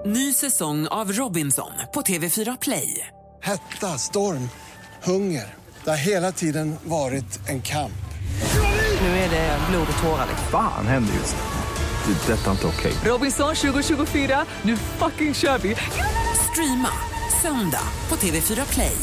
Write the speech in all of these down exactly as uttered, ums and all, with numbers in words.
Ny säsong av Robinson på T V fyra Play. Hetta, storm, hunger. Det har hela tiden varit en kamp. Nu är det blod och tårar. Fan händer just det. Det är detta inte okej. Robinson tjugo tjugofyra, nu fucking kör vi. Streama söndag på T V fyra Play.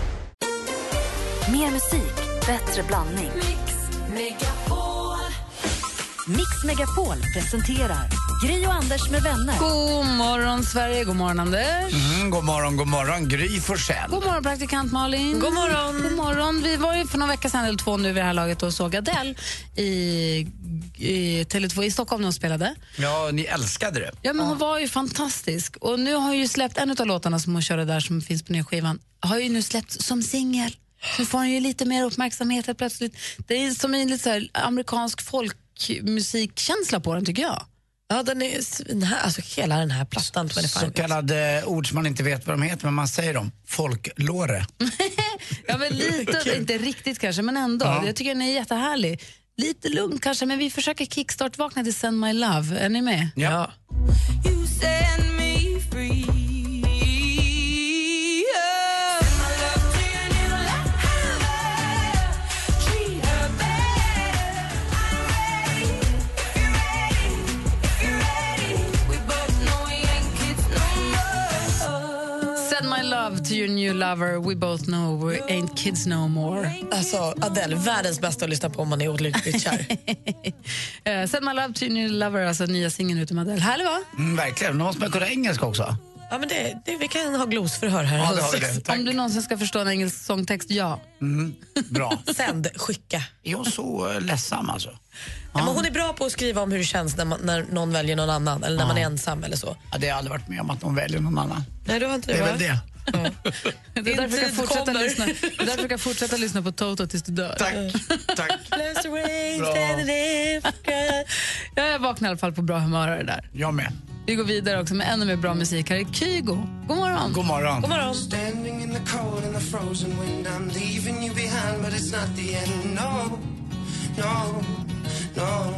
Mer musik, bättre blandning. Mix Megapol. Mix Megapol presenterar Gry och Anders med vänner. God morgon Sverige, god morgon Anders. Mm, god morgon, god morgon Gry Forssell. God morgon praktikant Malin. God morgon. God morgon. Vi var ju för några veckor sedan eller två nu vid det här laget och såg Adele i, i Tele två i Stockholm när hon spelade. Ja, ni älskade det. Ja, men hon var ju fantastisk. Och nu har hon ju släppt en av låtarna som hon körde där som finns på nya skivan. Har ju nu släppt som singel. Så får hon ju lite mer uppmärksamhet helt plötsligt. Det är som en lite så här amerikansk folkmusikkänsla på den tycker jag. Ja, den är, den här, alltså hela den här plattan. Så, så kallade ord som man inte vet vad de heter, men man säger dem. Folklore. Ja, men lite, inte riktigt kanske, men ändå. Ja. Jag tycker den är jättehärlig. Lite lugn kanske, men vi försöker kickstart-vakna till Send My Love. Är ni med? Ja. Ja. You send me free. To your new lover, we both know we ain't kids no more. Alltså Adele, världens bästa att lyssna på om man är olyckligt kär. uh, Send My Love to your new lover, alltså nya singeln ute med Adele. Härlig va? Mm, verkligen, någon som kunna engelska också. Ja, men det, det, vi kan ha glosförhör här. Ja, det har vi det. Tack. Om du någonsin ska förstå en engelsk sångtext, ja. Mm, bra. Sänd, skicka. Är hon så uh, ledsam alltså? Ja. Ja, men hon är bra på att skriva om hur det känns när, man, när någon väljer någon annan eller när ja. man är ensam eller så. Ja, det har jag aldrig varit med om att någon väljer någon annan. Nej, du har inte det, det är va? väl det. Ja. Det är därför jag fortsätta lyssna. Det är därför jag fortsätta lyssna på Toto tills du dör. Tack. Tack. Ja, jag vaknar i alla fall på bra humör av det där. Jag med. Vi går vidare också med ännu mer bra musik. Här är Kygo. God morgon. God morgon. God morgon. Standing in the cold and the frozen wind, I'm leaving you behind, but it's not the end. No, no, no.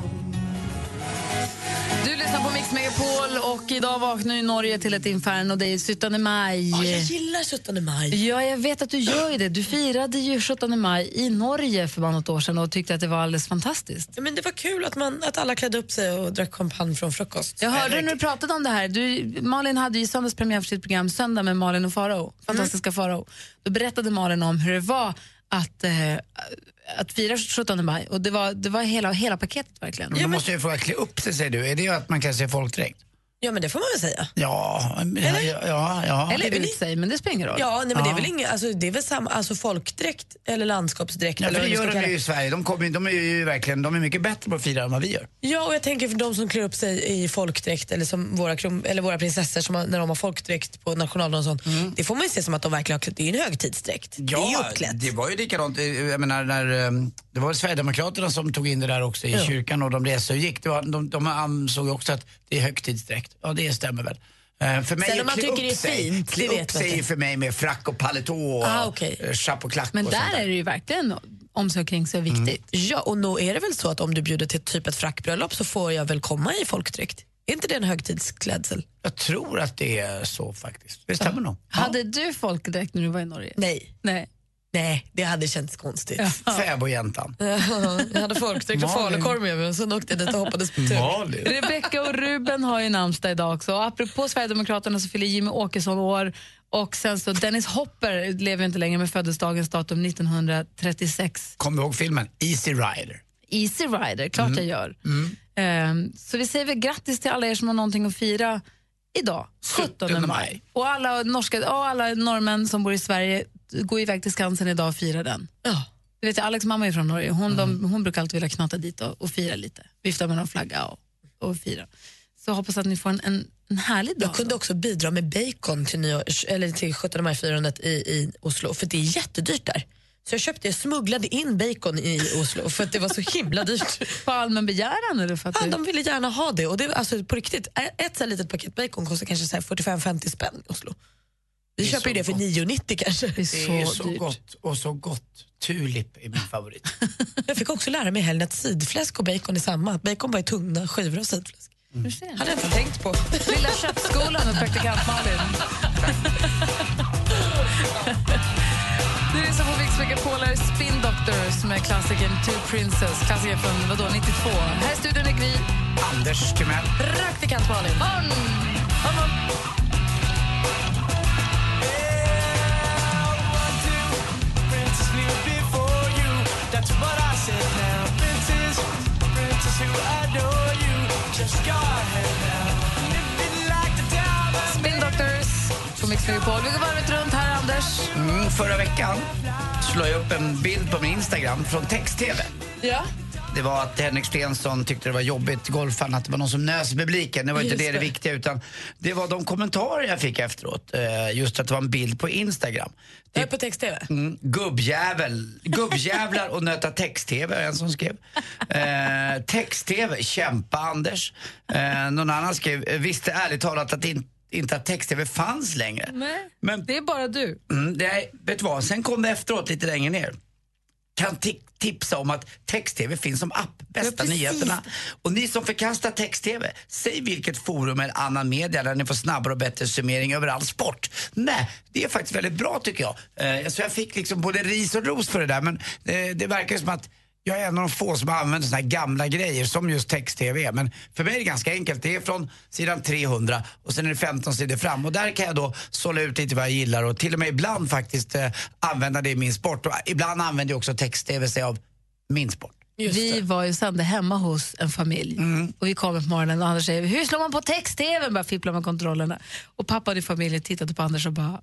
Du lyssnar på Mix Megapol och idag vaknar ju Norge till ett inferno. Det är sjuttonde maj. Oh, jag gillar sjuttonde maj. Ja, jag vet att du gör ju det. Du firade ju sjuttonde maj i Norge för bara något år sedan och tyckte att det var alldeles fantastiskt. Ja, men det var kul att, man, att alla klädde upp sig och drack champagne från frukost. Jag hörde när du pratade om det här. Du, Malin hade ju söndagspremiär för sitt program Söndag med Malin och Farao. Fantastiska mm. Farao. Då berättade Malin om hur det var att, eh, att fira sjuttonde maj. Och det var, det var hela, hela paketet verkligen. Men då måste jag fråga, klä upp sig säger du. Är det att man kan se folkdräkt? Ja, men det får man väl säga. Ja, ja, ja, ja. Eller ut sig, men det spelar ingen roll. Ja, nej, men ja. det är väl inga, alltså, det är väl samma, alltså folkdräkt eller landskapsdräkt. Ja, eller för det vad gör vi ska de kalla. ju i Sverige. De, kommer, de är ju verkligen, de är mycket bättre på att fira än vad vi gör. Ja, och jag tänker för de som klär upp sig i folkdräkt eller som våra, krom, eller våra prinsessor som har, när de har folkdräkt på nationaldagen och sånt. Mm. Det får man ju se som att de verkligen har klätt. Det är ju en högtidsdräkt. Ja, det är ju uppklätt. Det var ju likadant. Jag menar, när, det var Sverigedemokraterna som tog in det där också i ja. kyrkan och de reste och gick. Det var, de, de ansåg också att det är högtidsdräkt. Ja, det stämmer väl. Uh, för mig sen om man tycker det är sig, fint, klä upp sig för mig med frack och paletå och ah, okay. chapp och klack. Men och där sånt där är det ju verkligen om sig och kring sig viktigt. Mm. Ja, och då är det väl så att om du bjuder till typ ett frackbröllop så får jag väl komma i folkdräkt. Är inte det en högtidsklädsel? Jag tror att det är så faktiskt. Det stämmer ja. nog. Ja. Hade du folkdräkt när du var i Norge? Nej. Nej. Nej, det hade känts konstigt. Ja. Fäbodjäntan. Jag hade folkdräkt och falukorv med mig och sen åkte jag dit och hoppades på tur. Rebecca och Ruben har ju namnsdag idag också. Och apropå Sverigedemokraterna så fyller Jimmy Åkesson år. Och sen så Dennis Hopper lever inte längre med födelsedagens datum nittonhundratrettiosex. Kommer du ihåg filmen Easy Rider? Easy Rider, klart mm. jag gör. Mm. Um, så vi säger väl grattis till alla er som har någonting att fira idag, sjuttonde maj. Och alla norska och alla norrmän som bor i Sverige går iväg till Skansen idag och firar den. Ja. Du vet, Alex mamma är från Norge. Hon, mm. de, hon brukar alltid vilja knata dit och, och fira lite. Vifta med någon flagga och, och fira. Så jag hoppas att ni får en, en, en härlig dag. Jag kunde också bidra med bacon till, nyår, eller till sjuttonde maj-firandet i, i Oslo. För det är jättedyrt där. Så jag köpte, jag smugglade in bacon i Oslo för att det var så himla dyrt. På allmän begäran eller för att ja, du... de ville gärna ha det. Och det, alltså på riktigt, ett så här litet paket bacon kostar kanske så här fyrtiofem femtio spänn i Oslo. Vi köper ju det för nio nittio kanske. Det är så, det är så gott och så gott. Tulip är min favorit. Jag fick också lära mig i helgen att sidfläsk och bacon är samma. Bacon bara är tunna skivor av sidfläsk. Du ser. Hade jag inte tänkt på. Lilla köttskolan och praktikant Malin. Det är som på Mix Megapol är Spin Doctors med klassikern Two Princess. Klassikern från vadå, nittiotvå. Här är studion är Gry. Anders Timell. Praktikant Malin. On! On, on. Spin Doctors på Mix Megapol. Vi går varvet runt här, Anders. Mm, förra veckan slog jag upp en bild på min Instagram från text-tv. Ja. Det var att Henrik Stensson tyckte det var jobbigt, golfan, att det var någon som nös i publiken. Det var inte det, det viktiga, utan det var de kommentarer jag fick efteråt. Just att det var en bild på Instagram. Det är på text-tv. Mm, gubbjävel, gubbjävlar och nöta text-tv, en som skrev. Eh, text-tv, kämpa Anders. Eh, någon annan skrev, visste ärligt talat att in, inte att text-tv fanns längre. Nej, men det är bara du. Mm, det är, vet du vad, sen kom det efteråt lite längre ner. Kan t- tipsa om att text-tv finns som app, bästa ja, nyheterna. Och ni som förkastar text-tv, säg vilket forum eller annan media där ni får snabbare och bättre summering över all sport. Nej, det är faktiskt väldigt bra tycker jag. Eh, så jag fick liksom både ris och ros för det där, men eh, det verkar som att jag är en av de få som använder såna här gamla grejer som just text-tv. Men för mig är det ganska enkelt. Det är från sidan trehundra och sen är det femton sidor fram. Och där kan jag då sålla ut lite vad jag gillar och till och med ibland faktiskt eh, använda det i min sport. Och ibland använder jag också text-tv sig av min sport. Vi var ju sände hemma hos en familj mm. och vi kommer på morgonen och Anders säger, hur slår man på text-tv? Bara fipplar med kontrollerna. Och pappa och familjen tittade på Anders och bara,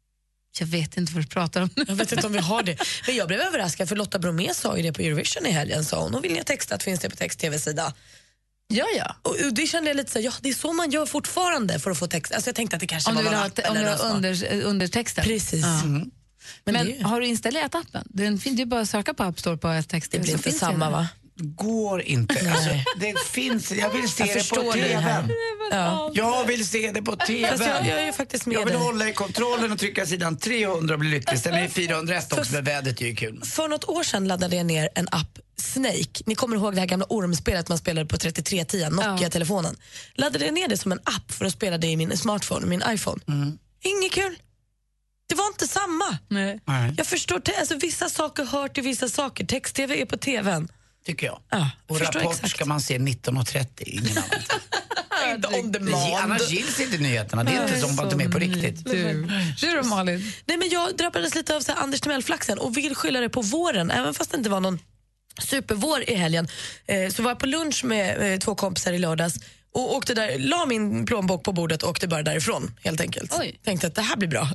jag vet inte vad du pratar om. Jag vet inte om vi har det. Men jag blev överraskad för Lotta Bromé sa ju det på Eurovision i helgen. Sa hon, och vill jag texta att finns det på text-tv-sida. Ja, ja. Och, och det kände jag lite så, ja det är så man gör fortfarande för att få text. Alltså jag tänkte att det kanske om var du vill någon ha, app om eller du har under, undertexten. Precis. Ja. Mm. Men, Men ju... har du installerat appen? Den finns ju bara att söka på App Store på ett text. Det blir inte samma va? Går inte. Alltså, det finns, jag vill se jag det på tvn. Ja. Jag vill se det på tvn. Jag, jag är faktiskt med jag vill dig. hålla i kontrollen och trycka sidan trehundra och bli lycklig. Sen är det fyrahundraett också, men vädret är ju kul. För något år sedan laddade jag ner en app, Snake. Ni kommer ihåg det här gamla ormspelet man spelade på trettiotre tio, Nokia-telefonen. Laddade jag ner det som en app för att spela det i min smartphone, min iPhone. Mm. Inget kul. Det var inte samma. Nej. Jag förstår, alltså, vissa saker hör till vissa saker. Text-tv är på tvn. Tycker jag. Ja, och Rapport exakt. ska man se nitton och trettio, ingen annan. Inte on demand. Annars gills inte nyheterna. Det är inte som att de är på riktigt. Du, du då Malin? Nej, men jag drabbades lite av så här, Anders Timell-flaxen och vill skylla det på våren. Även fast det inte var någon supervår i helgen eh, så var jag på lunch med eh, två kompisar i lördags och åkte där, la min plånbok på bordet och åkte bara därifrån helt enkelt. Oj. Tänkte att det här blir bra.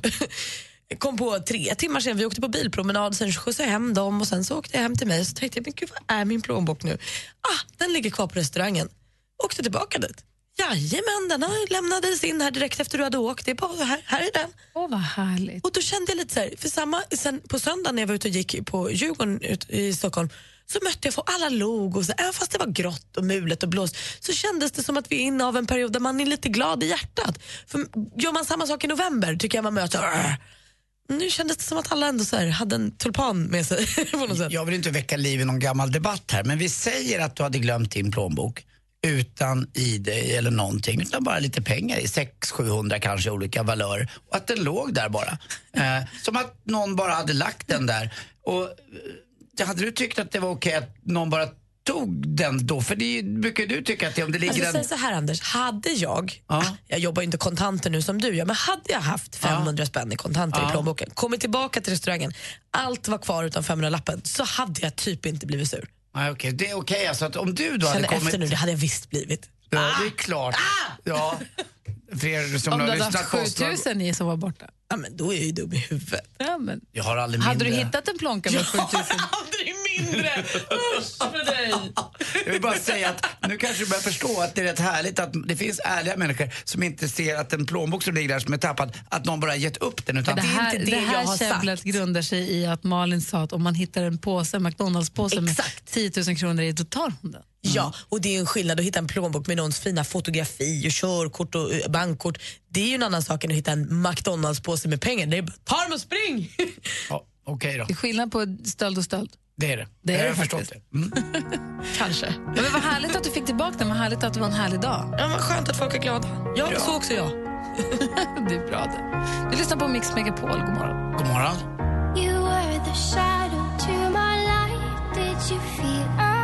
Kom på tre timmar sen, vi åkte på bilpromenad, sen skjutsade jag hem dem och sen så åkte jag hem till mig och så tänkte jag, men gud vad är min plånbok nu? Ah, den ligger kvar på restaurangen. Åkte tillbaka dit. Jajamän, den har lämnades in här direkt efter du hade åkt. Det är bara, här, här är den. Åh, oh, vad härligt. Och då kände jag lite så här, för samma, sen på söndag när jag var ute och gick på Djurgården ut i Stockholm så mötte jag för alla logos, så även fast det var grått och mulet och blåst så kändes det som att vi är inne av en period där man är lite glad i hjärtat. För gör man samma sak i november tycker jag man möter. Nu kändes det som att alla ändå så här hade en tulpan med sig på något sätt. Jag vill inte väcka liv i någon gammal debatt här, men vi säger att du hade glömt din plånbok utan I D eller någonting, utan bara lite pengar i, sex sjuhundra kanske olika valörer, och att den låg där bara. Eh, som att någon bara hade lagt den där. Och eh, hade du tyckt att det var okej att någon bara tog den då? För det brukar du tycka att det, om det ligger alltså, en... så här Anders, hade jag ja. ah, jag jobbar ju inte kontanter nu som du gör, men hade jag haft femhundra ja. spänn i kontanter ja. i plånboken, kommit tillbaka till restaurangen, allt var kvar utan femhundra-lappen, så hade jag typ inte blivit sur. Ah, okay. Det är okej, okay. Alltså att om du då hade kommit... efter nu, det hade jag visst blivit. Ja, ah! det är klart. Ah! Ja. För er som om har du hade haft lyssnat på sjutusen i som var borta. Ja, men då är jag ju dum i huvudet. Ja, men... Jag har aldrig hade mindre... du hittat en plånka med sjutusen? Jag har aldrig mindre! Usch för dig! Jag vill bara säga att nu kanske du börjar förstå att det är rätt härligt att det finns ärliga människor som inte ser att en plånbok som ligger där som är tappad, att någon bara gett upp den. Utan det här, det är inte det, det här jag har käbblet sagt. grundar sig i att Malin sa att om man hittar en påse, McDonalds-påse med tio tusen kronor i, då tar hon den. Mm. Ja, och det är en skillnad att hitta en plånbok med någons fina fotografi och körkort och uh, bankkort. Det är ju en annan sak än att hitta en McDonalds-påse med pengar. Det är bara, ta dem och spring! Ja, okej då. Det är skillnad på stöld och stöld. Det är det. Det är jag det har förstått faktiskt. det. Mm. Kanske. Ja, men vad härligt att du fick tillbaka den, vad härligt att det var en härlig dag. Ja, men skönt att folk är glada. Ja, Ja. så också jag. Det är bra det. Du lyssnar på Mix Megapol, god morgon. God morgon. You were the shadow to my light. Did you feel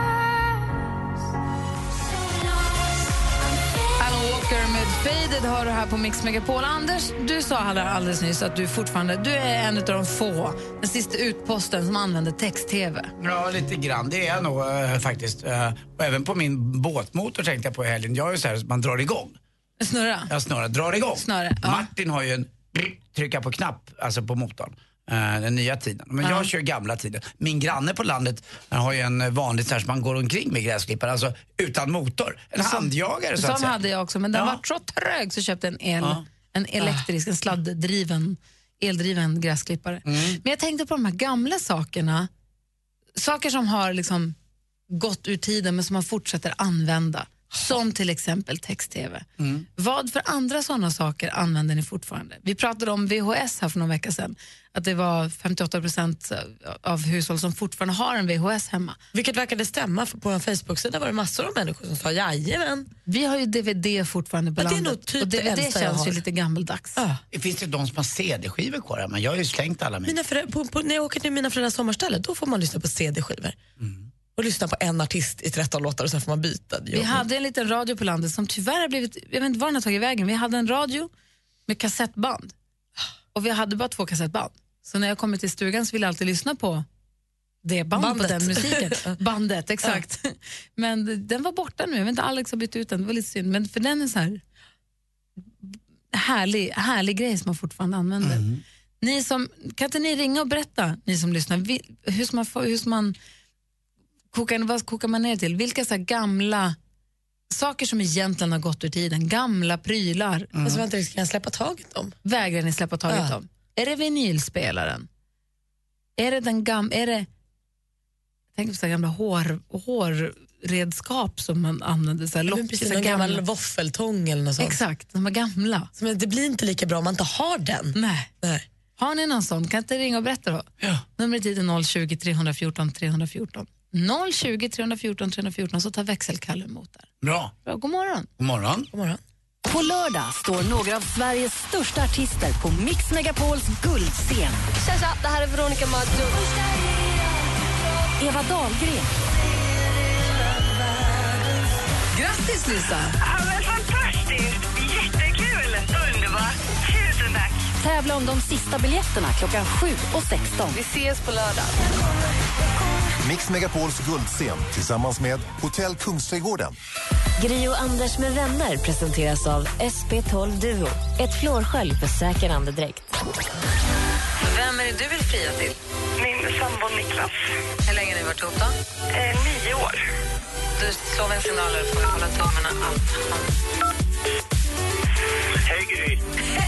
us? So lost. Alan Walker med Faded har du här på Mix Megapol. Anders, du sa alldeles nyss att du fortfarande du är en av de få, den sista utposten som använder text-tv. Ja, lite grann. Det är jag nog äh, faktiskt. Äh, och även på min båtmotor tänkte jag på i helgen. Jag är ju så här att man drar igång. Snurra? Jag snurrar, drar igång. Snurra, ja. Martin har ju en trycka på knapp, alltså på motorn. Uh, den nya tiden. Men ja. jag kör gamla tiden. Min granne på landet uh, har ju en vanlig så här som man går omkring med gräsklippare, alltså utan motor. En som, handjagare så som att säga. hade jag också, men den Ja. var så trög så köpte en el, Ja. en elektrisk, en sladddriven, eldriven gräsklippare. Mm. Men jag tänkte på de här gamla sakerna, saker som har liksom gått ur tiden men som man fortsätter använda. Som till exempel text-tv. Mm. Vad för andra sådana saker använder ni fortfarande? Vi pratade om V H S här för några veckor sedan. Att det var femtioåtta procent av hushåll som fortfarande har en V H S hemma. Vilket verkade stämma, för på en Facebook-sida var det massor av människor som sa jajamän. Vi har ju D V D fortfarande på Ja, det är landet. nog typ och D V D det äldsta jag känns ju har. lite gammaldags. Ja. Det finns ju de som har C D-skivor kvar här, men jag har ju slängt alla mina. Mina föräldrar, på, på, när jag åker till mina föräldrars sommarställe, då får man lyssna på C D-skivor. Mm. Och lyssna på en artist i tretton låtar och sen får man byta. Vi hade en liten radio på landet som tyvärr har blivit, jag vet inte var den har tagit vägen. Vi hade en radio med kassettband. Och vi hade bara två kassettband. Så när jag kommer till stugan så vill jag alltid lyssna på det band Bandet. på den musiken. Bandet, exakt. Ja. Men den var borta nu. Jag vet inte, Alex har bytt ut den. Det var lite synd. Men för den är så här härlig, härlig grej som man fortfarande använder. Mm. Ni som, kan inte ni ringa och berätta, ni som lyssnar, hur ska man, hur ska man kokar, vad kokar man ner till? Vilka så här gamla saker som egentligen har gått ur tiden, gamla prylar. Mm. Alltså vänta, ska jag släppa taget dem? Vägrar ni släppa taget Ja. dem? Är det vinylspelaren? Är det den gamla, är det, tänk på så här gamla hår, hårredskap som man använde, så här lock, precis, så någon gamla. gammal våffeltång eller något sånt. Exakt, de var gamla. Så, men det blir inte lika bra om man inte har den. Nej. Nej. Har ni någon sån? Kan inte ringa och berätta då? Ja. Numret är noll tjugo, tre fjorton, tre fjorton. noll tjugo, tre fjorton, tre fjorton, så tar växelkalle emot där. Bra. Bra, god morgon. God morgon. God morgon. På lördag står några av Sveriges största artister på Mix Megapols guldscen. Tja, det här är Veronica Maggio. Eva Dahlgren. Grattis, Lisa! Ja, men fantastiskt! Jättekul! Underbart! Tusen tack! Tävla om de sista biljetterna klockan sju och sexton. Vi ses på lördag. Mix Megapols guldscen tillsammans med Hotell Kungsträdgården. Gri och Anders med vänner presenteras av S P tolv Duo. Ett flårskölj för säker andedräkt. Vem är det du vill fria till? Min sambo Niklas. Hur länge har ni varit ihop då? Eh, nio år. Du slår en signal och får hålla tummarna allt. Hej, Gry.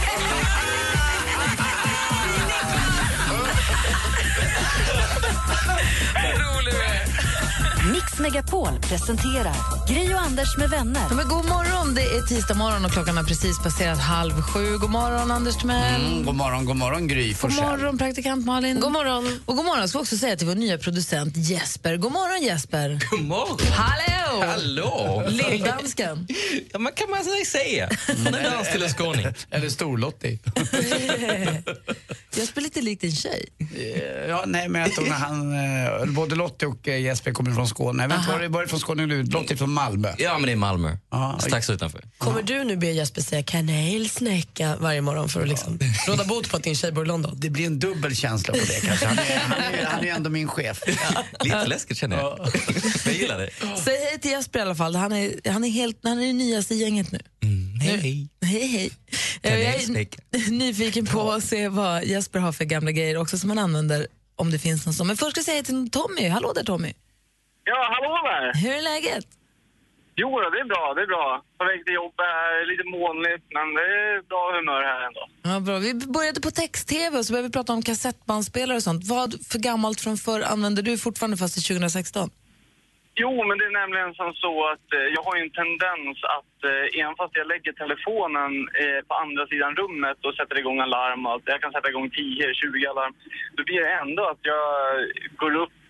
Mix Megapol presenterar Gri och Anders med vänner. Ja, men god morgon, det är tisdag morgon och klockan har precis passerat halv sju. God morgon, Anders Timell. Mm, god morgon, god morgon, Gry God Forssell. morgon, praktikant Malin. God morgon. Och god morgon ska vi också säga till vår nya producent Jesper. God morgon, Jesper. God morgon. Hallå! Hallå! Lilldansken. Ja, man kan man säga. Från en dans till en skåning. Eller Storlottie. Jesper är lite likt en tjej. Ja, nej, men jag tror när han, eh, både Lottie och eh, Jesper kommer från Skåne. Jag vet inte var det var från Skåne nu. Lottie från Malmö. Ja, men det är Malmö. Aha. Strax utanför. Kommer du nu be Jesper säga kanelsnäcka varje morgon för att liksom råda bot på att din tjej bor i London? Det blir en dubbel känsla på det kanske. Han är, han är, han är ändå min chef. Ja, lite läskigt känner jag. Jag gillar det. Säg hej till Jesper i alla fall. Han är, han är, helt, han är det nyaste i gänget nu. Mm, hej, hej. Hej, hej. Jag är nyfiken på att se vad Jesper har för gamla grejer också som han använder om det finns någon sån. Men först ska jag säga till Tommy. Hallå där, Tommy. Ja, hallå där. Hur är läget? Jo, det är bra, det är bra. På väg till jobbet här, lite molnigt, men det är bra humör här ändå. Ja, bra. Vi började på text-tv och så började vi prata om kassettbandspelare och sånt. Vad för gammalt från förr använder du fortfarande fast i tjugo sexton? Jo, men det är nämligen som så att eh, jag har ju en tendens att eh, även fast jag lägger telefonen eh, på andra sidan rummet och sätter igång alarm och allt, jag kan sätta igång tio tjugo alarm, då blir det ändå att jag går upp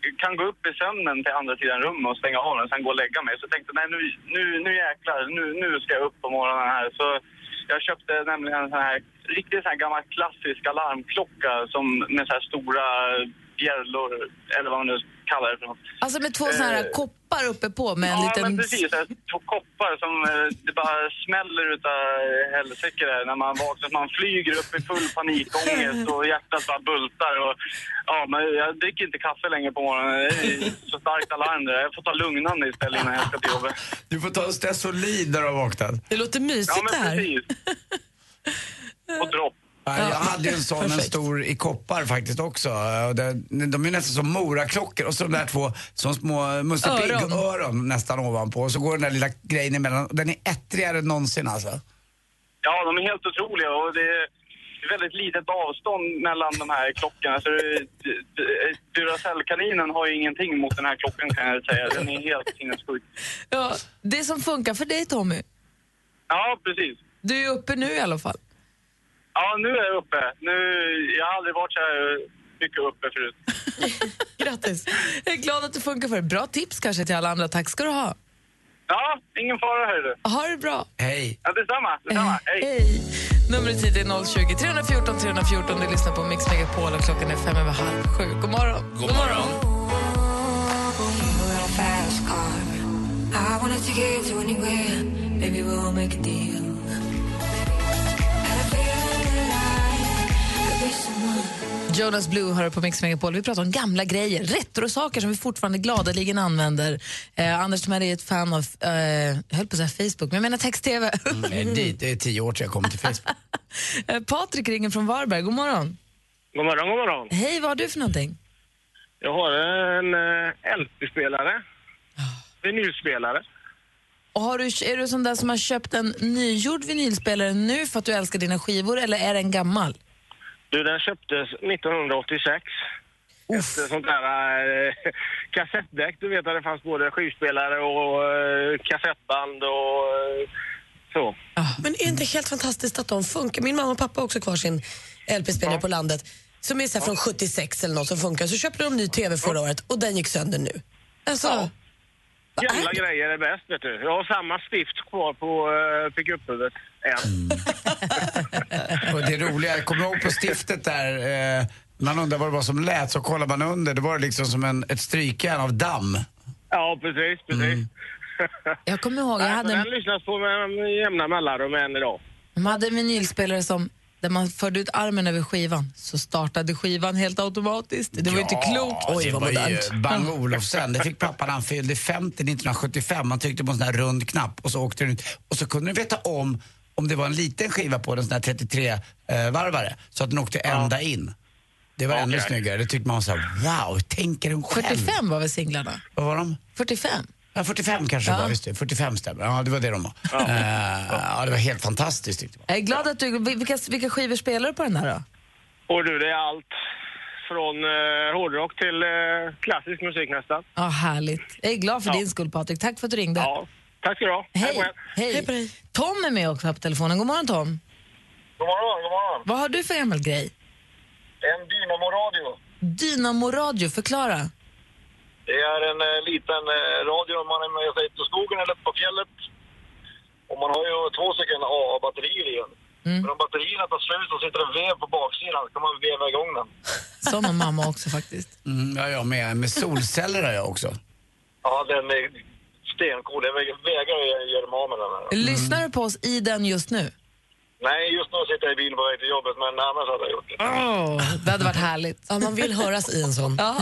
kan gå upp i sömnen till andra sidan rummet och stänga av den och sen gå och lägga mig. Så jag tänkte, nej nu, nu, nu jäklar, nu, nu ska jag upp på morgonen här. Så jag köpte nämligen en sån här riktigt sån här gammal klassisk alarmklocka som med så här stora bjällor, eller vad man nu kallar det för något. Alltså med två såna här eh, koppar uppe på med en ja, liten... Ja, men precis. Här, två koppar som eh, det bara smäller utav helsike där när man vaknar. Man flyger upp i full panikångest och hjärtat bara bultar. Och, ja, men jag dricker inte kaffe längre på morgonen. Det är så starkt alarm där. Jag får ta lugnande istället innan jag ska till jobbet. Du får ta Stesolid när du har vaknat. Det låter mysigt ja, men det här. Precis. Och dropp. Jag hade ju en sån, en stor i koppar faktiskt också. De är nästan som moraklockor och så de där två som små Musse Pigg-öron nästan ovanpå. Och så går den där lilla grejen emellan. Den är ettrigare än någonsin alltså. Ja, de är helt otroliga och det är väldigt litet avstånd mellan de här klockorna. Så Duracell-kaninen har ju ingenting mot den här klockan kan jag säga. Den är helt sinnessjuk. Ja, det som funkar för dig, Tommy. Ja, precis. Du är uppe nu i alla fall. Ja, nu är jag uppe. Nu, jag har aldrig varit så här mycket uppe förut. Grattis. Jag är glad att det funkar för dig. Bra tips kanske till alla andra. Tack ska du ha. Ja, ingen fara hörru. Ha det bra. Hej. Ja, detsamma. detsamma. Eh, Hej. Hej. Numret hit är noll tjugo, tre fjorton, tre fjorton. Du lyssnar på Mix Megapol och klockan är fem över halv sju. God morgon. God, God morgon. morgon. Jonas Blue hör på Mix Megapol. Vi pratar om gamla grejer, retrosaker som vi fortfarande gladeligen använder. Eh, Anders Timell är ett fan av, eh, jag höll på att säga Facebook, men jag menar text-tv. Mm, det, det är tio år sedan jag kom till Facebook. eh, Patrik ringer från Varberg, god morgon. God morgon, god morgon. Hej, vad har du för någonting? Jag har en eh, L P-spelare, vinylspelare. Och har du, är du sån där som har köpt en nygjord vinylspelare nu för att du älskar dina skivor, eller är den gammal? Du, den köptes nittonhundraåttiosex. Uff. Ett sånt där äh, kassettdäck, du vet att det fanns både skivspelare och äh, kassettband och äh, så. Men är det inte helt fantastiskt att de funkar? Min mamma och pappa har också kvar sin L P-spelare ja. på landet som är så här från sjuttiosex eller något som funkar. Så köpte de en ny tv förra året och den gick sönder nu. Alltså... Ja. Gamla grejer är bäst, vet du. Jag har samma stift kvar på uh, pick-up-huvudet än. Mm. Och det roliga, jag kommer ihåg på stiftet där, eh, man undrar vad det var som lät, så kollar man under, det var liksom som en, ett strykjärn av damm. Ja, precis, precis. Mm. Jag kommer ihåg, jag hade... Den lyssnas på med jämna mellanrum än idag. De hade en vinylspelare som, där man förde ut armen över skivan, så startade skivan helt automatiskt. Det var ja, inte klokt. Oj, vad modernt. Bang Olufsen, det fick pappa när han fyllde femtio nittonhundrasjuttiofem. Man tryckte på en sån här rund knapp och så åkte den ut. Och så kunde du veta om om det var en liten skiva på den, sån här trettiotre-varvare, så att den åkte ja. ända in. Det var okay. ännu snyggare. Det tyckte man så här, wow, tänker de själv. fyrtiofem var väl singlarna? Vad var de? fyrtiofem. Ja, fyrtiofem kanske ja. var, just det. fyrtiofem stämmer. Ja, det var det de var. Ja, uh, ja det var helt fantastiskt. Tyckte jag. jag är glad att du... Vilka, vilka skivor spelar du på den där då? Och du, det är allt från uh, hårdrock till uh, klassisk musik nästan. Ja, härligt. Jag är glad för ja. din skull, Patrik. Tack för att du ringde. Ja, tack ska du ha. Hej. Hej. Hej på dig. Tom är med också på telefonen. God morgon, Tom. God morgon, god morgon. Vad har du för gammal grej? En Dynamo-radio. Dynamo-radio, förklara. Det är en eh, liten eh, radio om man är med sig till skogen eller på fjället. Och man har ju två stycken A-batterier i den. Mm. Men om batterierna tar slut så sitter det vev på baksidan, så kan man veva igång den. Som har mamma också faktiskt. Mm, ja, jag med. Med solceller har jag också. Ja, den är stencool. Jag vägrar göra mig av med den här. Mm. Lyssnar du på oss i den just nu? Nej, just nu sitter jag i bilen på väg till jobbet, men annars hade jag gjort det. Oh, det hade varit härligt. Ja, man vill höras i en sån. Ja.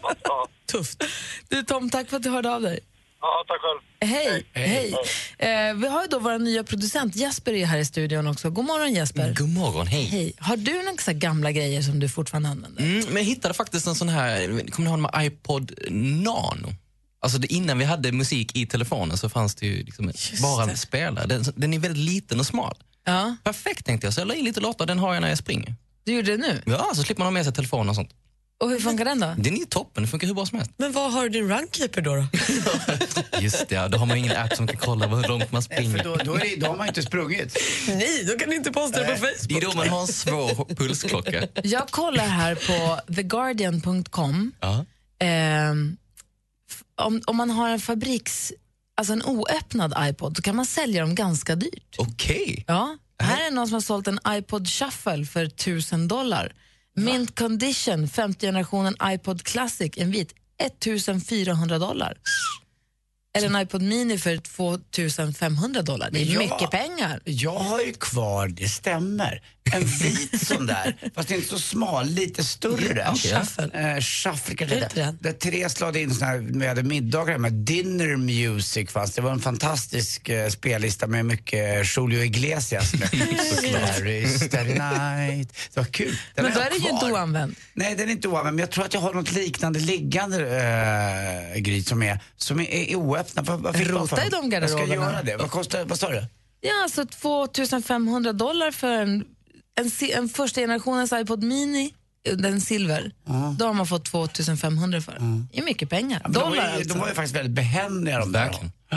Tufft. Du Tom, tack för att du hörde av dig. Ja, tack själv. Hej, hej. hej. hej. Eh, vi har ju då vår nya producent Jesper är här i studion också. God morgon Jesper. God morgon, hej. hej. Har du några så gamla grejer som du fortfarande använder? Mm, men jag hittade faktiskt en sån här, kommer ni ihåg med iPod Nano? Alltså det, innan vi hade musik i telefonen så fanns det ju liksom bara en spelare. Den, den är väldigt liten och smal. Ja. Perfekt tänkte jag, så jag la in lite låtar, den har jag när jag springer. Du gjorde det nu? Ja, så slipper man ha med sig telefonen och sånt. Och hur funkar den då? Den är toppen, det funkar hur bra som helst. Men vad har du din Runkeeper då? då? Just det, ja, då har man ingen app som kan kolla hur långt man springer. För då, då, är det, då har man inte sprungit. Nej, då kan du inte posta det på Facebook. Det är då man har en svår pulsklocka. Jag kollar här på the guardian punkt com. Ja. eh, f- om, om man har en fabriks, alltså en oöppnad iPod, så kan man sälja dem ganska dyrt. Okej. Okay. Ja, här är någon som har sålt en iPod Shuffle för tusen dollar. Mint Condition, femte generationen iPod Classic, en vit, ettusenfyrahundra dollar. Eller en iPod Mini för tvåtusenfemhundra dollar. Det är jag, mycket pengar. Jag har ju kvar, det stämmer, en vit sån där, fast inte så smal, lite större. Ja, shuffle. Uh, shuffle kanske det. det. Det tre slade in såna här, vi hade middagar med Dinner Music fanns. Det var en fantastisk uh, spellista med mycket Julio Iglesias. Very Steady Night. Det var kul. Den men då är det kvar. ju inte oanvänd. Nej, den är inte oanvänd, men jag tror att jag har något liknande liggande uh, Gry som är, som är, är oöppna. Vad, vad Rota i de garderoberna. Jag ska göra det. Vad kostar, vad sa du? Ja, alltså tvåtusenfemhundra dollar för en, en, en första generationens iPod Mini, den silver. Mm. Då har man fått tvåtusenfemhundra för. Mm. Det är mycket pengar. Ja, dollar de, var ju, alltså. de var ju faktiskt väldigt behändiga de där.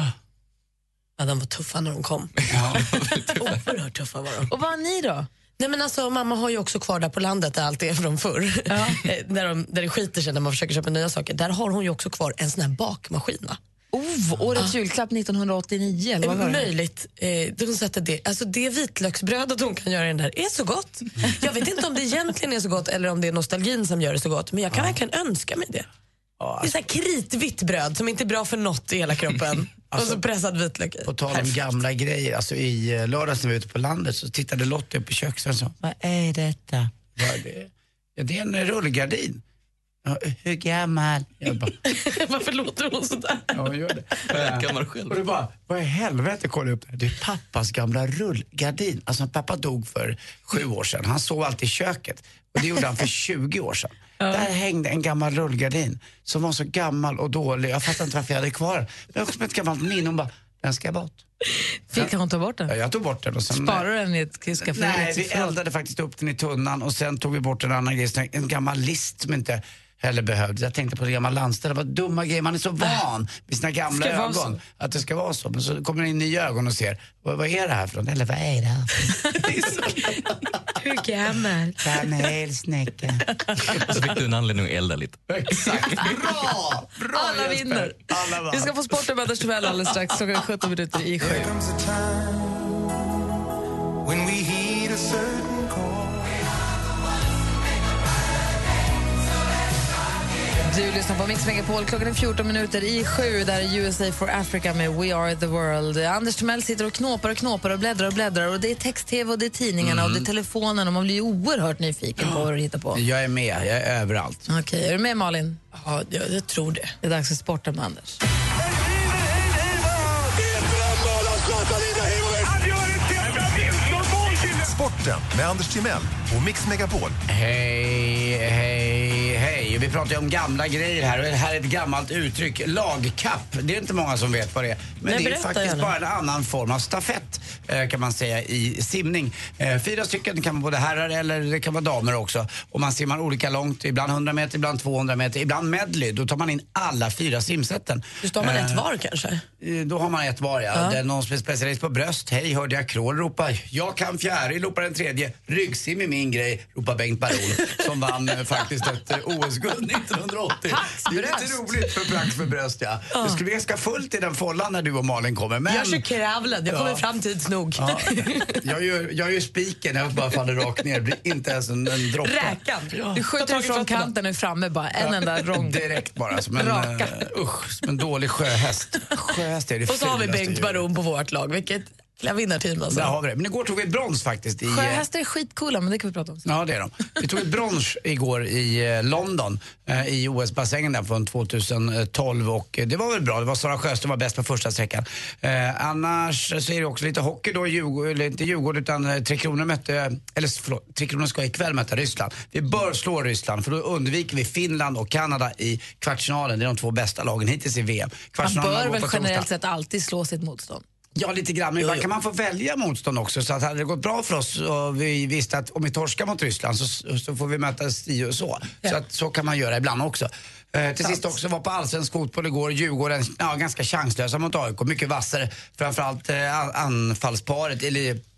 Ja, de var tuffa när de kom. Ja. Oerhört tuffa var de. Och vad har ni då? Nej, men alltså, mamma har ju också kvar där på landet där allt är från förr. Ja. där, de, där det skiter sig när man försöker köpa nya saker. Där har hon ju också kvar en sån här bakmaskin, va? Oh, årets ah. julklapp nittonhundraåttionio eller vad var det? Möjligt. Eh, de sätter det. Alltså det vitlöksbrödet hon kan göra i den där är så gott. Jag vet inte om det egentligen är så gott eller om det är nostalgin som gör det så gott, men jag kan ah. verkligen önska mig det. Ah. Det är så här kritvitt bröd som inte är bra för något i hela kroppen. Alltså, och så pressad vitlök i. På tal om gamla grejer, alltså i lördags när vi var ute på landet så tittade Lotte på köket och sa, vad är detta? Vad är det? Ja, det är en rullgardin. Ja, hur gammal? Jag bara, varför låter hon sådär? Ja, hon gör det. Gammal själv. Och du bara, vad i helvete, kolla upp det här. Det är pappas gamla rullgardin. Alltså pappa dog för sju år sedan. Han sov alltid i köket. Och det gjorde han för tjugo år sedan. Ja. Där hängde en gammal rullgardin som var så gammal och dålig. Jag fattar inte varför jag hade kvar den. Det var som ett gammalt minne. Hon bara, den ska bort. Fick hon ta bort den? Ja, jag tog bort den. Och sen, sparar du den i ett kiskafé? Nej, vi eldade faktiskt upp den i tunnan och sen tog vi bort en annan grej. En gammal list som inte heller behövde. Jag tänkte på det gamla landställe. Vad dumma grejer. Man är så van vid sina gamla ögon att det ska vara så. Men så kommer det in nya ögon och ser, vad, vad är det här för något? Eller vad är det här för något? Hur gammal? Kanelsnäcka. Och så fick du en anledning att elda lite. Exakt. Bra! Bra alla vinner. Alla vi ska få sporten med Anders Timell alldeles strax. Klockan sjutton minuter i sju. When we heed a certain call. Du lyssnar på Mix Megapol. Klockan är fjorton minuter i sju. Där är U S A for Africa med We Are the World. Anders Timell sitter och knåpar och knåpar och bläddrar och bläddrar. Och det är text-tv och det är tidningarna mm. och det är telefonen. Och man blir oerhört nyfiken på vad du hittar på. Jag är med. Jag är överallt. Okej, okay, är du med Malin? Ja, jag, jag tror det. Det är dags för sporten med Anders. Sporten med Anders Timell och Mix Megapol. Hej, hej, hej. Vi pratar ju om gamla grejer här och det här är ett gammalt uttryck. Lagkapp. Det är inte många som vet vad det är. Men Nej, det är faktiskt gärna. bara en annan form av stafett kan man säga i simning. Fyra stycken kan vara både herrar eller det kan vara damer också. Och man simmar olika långt. Ibland hundra meter, ibland tvåhundra meter, ibland medley. Då tar man in alla fyra simsätten. Just har man ett var kanske? Då har man ett var, ja. ja. Det är någon som är specialist på bröst. Hej, hörde jag Krål ropa. Jag kan fjäril, ropar den tredje. Ryggsim är min grej, ropar Bengt Baron. Som vann eh, faktiskt ett eh, O S-guld nittonhundraåttio. Det är lite roligt för Prax för bröst, ja. ja. Det skulle bli ganska fullt i den follan när du och Malin kommer. Men... Jag kör kravlen, jag kommer ja. fram tids nog. Ja. Jag gör, jag gör spiken, jag bara faller rakt ner. Det blir inte ens en, en droppe. Räkan. Ja. Du skjuter ifrån kanten och framme bara, en ja. enda rång. Direkt bara, som en, uh, usch, som en dålig sjöhäst. Sjöhäst är det. Och så har vi Bengt Baron på vårt lag, vilket vinnarteam alltså. Där har vi det. Men igår tog vi brons faktiskt. I, Sjöhästar är skitcoola, men det kan vi prata om. Ja, det är de. Vi tog ett brons igår i London, eh, i O S-bassängen där från tjugohundratolv och det var väl bra. Det var Sara Sjöström var bäst på första sträckan. Eh, annars så är det också lite hockey då, Djurgård, eller inte Djurgård utan Tre Kronor mötte, eller förlåt, Tre Kronor ska ikväll möta Ryssland. Vi bör slå Ryssland för då undviker vi Finland och Kanada i kvartsfinalen. Det är de två bästa lagen hittills i V M. Man bör väl generellt sett alltid slå sitt motstånd? Ja, lite grann. Men ibland kan man få välja motstånd också. Så att hade det gått bra för oss och vi visste att om vi torskar mot Ryssland så, så får vi möta Stie och så. Ja. Så att så kan man göra ibland också. Eh, till sist också var på allsvensk fotboll igår. Djurgården, ja, ganska chanslösa mot A I K. Mycket vassare. Framförallt eh, anfallsparet, eller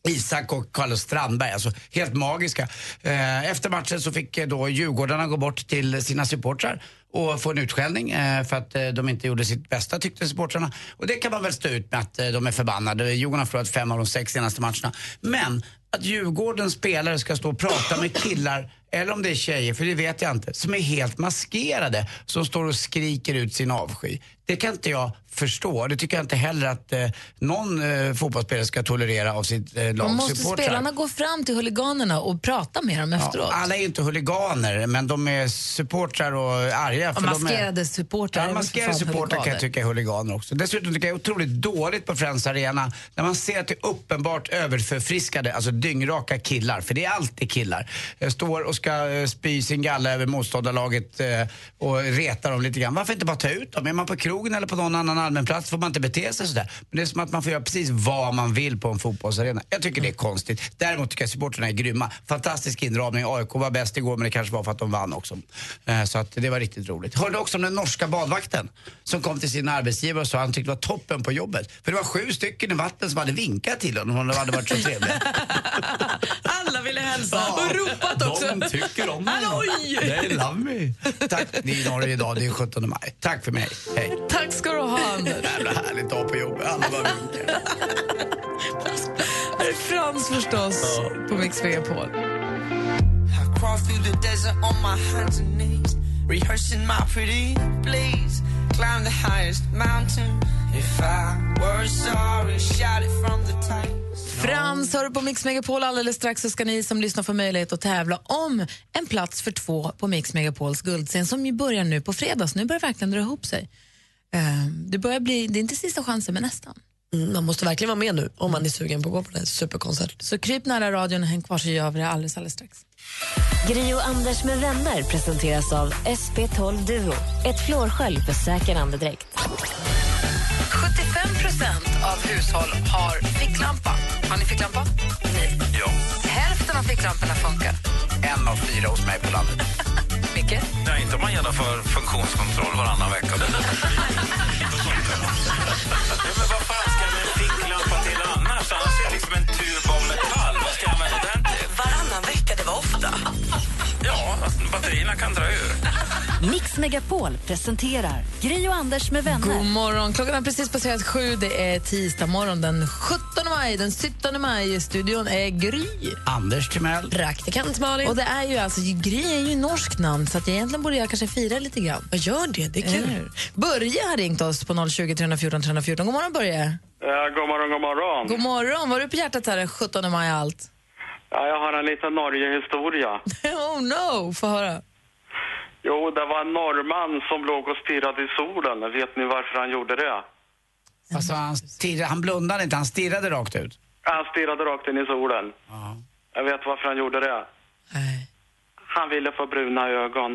Isak och Carlos Strandberg, alltså helt magiska. Eh, efter matchen så fick eh, då Djurgårdarna gå bort till sina supportrar och få en utskällning eh, för att eh, de inte gjorde sitt bästa, tyckte supportrarna. Och det kan man väl stå ut med att eh, de är förbannade. Djurgården har förlorat fem av de sex senaste matcherna. Men att Djurgårdens spelare ska stå och prata med killar, eller om det är tjejer, för det vet jag inte, som är helt maskerade, som står och skriker ut sin avsky. Det kan inte jag förstå. Det tycker jag inte heller att eh, någon eh, fotbollsspelare ska tolerera av sitt eh, lag. Måste spelarna gå fram till huliganerna och prata med dem efteråt? Ja, alla är ju inte huliganer, men de är supportrar och arga. Och maskerade är, supportrar. Ja, maskerade supportrar kan jag tycka är huliganer också. Dessutom tycker jag det är otroligt dåligt på Friends Arena när man ser att det är uppenbart överförfriskade, alltså dyngraka killar, för det är alltid killar. Jag står och ska eh, spy sin galla över motståndarlaget eh, och reta dem lite grann. Varför inte bara ta ut dem? Är man på krogen eller på någon annan allmän plats får man inte bete sig sådär. Men det är som att man får göra precis vad man vill på en fotbollsarena. Jag tycker det är konstigt. Däremot tycker jag supporterna är grymma. Fantastisk inramning. A I K var bäst igår, men det kanske var för att de vann också. Eh, så att det var riktigt roligt. Hörde också om den norska badvakten som kom till sin arbetsgivare och sa att han tyckte det var toppen på jobbet. För det var sju stycken i vatten som hade vinkat till honom och de hade varit så trevliga. Alla ville hälsa Ja, och ropat också. de tycker om mig. Oj! They love me. Tack, det är i Norge idag, det är sjuttonde maj. Tack för mig, hej. Tack ska du ha, Anders. Jävla härligt dag på jobbet, alla bara vinkar. Här är Frans förstås på Mix Megapol. I crawl through the desert on my hands and knees, rehearsing my pretty please. Climb the highest mountain. If I were sorry, shout it from the top. Frans hör på Mix Megapol. Alldeles strax så ska ni som lyssnar få möjlighet att tävla om en plats för två på Mix Megapols guldscen som ju börjar nu på fredags. Nu börjar det verkligen dra ihop sig. Det börjar bli, det är inte sista chansen men nästan. Mm, man måste verkligen vara med nu om man är sugen på att gå på den superkonsert. Så kryp nära radion och häng kvar så gör vi det alldeles, alldeles strax. Gri och Anders med vänner presenteras av S P tolv Duo. Ett flårskölj för säker andedräkt. sjuttiofem procent av hushåll har ficklampa. Har ni ficklampa? Nej. Ja. Hälften av ficklamporna funkar. En av fyra hos mig på landet. Micke? Nej, inte om man genomför funktionskontroll varannan vecka. Ja, men vad fan ska man en ficklampa till annars? Annars är det liksom en tub av metall. Vad ska jag använda den till? Varannan vecka, det var ofta. Ja, batterierna kan dra ur. Mix Megapol presenterar Gri och Anders med vänner. God morgon, klockan är precis passerat sju. Det är tisdag morgon den sjuttonde maj. Den syttonde maj i studion är Gry. Anders Timell. Praktikant Malin. Och det är ju alltså, Gry är ju norskt namn så att egentligen borde jag kanske fira lite grann. Vad gör det? Det är kul. Mm. Börje har ringt oss på noll tjugo, tre fjorton, tre fjorton. God morgon Börje. Ja, god morgon, god morgon. God morgon, vad har du på hjärtat här den sjuttonde maj allt? Ja, jag har en liten Norge-historia. Oh no, få höra. Jo, det var en norrman som låg och stirrade i solen. Vet ni varför han gjorde det? Alltså han, stirrade, han blundade inte, han stirrade rakt ut. Han stirrade rakt in i solen. Ja. Jag vet varför han gjorde det. Nej. Han ville få bruna ögon.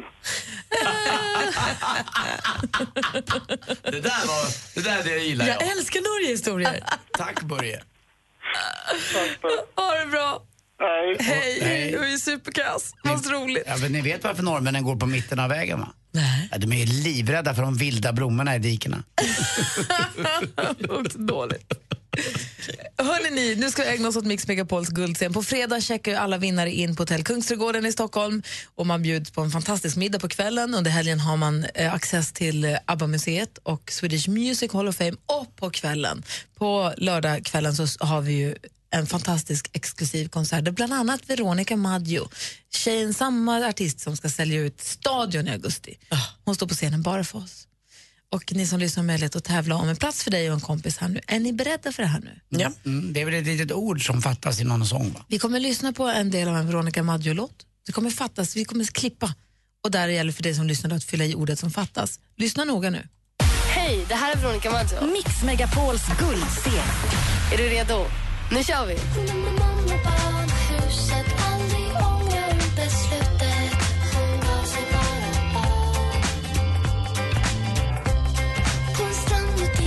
Det där var, det där det gillar jag. Jag älskar Norge-historier. Tack Börje. Ha det bra. Hej. Hej, Hej. du är ju superkass. Vad roligt. Ja, men ni vet varför norrmännen går på mitten av vägen, va? Nej. Ja, de är livrädda för de vilda blommorna i dikena. Också dåligt. Hörrni ni, nu ska vi ägna oss åt Mix Megapols guldscen. På fredag checkar ju alla vinnare in på Hotell Kungsträdgården i Stockholm och man bjuds på en fantastisk middag på kvällen. Under helgen har man eh, access till eh, ABBA-museet och Swedish Music Hall of Fame och på kvällen. På lördagskvällen så har vi ju en fantastisk exklusiv konsert där bland annat Veronica Maggio, tjejen, samma artist som ska sälja ut Stadion i augusti. Hon står på scenen bara för oss. Och ni som lyssnar har möjlighet att tävla om en plats för dig och en kompis här nu. Är ni beredda för det här nu? Ja. Mm, det är väl ett litet ord som fattas i någon sång, va? Vi kommer lyssna på en del av en Veronica Maggio-låt. Det kommer fattas, vi kommer klippa. Och där gäller för dig som lyssnar att fylla i ordet som fattas. Lyssna noga nu. Hej, det här är Veronica Maggio. Mix Megapols guldscen. Är du redo? Nu kör vi!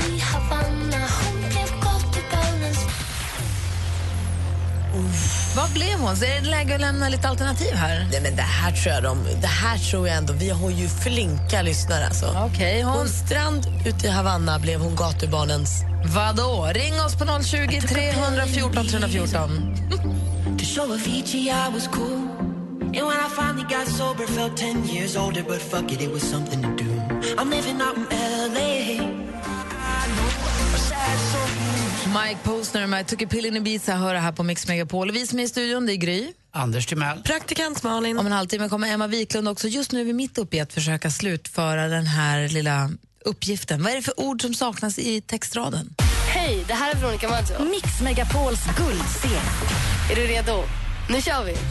Vad blev hon? Så är det läge att lämna lite alternativ här? Nej, men det här tror jag de, det här tror jag ändå. Vi har ju flinka lyssnare alltså. Okay, hon... hon strand ute i Havanna blev hon gatubarnens. Vadå? Ring oss på noll tjugo, tre fjorton, tre fjorton. To show Avicii I was cool. And when I finally got sober, felt ten years older, but fuck it, it was something to do. I'm living out in L A. Mike Posner med Took a pill in Ibiza hör här på Mix Megapol. Vi som är i studion, det är Gry. Anders Timell. Praktikant Malin. Om en halvtimme kommer Emma Wiklund också. Just nu är vi mitt uppe i att försöka slutföra den här lilla uppgiften. Vad är det för ord som saknas i textraden? Hej, det här är Veronica Maggio. Mix Megapols guldscen. Är du redo? Nu kör vi!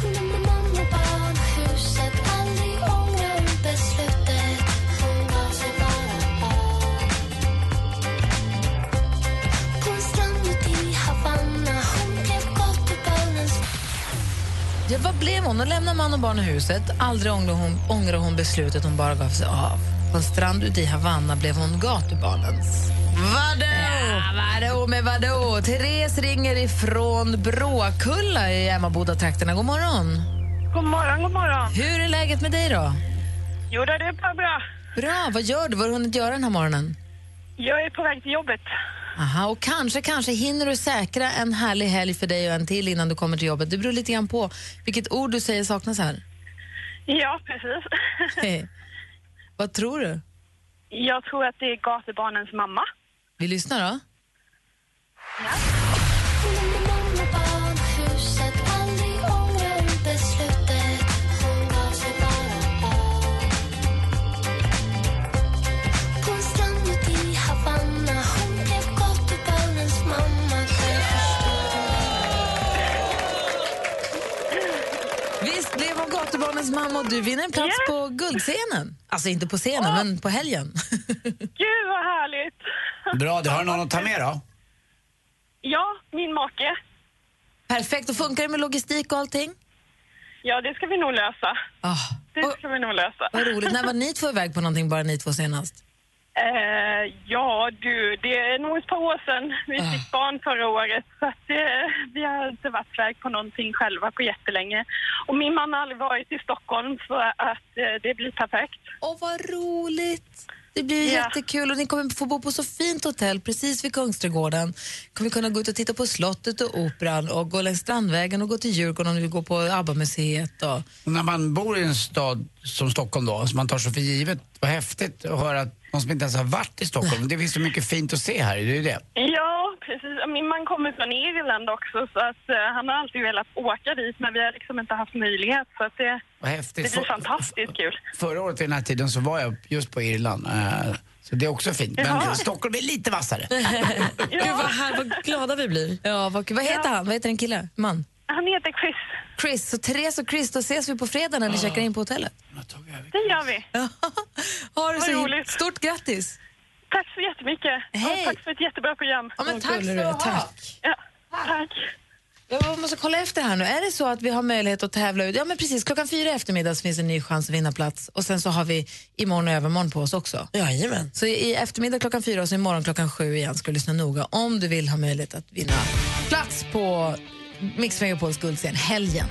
Ja, vad blev hon? Hon lämnade man och barn i huset. Aldrig ångrade hon, ångrade hon beslutet hon bara gav sig av. På en strand ute i Havanna blev hon gatubarnens. Vadå? Ja, vadå med vadå? Therese ringer ifrån Bråkulla i Emmaboda-trakterna. God morgon. God morgon, god morgon. Hur är läget med dig då? Jo, det är bara bra. Bra, vad gör du? Vad har du hunnit göra den här morgonen? Jag är på väg till jobbet. Aha, och kanske, kanske hinner du säkra en härlig helg för dig och en till innan du kommer till jobbet. Det beror lite grann på vilket ord du säger saknas här. Ja, precis. Hey. Vad tror du? Jag tror att det är gatubarnens mamma. Vi lyssnar då. Ja. Visst blev hon gatubarnens mamma och du vinner en plats yeah. på guldscenen. Alltså inte på scenen, oh. men på helgen. Gud vad härligt. Bra, du har någon att ta med då? Ja, min make. Perfekt, och funkar det med logistik och allting? Ja, det ska vi nog lösa. Oh. Det ska och, vi nog lösa. Vad roligt. När var ni två iväg på någonting, bara ni två senast? Uh, ja, du, det är nog ett par år sedan. Vi uh. fick barn förra året, så att det, vi har inte varit iväg på någonting själva på jättelänge. Och min man har aldrig varit i Stockholm, så att uh, det blir perfekt. Åh, vad roligt! Det blir ja. jättekul och ni kommer få bo på så fint hotell precis vid Kungsträdgården. Kommer kunna gå ut och titta på slottet och operan och gå längs Strandvägen och gå till Djurgården om ni vill gå på ABBA-museet. Och... När man bor i en stad som Stockholm då, som man tar så för givet, vad häftigt att höra att någon som inte ens har varit i Stockholm. Det finns så mycket fint att se här, det är ju det. Ja, precis. Min man kommer från Irland också, så att uh, han har alltid velat åka dit, men vi har liksom inte haft möjlighet, så att det, vad häftigt. Det blir fantastiskt kul. Förra året vid den här tiden så var jag just på Irland, uh, så det är också fint. Men ja. Stockholm är lite vassare. Ja. Gud, vad, här, vad glada vi blir. Ja, vad, vad heter ja. han? Vad heter en kille? Man? Han heter Chris. Chris, så Therese och Chris, då ses vi på fredag när ni oh. checkar in på hotellet. Det gör vi. Har du så roligt. Stort grattis. Tack så jättemycket. Hej. Och tack för ett jättebra program. Ja, men tack för det. Tack. Ja, tack. Jag måste kolla efter här nu. Är det så att vi har möjlighet att tävla ut? Ja, men precis. Klockan fyra eftermiddag så finns en ny chans att vinna plats. Och sen så har vi imorgon och övermorgon på oss också. Jajamän. Så i eftermiddag klockan fyra och så imorgon klockan sju igen ska du lyssna noga om du vill ha möjlighet att vinna plats på Mix Megapols guldscen helgen.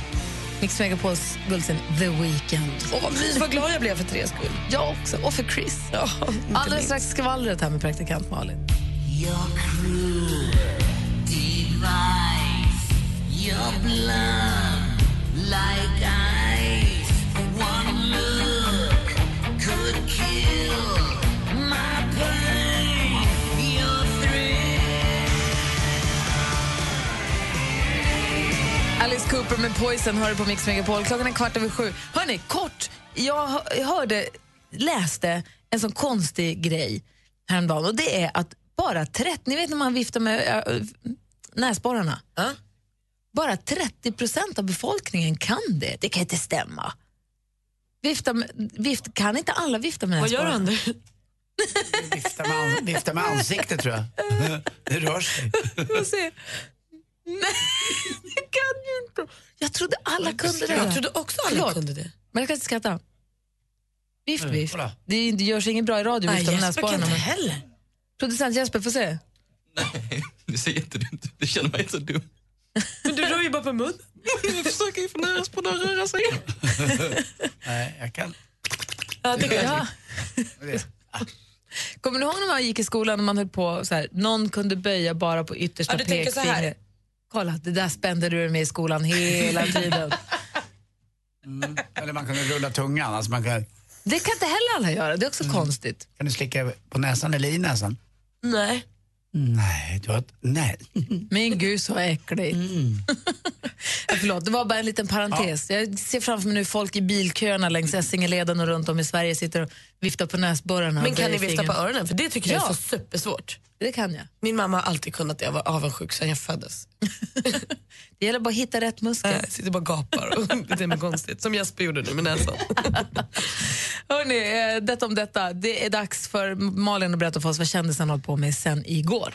Mix Megapols guldscen The Weeknd. Åh, vad mys, vad glad jag blev för Therese skull. Jag också. Och för Chris. Ja, alldeles strax skvallret här med praktikant Malin. Your cruel device, your blood like ice, one look could kill my pain, your thrill. Alice Cooper med Poison hör på Mix Megapol. Klockan är kvart över sju. Hörrni, kort. Jag hörde, läste en sån konstig grej häromdagen. Och det är att bara trettio, ni vet när man viftar med äh, näsborrarna. Äh? Bara trettio procent av befolkningen kan det. Det kan inte stämma. Vifta med, vift, kan inte alla vifta med näsborrarna? Vad gör han nu? Vifta med, vifta med ansiktet, tror jag. Det rör sig. Nej, det kan ju inte. Jag trodde alla kunde det. Jag trodde också alla Förlåt. kunde det. Men jag kan inte skratta. Vift, vift. Det, det görs inget bra i radio. Nej, Jesper Jesper kan inte heller. Producent Jesper, får se. Nej, det ser jättedumt ut. Det känner mig så dum. Men du rör ju bara på munnen. Jag försöker ju få Näsbord att röra sig. Nej, jag kan. Ja, det kan jag. Kommer du ihåg när man gick i skolan och man höll på så här, någon kunde böja bara på yttersta ja, pekfingret. Kolla, det där spände du med i skolan hela tiden. Mm. Eller man kunde rulla tungan. Alltså man kan... Det kan inte heller alla göra, det är också mm. konstigt. Kan du slicka på näsan eller i näsan? Nej. Nej, du har ett... Nej. Men gud, så äckligt. Mm. Förlåt, det var bara en liten parentes. Ja. Jag ser framför mig nu folk i bilköerna längs Essingeleden och runt om i Sverige sitter och viftar på näsborrarna. Men kan ni vifta på öronen? För det tycker jag ja. är så supersvårt. Det kan jag. Min mamma har alltid kunnat det. Jag var avundsjuk sedan jag föddes. Det gäller bara att hitta rätt muskel. Jag sitter bara och gapar och det är konstigt. Som Jesper gjorde nu med näsan. Hörrni, detta om detta. Det är dags för Malin att berätta för oss vad kändisen håller på med sen igår.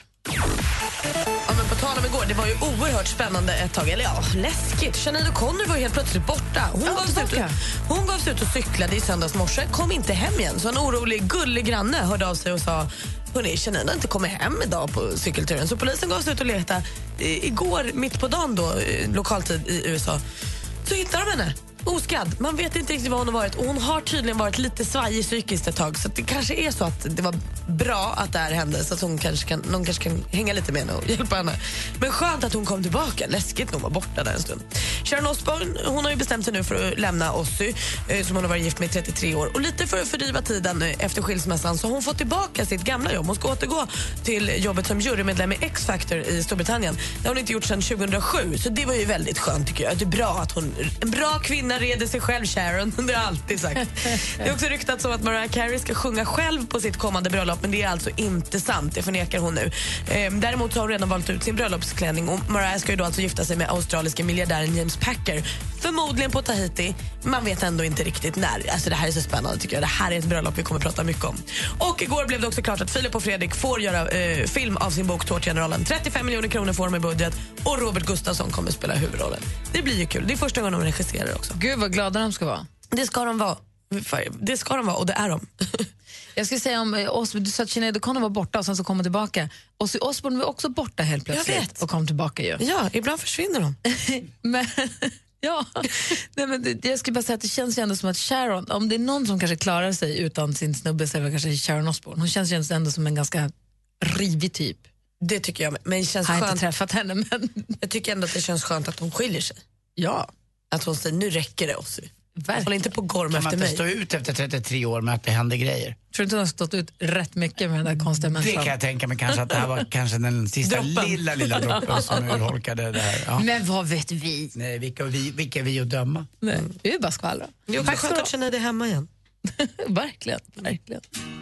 Ja, men på tal om igår, det var ju oerhört spännande ett tag. Eller ja, läskigt. Sinéad O'Connor var ju helt plötsligt borta. Hon, ja, gav sig ut, hon gav sig ut och cyklade i söndags morse. Kom inte hem igen. Så en orolig, gullig granne hörde av sig och sa: hörrni, Sinéad har inte kommit hem idag på cykelturen. Så polisen gav sig ut och letade. I, igår, mitt på dagen då, lokaltid i U S A, så hittade de henne. Oskadd. Man vet inte riktigt vad hon har varit. Och hon har tydligen varit lite svajig psykiskt ett tag. Så det kanske är så att det var bra att det här hände. Så att hon kanske kan, någon kanske kan hänga lite med henne och hjälpa henne. Men skönt att hon kom tillbaka. Läskigt när hon var borta där en stund. Sharon Osbourne, hon har ju bestämt sig nu för att lämna Ozzy, som hon har varit gift med i trettiotre år. Och lite för att fördriva tiden efter skilsmässan så har hon fått tillbaka sitt gamla jobb. Hon ska återgå till jobbet som jurymedlem i X-Factor i Storbritannien. Det har hon inte gjort sedan tjugohundrasju. Så det var ju väldigt skönt tycker jag. Det är bra att hon, en bra kvinna reder sig själv, Sharon. Det har jag alltid sagt. Det är också ryktat så att Mariah Carey ska sjunga själv på sitt kommande bröllop, men det är alltså inte sant. Det förnekar hon nu. Ehm, däremot har hon redan valt ut sin bröllopsklänning och Mariah ska ju då alltså gifta sig med australiska miljardären James Packer. Förmodligen på Tahiti. Man vet ändå inte riktigt när. Alltså det här är så spännande tycker jag. Det här är ett bröllop vi kommer att prata mycket om. Och igår blev det också klart att Filip och Fredrik får göra eh, film av sin bok Tårtgeneralen. trettiofem miljoner kronor får de i budget och Robert Gustafsson kommer att spela huvudrollen. Det blir ju kul. Det är första gången de regisserar också. Gud vad glada de ska vara. Det ska de vara. Det ska de vara och det är de. Jag ska säga om oss, du sa att Sinéad O'Connor var borta och sen så kom tillbaka. Ozzy Osbourne var också borta helt plötsligt och kom tillbaka ju. Ja, ibland försvinner de. Men ja, nej, men det, jag skulle bara säga att det känns ju ändå som att Sharon, om det är någon som kanske klarar sig utan sin snubbe så är det kanske Sharon Osbourne. Hon känns ju ändå som en ganska rivig typ. Det tycker jag, men det känns jag har skönt. inte träffat henne, men jag tycker ändå att det känns skönt att hon skiljer sig. Ja. Att hon säger, nu räcker det Ozzy. Håll inte på gorm efter mig. Kan man inte stå ut efter trettiotre år med att det händer grejer? Tror du inte hon har stått ut rätt mycket med den där konstiga människan? Det kan jag tänka mig kanske att det här var kanske den sista droppen. lilla, lilla droppen som urholkade det här. Ja. Men vad vet vi? Nej, vilka, vi, vilka är vi att döma? Nej, det är bara skvallra. Det är också skönt att känna dig hemma igen. Verkligen, verkligen.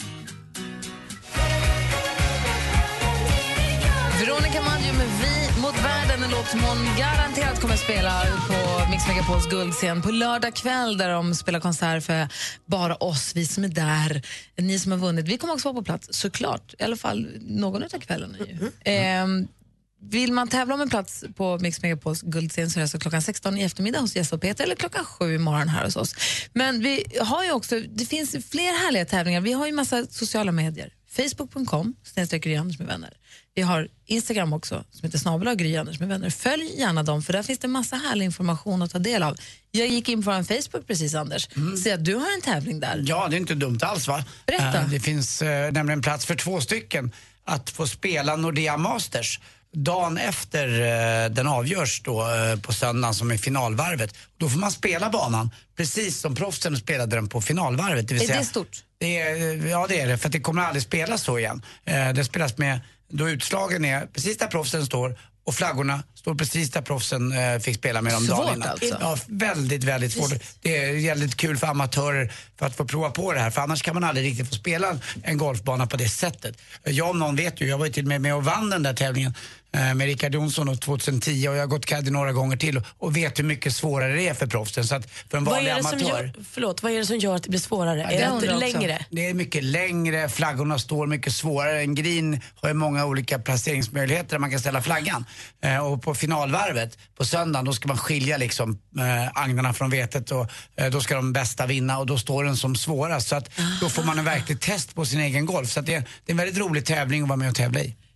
Veronica Maggio med Vi mot världen, en låt som hon garanterat kommer att spela på Mix Megapols guldscen på lördag kväll där de spelar konsert för bara oss, vi som är där, ni som har vunnit. Vi kommer också vara på plats, såklart, i alla fall någon av kvällarna. Ju. Mm. Eh, vill man tävla om en plats på Mix Megapols guldscen så är det så klockan sexton i eftermiddag hos Jess och Peter eller klockan sju i morgon här hos oss. Men vi har ju också, det finns fler härliga tävlingar. Vi har ju massa sociala medier. Facebook punkt com snedstreck Gry Anders med vänner. Vi har Instagram också som heter snabel-a Gry Anders med vänner. Följ gärna dem för där finns det massa härlig information att ta del av. Jag gick in på en Facebook precis Anders. Mm. Så att du har en tävling där. Ja, det är inte dumt alls va? Berätta. Uh, det finns uh, nämligen plats för två stycken att få spela Nordea Masters. Dagen efter uh, den avgörs då uh, på söndagen som är finalvarvet. Då får man spela banan precis som proffsen spelade den på finalvarvet. Det vill är säga, det stort? Det är, ja det är det, för att det kommer aldrig spelas så igen. Uh, det spelas med, då utslagen är precis där proffsen står och flaggorna står precis där proffsen uh, fick spela med dem dagen innan. Alltså. Ja, väldigt, väldigt svårt. Det är väldigt kul för amatörer för att få prova på det här. För annars kan man aldrig riktigt få spela en golfbana på det sättet. Jag om någon vet ju, jag var ju till och med med och vann den där tävlingen med Rickard Jonsson tjugohundratio och jag har gått caddy några gånger till och vet hur mycket svårare det är för proffsen. Så att för en vanlig amatör... Gör, förlåt, vad är det som gör att det blir svårare? Ja, är det, det längre? Det är mycket längre, flaggorna står mycket svårare. En green har ju många olika placeringsmöjligheter där man kan ställa flaggan. Eh, och på finalvarvet på söndagen då ska man skilja liksom eh, agnarna från vetet och eh, då ska de bästa vinna och då står den som svårast. Så att då får man en verklig test på sin egen golf. Så att det, är, det är en väldigt rolig tävling att vara med och tävla i.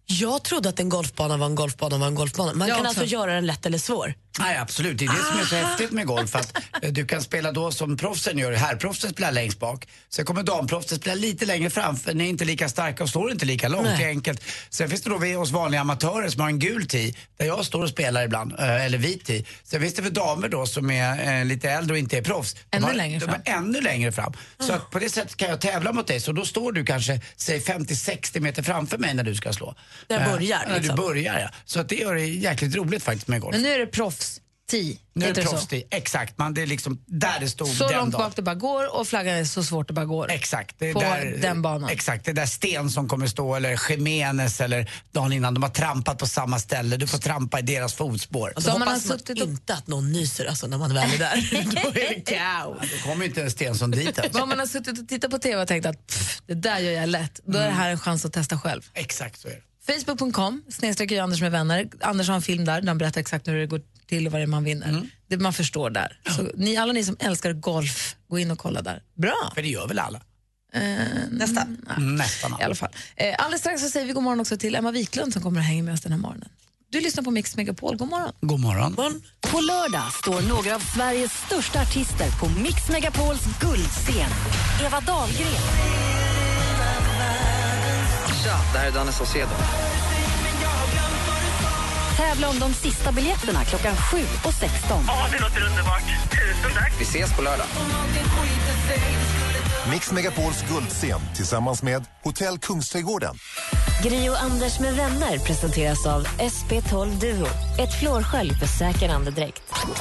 Jag trodde att en golfbana var en golfbana var en golfbana. Man Jag kan också. alltså göra den lätt eller svår. Nej, absolut. Det är det som är så häftigt med golf. Att eh, du kan spela då som proffsen gör. Herrproffsen spelar längst bak. Sen kommer damproffsen spela lite längre fram. För ni är inte lika starka och står inte lika långt. Nej. Det är enkelt. Sen finns det då vi oss vanliga amatörer som har en gul tee. Där jag står och spelar ibland. Eh, eller vit tee. Sen finns det för damer då som är eh, lite äldre och inte är proffs. De Ännu har, längre de fram. är ännu längre fram. Så att på det sättet kan jag tävla mot dig. Så då står du kanske, säg femtio sextio meter framför mig när du ska slå. Där Eh, börjar, När liksom. du börjar, ja. Så att det gör det jäkligt roligt faktiskt med golf. Men nu är det proffs tio. Nu är det heter så? proffstid, exakt. Man, det är liksom där det stod Så den långt dagen. bak det bara går och flaggan är så svårt det bara går. Exakt. Det är På där, den banan. Exakt, det är där Sten som kommer stå eller Jimenez eller dagen innan. De har trampat på samma ställe. Du får trampa i deras fotspår. Och så hoppas man, suttit och... inte att någon nyser alltså, när man väl är där. Då är det kaos. Ja, då kommer inte Stensson dit ens. Om man har suttit och tittat på tv och tänkt att pff, det där gör jag lätt, då är det här en chans att testa själv. Exakt så är det. Facebook punkt com, snedstreck Anders med vänner. Anders har en film där, där han berättar exakt hur det går till och vad det är man vinner. Mm. Det man förstår där. Så ni, alla ni som älskar golf, gå in och kolla där. Bra! För det gör väl alla? Eh, Nästan. Mm, nästan alla. I alla fall. Eh, alldeles strax så säger vi god morgon också till Emma Wiklund som kommer att hänga med oss den här morgonen. Du lyssnar på Mix Megapol, god morgon. God morgon. På lördag står några av Sveriges största artister på Mix Megapols guldscen. Eva Dahlgren, Tja, det här är Danne Saucedo. tävla om de sista biljetterna klockan sju och sexton. Ja, det låter underbart. Tusen tack. Vi ses på lördag. Mix Megapols guldscen tillsammans med Hotell Kungsträdgården. Gri och Anders med vänner presenteras av S P tolv Duo. Ett flårskölj för säker andedräkt.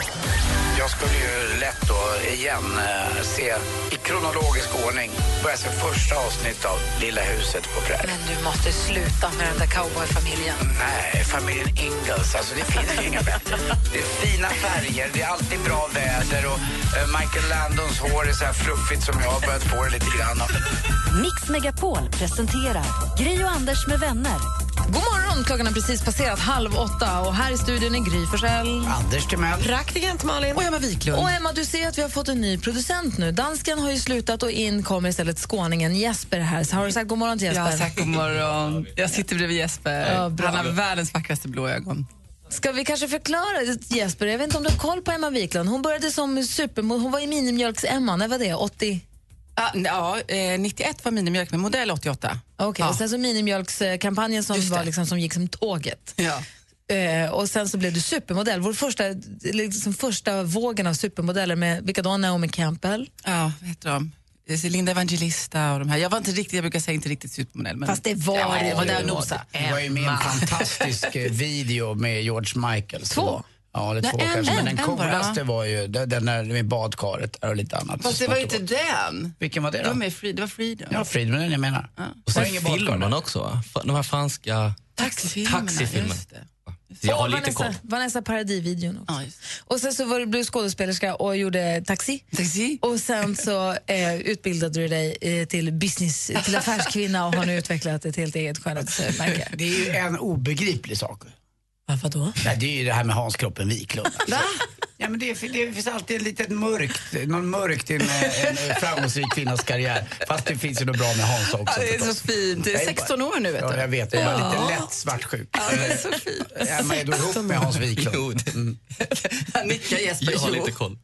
Jag skulle ju lätt då igen eh, se i kronologisk ordning börja se första avsnitt av Lilla huset på prärien. Men du måste sluta med den där cowboyfamiljen. Nej, familjen Ingalls, alltså det finns ju inga bättre. Det är fina färger, det är alltid bra väder och eh, Michael Landons hår är så här fluffigt som jag har börjat få det lite grann av. Mix Megapol presenterar Gri och Anders med vänner. God morgon, klockan har precis passerat halv åtta och här i studion är Gry Forssell. Anders Timell. Praktikant Malin. Och Emma Wiklund. Och Emma, du ser att vi har fått en ny producent nu. Dansken har ju slutat och in kommer istället skåningen Jesper här. Så har du sagt god morgon till Jesper? Jag har sagt god morgon. Jag sitter bredvid Jesper. Ja, bra. Han har världens vackraste blå ögon. Ska vi kanske förklara Jesper? Jag vet inte om du har koll på Emma Wiklund. Hon började som supermodell. Hon var i Minimjölks-Emma. När var det? åttio? Ja, ja eh, nittioett var Minimjölk med modell åttioåtta. Okej, okay, ja. Och sen så Minimjölkskampanjen som, var liksom, som gick som tåget. Ja. Eh, och sen så blev du supermodell. Vår första, liksom första vågen av supermodeller med vilka då? Naomi Campbell. Ja, vad heter de? Linda Evangelista och de här. Jag var inte riktigt, jag brukar säga inte riktigt supermodell. Men... Fast det var ja, det. Det var där och nosa. Det var ju med en fantastisk video med George Michael. Två? Ja, det är två Nej, kanske. en, Men den en coolaste var ju den den där med badkaret och lite annat. Fast det var ju inte den. Vilken var det då? Det var, med Free, det var Freedom. Ja, Freedom, den jag menar. Ja. Och sen filmerna också, de här franska taxifilmerna. taxifilmerna. Jag har lite Vanessa, koll. Vanessa Paradis-videon också. Ja, och sen så var du, blev du skådespelerska och gjorde Taxi. Taxi. Och sen så eh, utbildade du dig eh, till business, till affärskvinna och har nu utvecklat ett helt eget skönhetsmärke. Det är ju en obegriplig sak. Ja, vadå? Ja, det är ju det här med Hans Kroppen Wiklund. Alltså. Ja, men det, det finns alltid en litet mörkt, någon mörkt i en, en framgångsrik kvinnas karriär. Fast det finns ju något bra med Hans också. Ja, det är förstås. så fint. Det är sexton år nu, vet du. Ja, jag vet. Jag är ja. lite lätt svartsjuk. Ja, det är så fint. Ja, man är då ihop med Hans Wiklund. Mm. Han nickar Jesper. Jag har lite koll.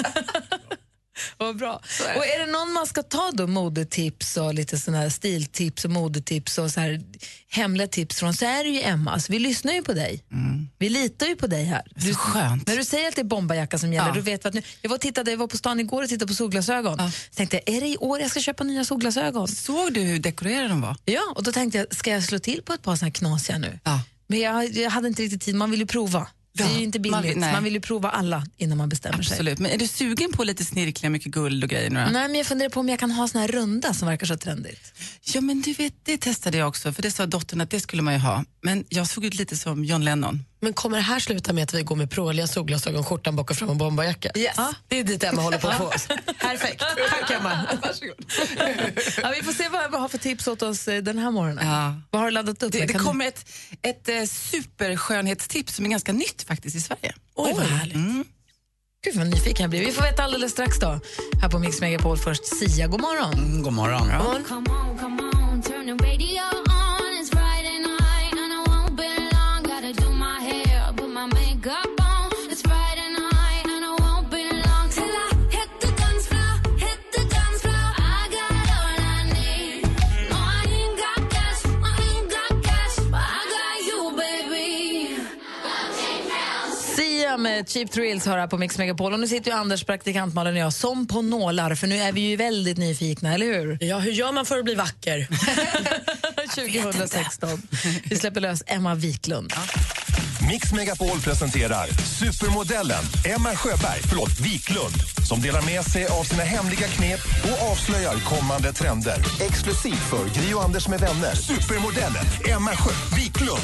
Vad bra. Är och är det någon man ska ta då modetips och lite såna här stiltips och modetips och så här hemliga tips från, så är det ju Emma. Alltså, vi lyssnar ju på dig. Mm. Vi litar ju på dig här. Det är så skönt. När du säger att det är bombarjacka som gäller, ja. du vet vad nu. Jag var, tittade, jag var på stan igår och tittade på solglasögon. Ja. Så tänkte jag, är det i år jag ska köpa nya solglasögon? Såg du hur dekorerade de var? Ja, och då tänkte jag, ska jag slå till på ett par såna här knasiga nu? Ja. Men jag, jag hade inte riktigt tid, man vill ju prova. Ja, det är ju inte billigt, man, man vill ju prova alla innan man bestämmer Absolut. sig. Absolut, men är du sugen på lite snirkliga, mycket guld och grejer nu då? Nej, men jag funderar på om jag kan ha såna här runda som verkar så trendigt. Ja, men du vet, det testade jag också, för det sa dottern att det skulle man ju ha. Men jag såg ut lite som John Lennon. Men kommer det här sluta med att vi går med pråliga solglasögon, skjortan bak och fram och bombarjacka? Yes. Ja, det är dit Emma håller på att få oss. Perfekt. Tack Emma. Varsågod. Ja, vi får se vad Emma har för tips åt oss den här morgonen. Ja. Vad har du laddat upp? Det, det kommer ett, ett eh, superskönhetstips som är ganska nytt faktiskt i Sverige. Oj, vad härligt. Mm. Gud vad nyfiken jag blir. Vi får veta alldeles strax då. Här på Mix Megapol först Sia. God morgon. Mm, god morgon. God morgon. med Cheap Thrills höra på Mix Megapol. Och nu sitter ju Anders, praktikant Malin och jag som på nålar, för nu är vi ju väldigt nyfikna, eller hur? Ja, hur gör man för att bli vacker? tjugohundrasexton. Vi släpper lös Emma Wiklund. Ja. Mix Megapol presenterar supermodellen Emma Sjöberg, förlåt, Wiklund, som delar med sig av sina hemliga knep och avslöjar kommande trender. Exklusivt för Gri och Anders med vänner. Supermodellen Emma Sjö Wiklund.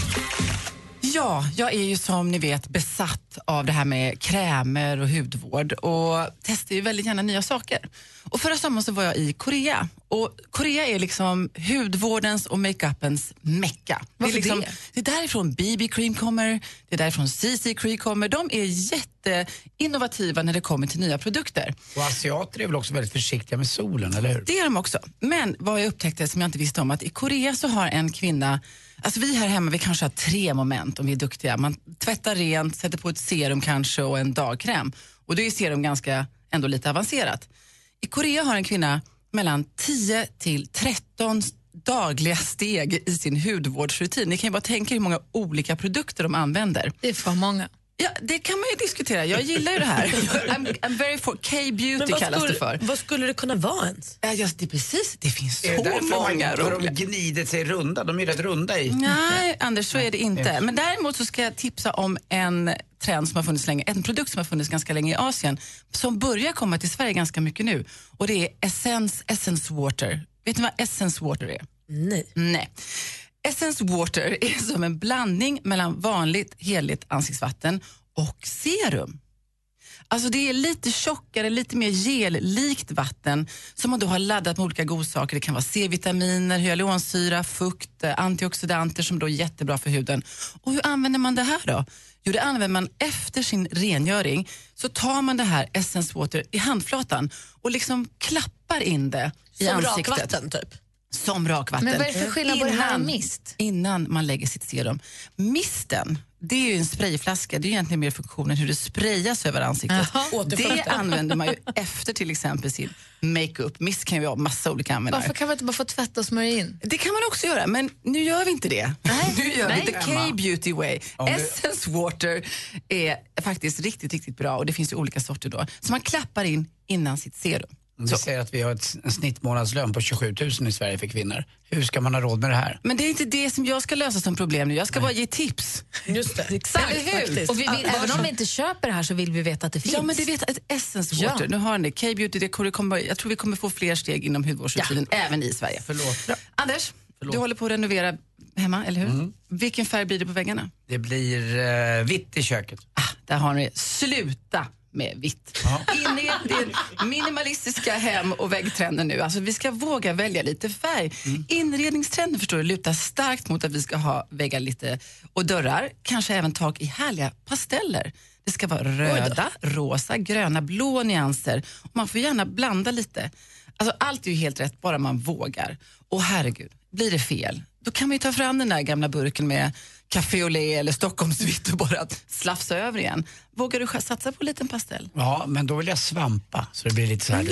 Ja, jag är ju som ni vet besatt av det här med krämer och hudvård och testar ju väldigt gärna nya saker. Och förra sommaren så var jag i Korea. Och Korea är liksom hudvårdens och makeupens mecka. Varför det? Är liksom, det? det är därifrån B B-cream kommer, det är därifrån C C-cream kommer. De är jätteinnovativa när det kommer till nya produkter. Och asiater är väl också väldigt försiktiga med solen, eller hur? Det är de också. Men vad jag upptäckte som jag inte visste om, att i Korea så har en kvinna, alltså vi här hemma, vi kanske har tre moment om vi är duktiga. Man tvättar rent, sätter på ett serum kanske och en dagkräm. Och då är serum ganska ändå lite avancerat. I Korea har en kvinna mellan tio till tretton dagliga steg i sin hudvårdsrutin. Ni kan ju bara tänka hur många olika produkter de använder. Det är för många. Ja, det kan man ju diskutera. Jag gillar ju det här. I'm, I'm very for K-beauty kallas det för. Vad skulle det kunna vara ens? Ja, just det, precis. Det finns så är det många roliga. roliga. De gnider sig runda. De är rätt runda i. Nej, Anders, så är det inte. Men däremot så ska jag tipsa om en trend som har funnits länge. En produkt som har funnits ganska länge i Asien. Som börjar komma till Sverige ganska mycket nu. Och det är Essence, Essence Water. Vet ni vad Essence Water är? Nej. Nej. Essence Water är som en blandning mellan vanligt heligt ansiktsvatten och serum. Alltså det är lite tjockare, lite mer gel-likt vatten som man då har laddat med olika godsaker. Det kan vara C-vitaminer, hyaluronsyra, fukt, antioxidanter som då är jättebra för huden. Och hur använder man det här då? Jo, det använder man efter sin rengöring. Så tar man det här Essence Water i handflatan och liksom klappar in det i som ansiktet. Som rakvatten typ? Som rakvatten. Men vad är det för skillnad på det här och mist? Innan man lägger sitt serum. Misten, det är ju en sprayflaska. Det är egentligen mer funktionen hur det sprayas över ansiktet. Det använder man ju efter till exempel sin makeup. Mist kan ju ha massa olika användare. Varför kan man inte bara få tvätta och smörja in? Det kan man också göra, men nu gör vi inte det. Nej. Nu gör Nej. vi the K-beauty way. det... Essence Water är faktiskt riktigt, riktigt bra och det finns ju olika sorter då. Så man klappar in innan sitt serum. Vi säger att vi har ett, en snittmånadslön på tjugosju tusen i Sverige för kvinnor. Hur ska man ha råd med det här? Men det är inte det som jag ska lösa som problem nu. Jag ska Nej. bara ge tips. Just det. Exakt, och vi vill, även om vi inte köper det här så vill vi veta att det finns. Ja, men det vet ett Essence Water. Ja. Nu har ni K-beauty. Det kommer, jag tror vi kommer få fler steg inom hudvårdsrutinen ja. även i Sverige. Förlåt. Bra. Anders, Förlåt. du håller på att renovera hemma, eller hur? Mm. Vilken färg blir det på väggarna? Det blir uh, vitt i köket. Ah, där har ni. Sluta med vitt. Ja. In i det minimalistiska hem- och väggtrenden nu. Alltså vi ska våga välja lite färg. Mm. Inredningstrenden förstår du lutar starkt mot att vi ska ha väggar lite och dörrar. Kanske även tak i härliga pasteller. Det ska vara röda, rosa, gröna, blå nyanser. Och man får gärna blanda lite. Alltså allt är ju helt rätt bara man vågar. Och herregud, blir det fel? Då kan man ju ta fram den där gamla burken med Café Olé eller Stockholmsvitt och bara slafsa över igen. Vågar du satsa på en liten pastell? Ja, men då vill jag svampa så det blir lite så här.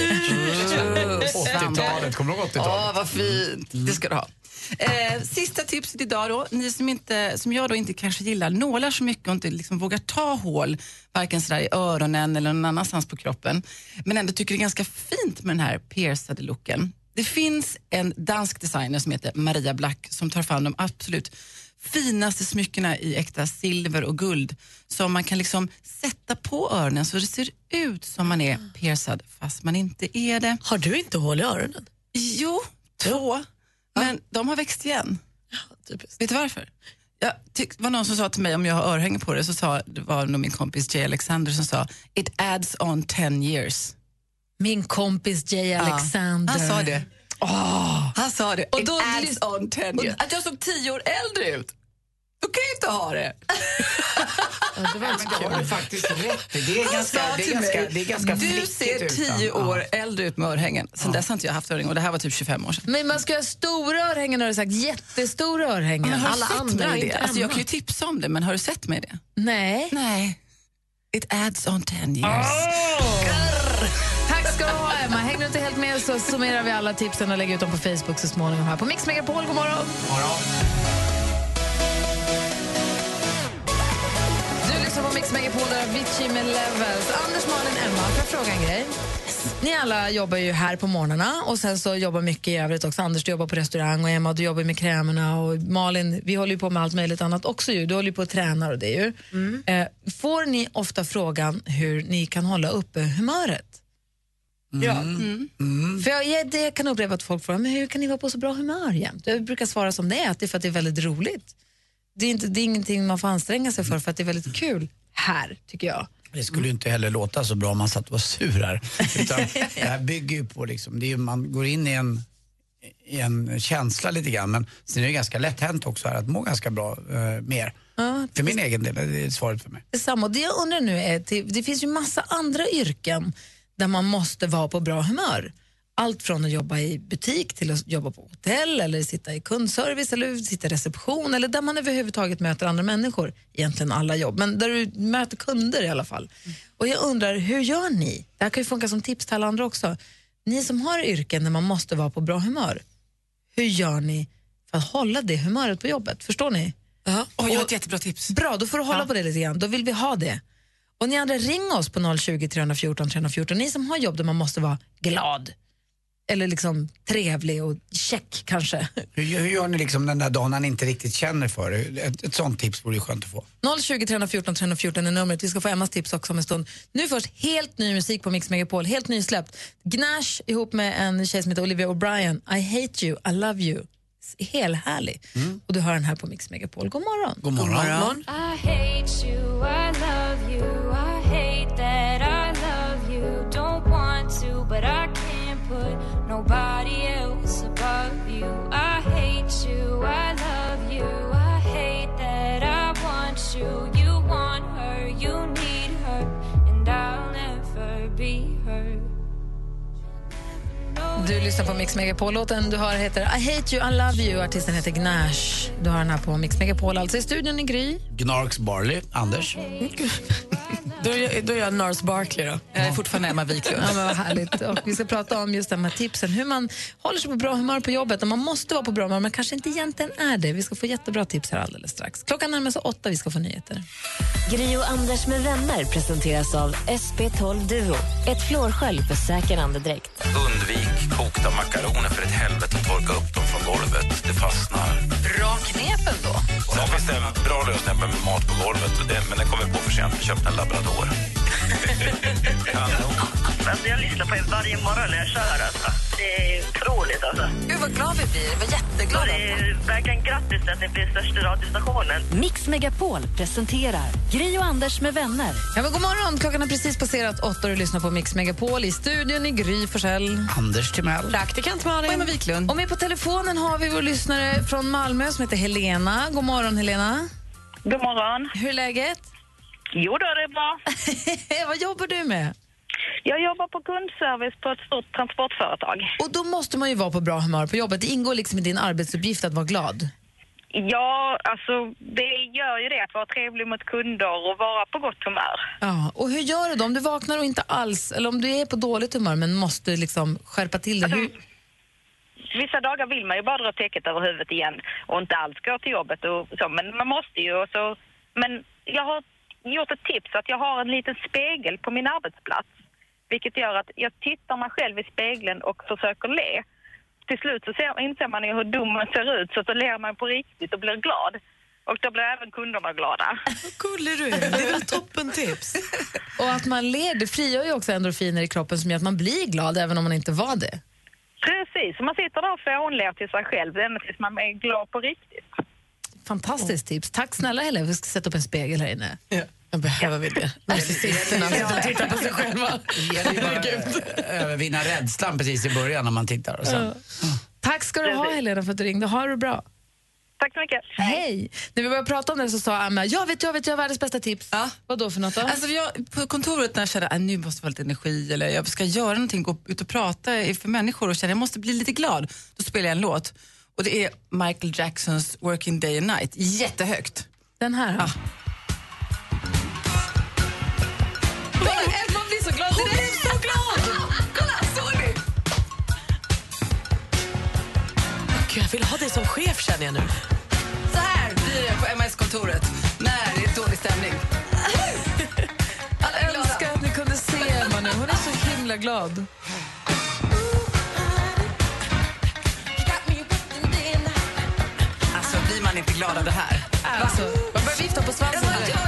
Mm. åttiotalet, kommer du ihåg åttiotalet? Ja, vad fint. Det ska du ha. Eh, sista tipset idag då. Ni som, inte, som jag då inte kanske gillar nålar så mycket och inte liksom vågar ta hål varken sådär i öronen eller någon annanstans på kroppen. Men ändå tycker det är ganska fint med den här piercade looken. Det finns en dansk designer som heter Maria Black som tar fram de absolut finaste smyckena i äkta silver och guld som man kan liksom sätta på öronen så det ser ut som man är piercad fast man inte är det. Har du inte hål i öronen? Jo, två. Men de har växt igen. Ja, typiskt. Vet du varför? Jag tyck, var någon som sa till mig om jag har örhänge på det så sa, det var nog min kompis Jay Alexander som sa it adds on ten years. Min kompis Jay Alexander. Ja, han sa det. Oh, han sa det. Och it då adds on ten years. Att jag såg tio år äldre ut. Då kan jag inte ha det. Ja, det var inte men det har du faktiskt rätt i. Det är ganska, det är ganska, det är ganska du ser tio år ja. äldre ut med örhängen. Sen ja. dess har inte jag haft örhängen och det här var typ tjugofem år sedan. Men man ska ha stora örhängen har du sagt. Jättestora örhängen. Men har alla andra det? Alltså, jag kan ju tipsa om det men har du sett mig det? Nej. Nej. It adds on ten years. Oh. Tack ska du ha Emma. Hänger du inte helt med så summerar vi alla tipsen och lägger ut dem på Facebook så småningom här på Mix Megapol. God morgon. morgon. Du lyssnar på Mix Mix Megapol där Avicii med Levels. Anders, Malin, Emma, får jag fråga en grej? Ni alla jobbar ju här på morgnarna och sen så jobbar mycket i övrigt också. Anders, du jobbar på restaurang och Emma, du jobbar med krämerna och Malin, vi håller ju på med allt möjligt annat också ju. Du håller ju på att träna och det ju. Mm. Eh, får ni ofta frågan hur ni kan hålla uppe humöret? Mm. Ja. Mm. Mm. För jag, jag, det, jag kan uppleva att folk frågar, men hur kan ni vara på så bra humör jämt? Jag brukar svara som det är, att det är för att det är väldigt roligt. Det är, inte, det är ingenting man får anstränga sig för, för att det är väldigt kul här, tycker jag. Det skulle ju inte heller låta så bra om man satt och var sur här. Utan det här bygger ju på, liksom, det är ju, man går in i en, i en känsla lite grann. Men sen är det ganska lätt hänt också här att må ganska bra eh, mer. Ja, för min det, egen del är det svaret för mig. Det är samma. Och det jag undrar nu är, det, det finns ju massa andra yrken där man måste vara på bra humör. Allt från att jobba i butik till att jobba på hotell eller sitta i kundservice eller sitta i reception eller där man överhuvudtaget möter andra människor. Egentligen alla jobb, men där du möter kunder i alla fall. Mm. Och jag undrar, hur gör ni? Det här kan ju funka som tips till alla andra också. Ni som har yrken där man måste vara på bra humör. Hur gör ni för att hålla det humöret på jobbet? Förstår ni? Uh-huh. Oh, jag har ett jättebra tips. Bra, då får du hålla ja. på det lite grann. Då vill vi ha det. Och ni andra, ring oss på noll tjugo, tre fjorton, tre fjorton. Ni som har jobb där man måste vara glad. Eller liksom trevlig och check kanske. Hur, hur gör ni liksom den där dagen han inte riktigt känner för det? Ett, ett sånt tips vore ju skönt att få. noll tjugo, tre fjorton, tre fjorton är numret. Vi ska få Emmas tips också om en stund. Nu först helt ny musik på Mix Megapol. Helt nysläppt. Gnash ihop med en tjej som heter Olivia O'Brien. I hate you, I love you. Helt härlig. Mm. Och du hör den här på Mix Megapol. God morgon. God morgon. God morgon. I hate you, I love you. I hate that I love you. Don't want to, but I can't put nobody else above you. I hate you, I love you. I hate that I want you. You want her, you need her, and I'll never be her. Du lyssnar på Mix Megapol-låten du hör heter I hate you, I love you. Artisten heter Gnash. Du har den här på Mix Megapol, alltså i studion i Gry. Gnarks Barley, Anders. Då är, jag, då är jag Nars Barkley då. Jag är fortfarande Emma Wiklund. Ja, men vad härligt. Och vi ska prata om just de här tipsen. Hur man håller sig på bra humör på jobbet. Och man måste vara på bra humör, men kanske inte egentligen är det. Vi ska få jättebra tips här alldeles strax. Klockan närmar sig åtta, vi ska få nyheter. Gry och Anders med vänner presenteras av S P tolv Duo. Ett flårskölj för säker andedräkt. Undvik kokta makaroner för ett helvete och torka upp dem från golvet. Det fastnar. Bra knepen då. Sen finns det en bra lösning med mat på golvet. Det, men den kommer på för sent. Vi köpte en labrador. Alltså jag lyssnar på er varje morgon när jag kör. Alltså. Det är otroligt. Alltså. Gud vad glad vi blir. Vi var jätteglada. Det är verkligen grattis att ni blir största radiostationen. Mix Megapol presenterar Gry och Anders med vänner. Ja, men god morgon. Klockan har precis passerat åtta och du lyssnar på Mix Megapol. I studion i Gry Forssell. Anders Timell. Praktikant Malin. Och Emma Wiklund. Och med på telefonen har vi vår lyssnare från Malmö som heter Helena. God morgon Helena. God morgon. Hur är läget? Jo då, det är bra. Vad jobbar du med? Jag jobbar på kundservice på ett stort transportföretag. Och då måste man ju vara på bra humör på jobbet. Det ingår liksom i din arbetsuppgift att vara glad. Ja, alltså det gör ju det, att vara trevlig mot kunder och vara på gott humör. Ja, och hur gör du då om du vaknar och inte alls, eller om du är på dåligt humör men måste liksom skärpa till det? Alltså, hur... Vissa dagar vill man ju bara dra täcket över huvudet igen och inte alls gå till jobbet och så, men man måste ju och så. Men jag har gjort ett tips att jag har en liten spegel på min arbetsplats. Vilket gör att jag tittar mig själv i spegeln och försöker le. Till slut så ser, inser man ju hur dum man ser ut, så då ler man på riktigt och blir glad. Och då blir även kunderna glada. Vad gullig du är. Det är väl toppen tips. Och att man ler, det frigör ju också endorfiner i kroppen som gör att man blir glad även om man inte var det. Precis, så man sitter där och fånler till sig själv ända tills man är glad på riktigt. Fantastiskt tips. Tack snälla Helena, vi ska sätta upp en spegel här inne. Ja. Jag behöver vi det. Narcissisterna som tittar på sig själva. Det gäller ju bara övervinna rädslan precis i början när man tittar. Och sen. Ja. Tack ska du ha Helena för att du ringde. Ha det bra. Tack så mycket. Hej. När vi började prata om det så sa Amma, jag vet, jag vet, jag har världens bästa tips. Ja. Vad då för något då? Alltså jag, på kontoret när jag kände att nu måste jag få lite energi eller jag ska göra någonting, gå ut och prata för människor och känna jag måste bli lite glad. Då spelar jag en låt. Och det är Michael Jacksons Working Day and Night. Jättehögt. Den här? Ja. Emma blir så glad. Hon blir så glad. Kolla, såg ni? Gud, jag vill ha dig som chef känner jag nu. Så här blir det på M S-kontoret när det är dålig stämning. himla glad. Alltså, blir man inte glad av det här? Alltså, man börjar vifta på svansen.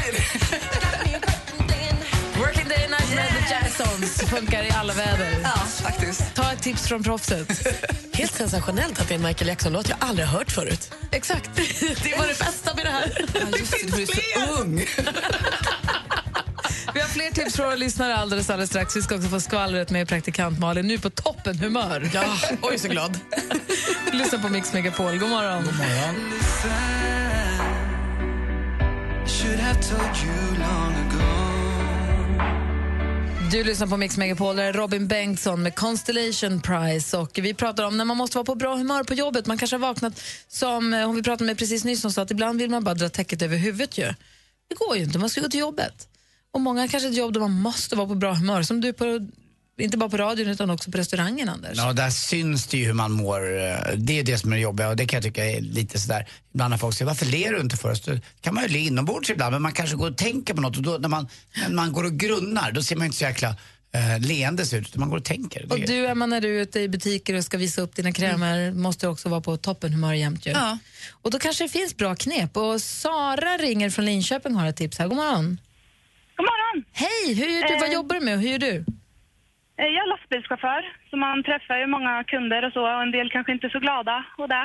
Working Day and Night med The Jacksons funkar i alla väder. Ja, faktiskt. Ta ett tips från proffset. Helt sensationellt att det är en Michael Jackson-låt jag aldrig har hört förut. Exakt. Det var det bästa med det här. Ja, just det, du är så ung. Vi har fler tips från våra lyssnare alldeles, alldeles strax. Vi ska också få skvallret med praktikant Malin. Nu på toppen humör. Ja, oj så glad. Lyssna på Mix Megapol. God morgon. God morgon. Du lyssnar på Mix Megapol, där är Robin Bengtsson med Constellation Prize. Och vi pratar om när man måste vara på bra humör på jobbet. Man kanske har vaknat, som hon vi pratade med precis nyss, som sa att ibland vill man bara dra täcket över huvudet ju. Det går ju inte, man ska gå till jobbet. Och många har kanske ett jobb där man måste vara på bra humör. Som du på, inte bara på radion utan också på restaurangen, Anders. Ja, där syns det ju hur man mår. Det är det som är det jobbiga och det kan jag tycka är lite sådär. Ibland när folk säger, varför ler du inte för oss? Då kan man ju le inombords ibland, men man kanske går och tänker på något. Och då, när, man, när man går och grunnar, då ser man inte så jäkla eh, leendes ut. Man går och tänker. Och du, Emma, när du är ute i butiker och ska visa upp dina krämer, mm. måste också vara på toppenhumör jämt ju. Ja. Och då kanske det finns bra knep. Och Sara ringer från Linköping och har ett tips här. God morgon. God morgon. Hej, hur gör du? Eh. Vad jobbar du med och hur gör du? Jag är lastbilschaufför, så man träffar ju många kunder och så, och en del kanske inte är så glada och det.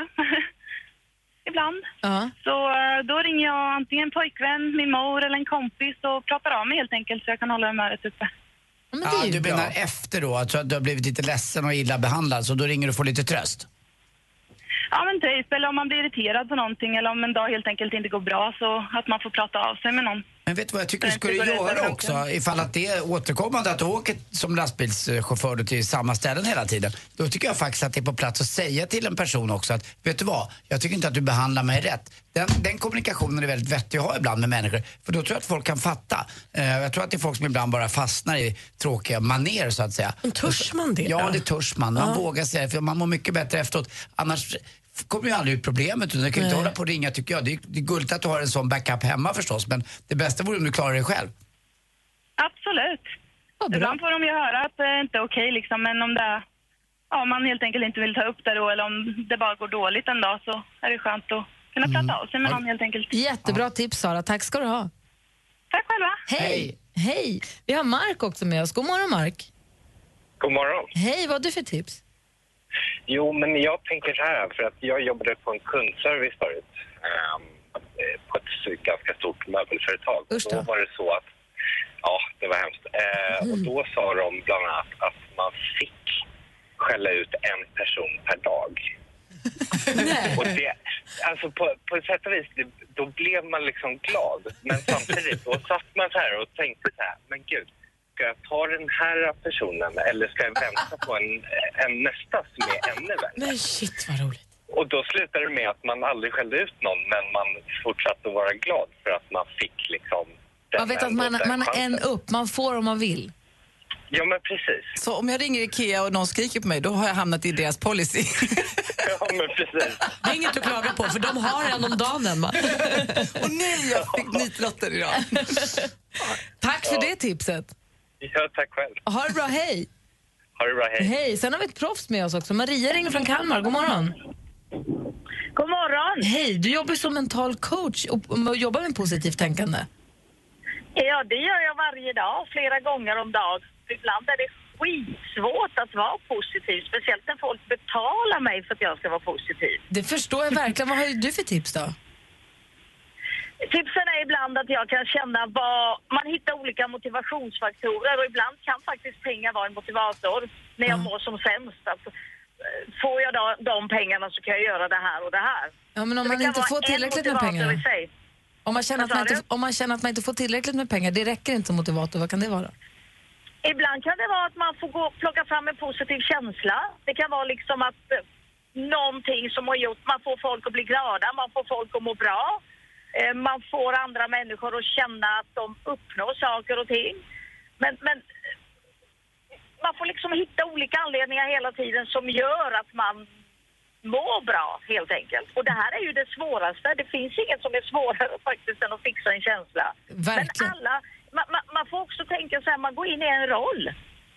Ibland. Ja. Så då ringer jag antingen pojkvän, min mor eller en kompis och pratar av mig helt enkelt så jag kan hålla humöret uppe. Ja, men det Ja, är ju du bra. menar efter då, att du har blivit lite ledsen och illa behandlad, så då ringer du och får lite tröst? Ja, men typ. Eller om man blir irriterad på någonting eller om en dag helt enkelt inte går bra, så att man får prata av sig med någon. Men vet du vad jag tycker du Nej, skulle det går rätt göra över också, ifall att det är återkommande att du åker som lastbilschaufför till samma ställen hela tiden. Då tycker jag faktiskt att det är på plats att säga till en person också att, vet du vad, jag tycker inte att du behandlar mig rätt. Den, den kommunikationen är väldigt vettig att ha ibland med människor, för då tror jag att folk kan fatta. Uh, jag tror att det är folk som ibland bara fastnar i tråkiga maner så att säga. Men törs man det? Ja, det törs man. Man Ja. vågar säga, för man mår mycket bättre efteråt. Annars kommer ju aldrig ut problemet. Du kan ju inte hålla på och ringa, tycker jag. Det är, det är gulligt att du har en sån backup hemma förstås, men det bästa vore om du klarar dig själv. Absolut. Ibland får de ju höra att det inte är okej liksom, men om det, ja, man helt enkelt inte vill ta upp det då, eller om det bara går dåligt en dag, så är det skönt att kunna prata av sig med någon helt enkelt. Jättebra tips, Sara. Tack ska du ha. Tack själva. Hej. Hej. Vi har Mark också med oss. God morgon, Mark. God morgon. Hej, vad har du för tips? Jo, men jag tänker så här, för att jag jobbade på en kundservice förut. Um, på ett ganska stort möbelföretag. Usch då. Då var det så att, ja, det var hemskt. Uh, Mm. Och då sa de bland annat att man fick skälla ut en person per dag. Och det, alltså på, på ett sätt och vis, det, då blev man liksom glad. Men samtidigt, då satt man så här och tänkte så här, men gud, ska jag ta den här personen eller ska jag vänta på en, en nästa som är ännu värre? Men shit, vad roligt. Och då slutade det med att man aldrig skällde ut någon, men man fortsatte att vara glad för att man fick liksom... Man vet att man, man har en upp, man får om man vill. Ja, men precis. Så om jag ringer Ikea och någon skriker på mig, då har jag hamnat i deras policy. Ja, men precis. Det är inget att klaga på, för de har en om dagen, Emma. Och nej, jag fick nitlotter idag. Tack för det tipset. Ja, tack själv. Ha det bra, hej. Ha det bra, hej. Hej, sen har vi ett proffs med oss också. Maria ringer från Kalmar, god morgon. God morgon. Hej, du jobbar som mental coach och, och jobbar med positivt tänkande. Ja, det gör jag varje dag, flera gånger om dag. Ibland är det skitsvårt att vara positiv, speciellt när folk betalar mig för att jag ska vara positiv. Det förstår jag verkligen. Vad har du för tips då? Tipsen är ibland att jag kan känna vad man hittar olika motivationsfaktorer, och ibland kan faktiskt pengar vara en motivator när jag mår som sämst. Alltså, får jag då de pengarna så kan jag göra det här och det här. Ja, men om Så man det kan inte vara får en tillräckligt med motivator pengar? i sig. Om man, känner att Vad man sa inte, om man känner att man inte får tillräckligt med pengar, det räcker inte som motivator, vad kan det vara? Ibland kan det vara att man får gå, plocka fram en positiv känsla. Det kan vara liksom att eh, någonting som har gjort, man får folk att bli glada, man får folk att må bra. Eh, man får andra människor att känna att de uppnår saker och ting. Men, men man får liksom hitta olika anledningar hela tiden som gör att man mår bra, helt enkelt. Och det här är ju det svåraste. Det finns inget som är svårare faktiskt än att fixa en känsla. Verkligen. Men alla... Man, man, man får också tänka så här, man går in i en roll.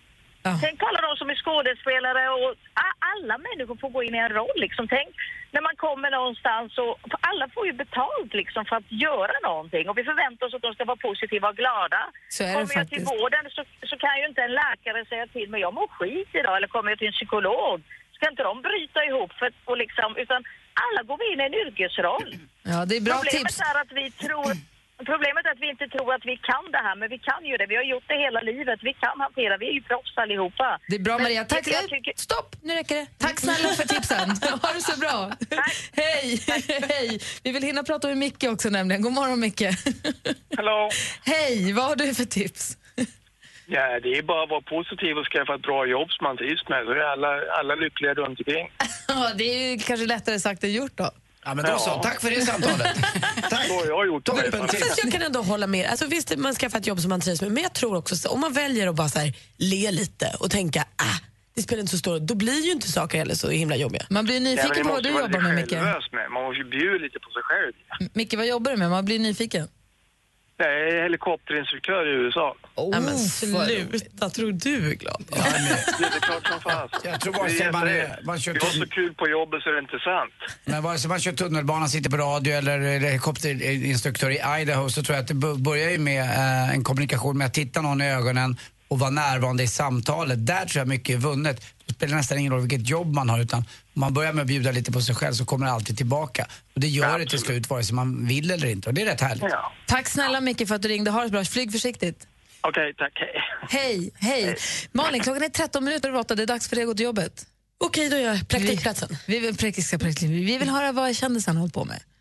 Ja. Tänk på alla de som är skådespelare och alla människor får gå in i en roll liksom. Tänk när man kommer någonstans och alla får ju betalt liksom för att göra någonting och vi förväntar oss att de ska vara positiva och glada. Så är det kommer jag faktiskt. till vården så, så kan ju inte en läkare säga till mig jag mår skit idag eller kommer jag till en psykolog. Ska inte de bryta ihop för, och liksom, utan alla går vi in i en yrkesroll. Ja, det är bra Problemet tips. är att vi tror Problemet är att vi inte tror att vi kan det här, men vi kan ju det. Vi har gjort det hela livet. Vi kan hantera, vi är ju proffs allihopa. Det är bra, men Maria. Tack. jag tycker... Stopp, nu räcker det. Tack snälla för tipsen. Ha det så bra. Hej, hej. Vi vill hinna prata med Micke också nämligen. God morgon, Micke. Hallå. Hej, vad har du för tips? Ja, det är bara att vara positiv och skaffa ett bra jobb som man trivs med. Så är alla, alla lyckliga runt omkring. Ja, det är ju kanske lättare sagt än gjort då. Ja, men då så. Tack för det samtalet. Tack. Så jag har gjort det. Fast jag kan ändå hålla med. Alltså, visst, man ska få ett jobb som man trivs med. Men jag tror också, så, om man väljer att bara så här, le lite och tänka, ah, det spelar inte så stor, då blir ju inte saker heller så himla jobbiga. Man blir nyfiken Nej, på vad du jobbar med, Micke. Med. Man måste ju bjuda lite på sig själv. Micke, vad jobbar du med? Man blir nyfiken. Jag är helikopterinstruktör i U S A. Oh, ja, men sluta, tror du är glad? Ja, men... Det är klart som fan. Jag tror bara att man, är, man kör det var så kul på jobbet så är det inte sant. Men vare sig man kör tunnelbana, sitter på radio eller helikopterinstruktör i Idaho så tror jag att det börjar ju med eh, en kommunikation med att titta någon i ögonen och vara närvarande i samtalet. Där tror jag mycket är vunnet. Det spelar nästan ingen roll vilket jobb man har, utan om man börjar med att bjuda lite på sig själv så kommer det alltid tillbaka. Och det gör ja, det till slut vare sig man vill eller inte. Och det är rätt härligt. Ja. Tack snälla Micke för att du ringde. Ha det bra. Flyg försiktigt. Okej, okay, tack. Hej, hej. hej. Malin, klockan är tretton minuter över åtta. Det är dags för dig att gå till jobbet. Okej, okay, då gör jag praktikplatsen. Vi, vi, praktiska praktik. vi vill höra vad kändisen håller på med.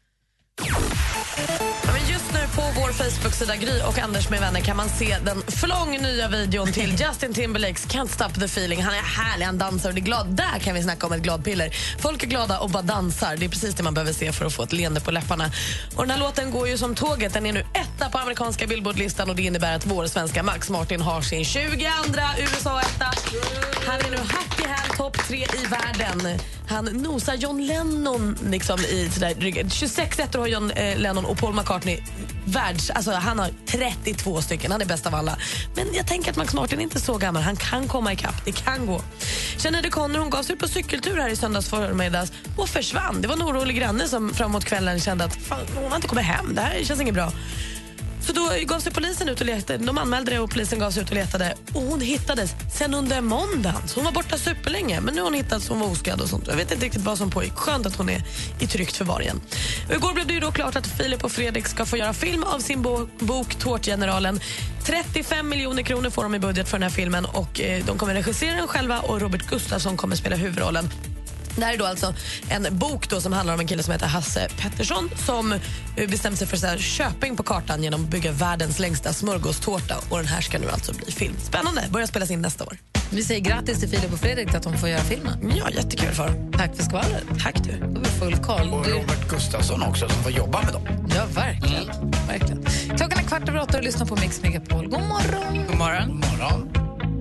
Ja, men just nu på vår Facebook-sida Gry och Anders med vänner kan man se den flång nya videon till Justin Timberlakes Can't Stop the Feeling. Han är härlig, han dansar och det är glad. Där kan vi snacka om ett gladpiller. Folk är glada och bara dansar. Det är precis det man behöver se för att få ett leende på läpparna. Och den här låten går ju som tåget. Den är nu etta på amerikanska Billboard-listan och det innebär att vår svenska Max Martin har sin tjugoandra U S A-etta. Han är nu hack i häl topp tre i världen. Han nosar John Lennon liksom i sådär ryggen. tjugosex ettor har John eh, Lennon och Paul McCartney världs, alltså han har trettiotvå stycken, han är bäst av alla. Men jag tänker att Max Martin är inte så gammal, han kan komma ikapp, det kan gå. Sinéad O'Connor, hon gav sig ut på cykeltur här i söndags förmiddags och försvann. Det var en orolig granne som framåt kvällen kände att fan, hon har inte kommit hem, det här känns inget bra. Så då gav sig polisen ut och letade. De anmälde det och polisen gav sig ut och letade. Och hon hittades sen under måndagen. Så hon var borta superlänge. Men nu har hon hittats, hon var oskadd och sånt. Jag vet inte riktigt vad som pågick. Skönt att hon är i tryggt förvar igen. Och igår blev det ju då klart att Filip och Fredrik ska få göra film av sin bo- bok Tårtgeneralen. trettiofem miljoner kronor får de i budget för den här filmen. Och eh, de kommer regissera den själva och Robert Gustafsson kommer spela huvudrollen. Det här är då alltså en bok då som handlar om en kille som heter Hasse Pettersson som bestämde sig för så här Köping på kartan genom att bygga världens längsta smörgåstårta. Och den här ska nu alltså bli film. Spännande, börjar spelas in nästa år. Vi säger grattis till Filip och Fredrik att de får göra filmen. Ja, jättekul för dem. Tack för skvallret. Tack du. Då är vi full koll. Och Robert Gustafsson också som får jobba med dem. Ja, verkligen. Mm. verkligen. Klockan är kvart över åtta och lyssnar på Mix Megapol. God morgon. God morgon. God morgon.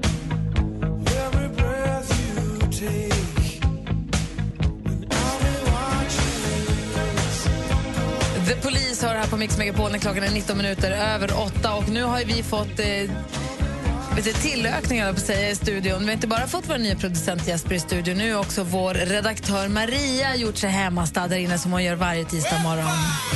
The Police har här på Mix Megapol när klockan är nitton minuter över åtta och nu har vi fått eh, lite tillökningar på säga i studion. Vi har inte bara fått vår nya producent Jesper i studion, nu har också vår redaktör Maria gjort sig hemmastad där inne som hon gör varje tisdag morgon.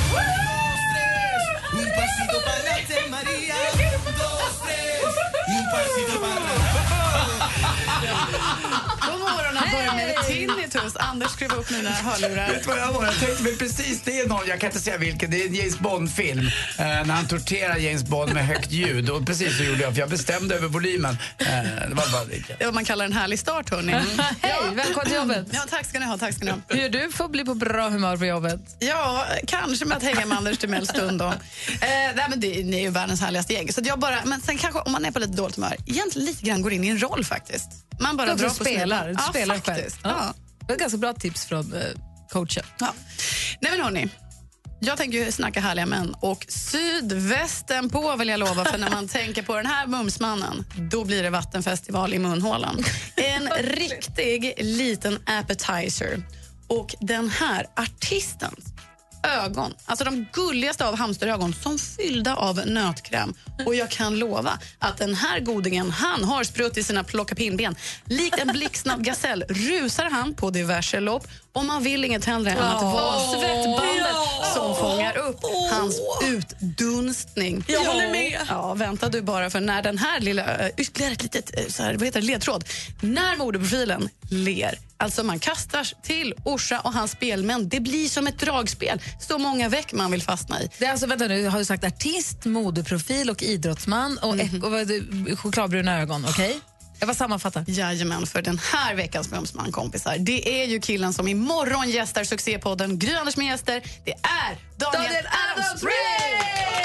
God morgon, jag börjar med tinnitus. Anders skrev upp mina hörlurar. Vet du vad jag var? Jag tänkte mig precis, det är någon, jag kan inte säga vilken, det är en James Bond-film eh, när han torterar James Bond med högt ljud och precis så gjorde jag, för jag bestämde över volymen. Eh, det var bara det. Det var man kallar en härlig start, hörni. Mm. Hej, välkommen till jobbet. Ja, tack ska ni ha, tack ska ni ha. Hur du får bli på bra humör på jobbet? Ja, kanske med att hänga med Anders Timell stund då. Eh, nej, men det, ni är ju världens härligaste gäng. Så jag bara, men sen kanske om man är på lite dåligt humör, egentligen lite grann går in i en roll faktiskt. Man bara drar på spelar, du ja, spelar faktiskt. Ja. Ja. Det var ett ganska bra tips från eh, coachen. Ja. Nej men hörni, jag tänker ju snacka härliga män och sydvästen på vill jag lova, för när man tänker på den här mumsmannen, då blir det vattenfestival i munhålan. En riktig liten appetizer. Och den här artisten ögon. Alltså de gulligaste av hamsterögon som fyllda av nötkräm. Och jag kan lova att den här godingen, han har sprutt i sina plocka pinnben. Likt en blixtsnabb gasell rusar han på diverse lopp och man vill inget hellre än att vara svettbandet som fångar upp hans utdunstning. Jag håller med. Ja, vänta du bara, för när den här lilla, ytterligare ett litet så här, vad heter det, ledtråd. När moderprofilen ler, alltså man kastar till Orsa och hans spelmän, det blir som ett dragspel. Så många veck man vill fastna i. Det är alltså, vänta nu, har du sagt artist, modeprofil och idrottsman och, mm. och, och, och chokladbruna ögon, okej? Okay? Jag var sammanfatta. Jajamän, för den här veckans Mumsman, kompisar, det är ju killen som imorgon gästar succépodden Gry Anders med gäster. Det är Daniel, Daniel Adams-Ray!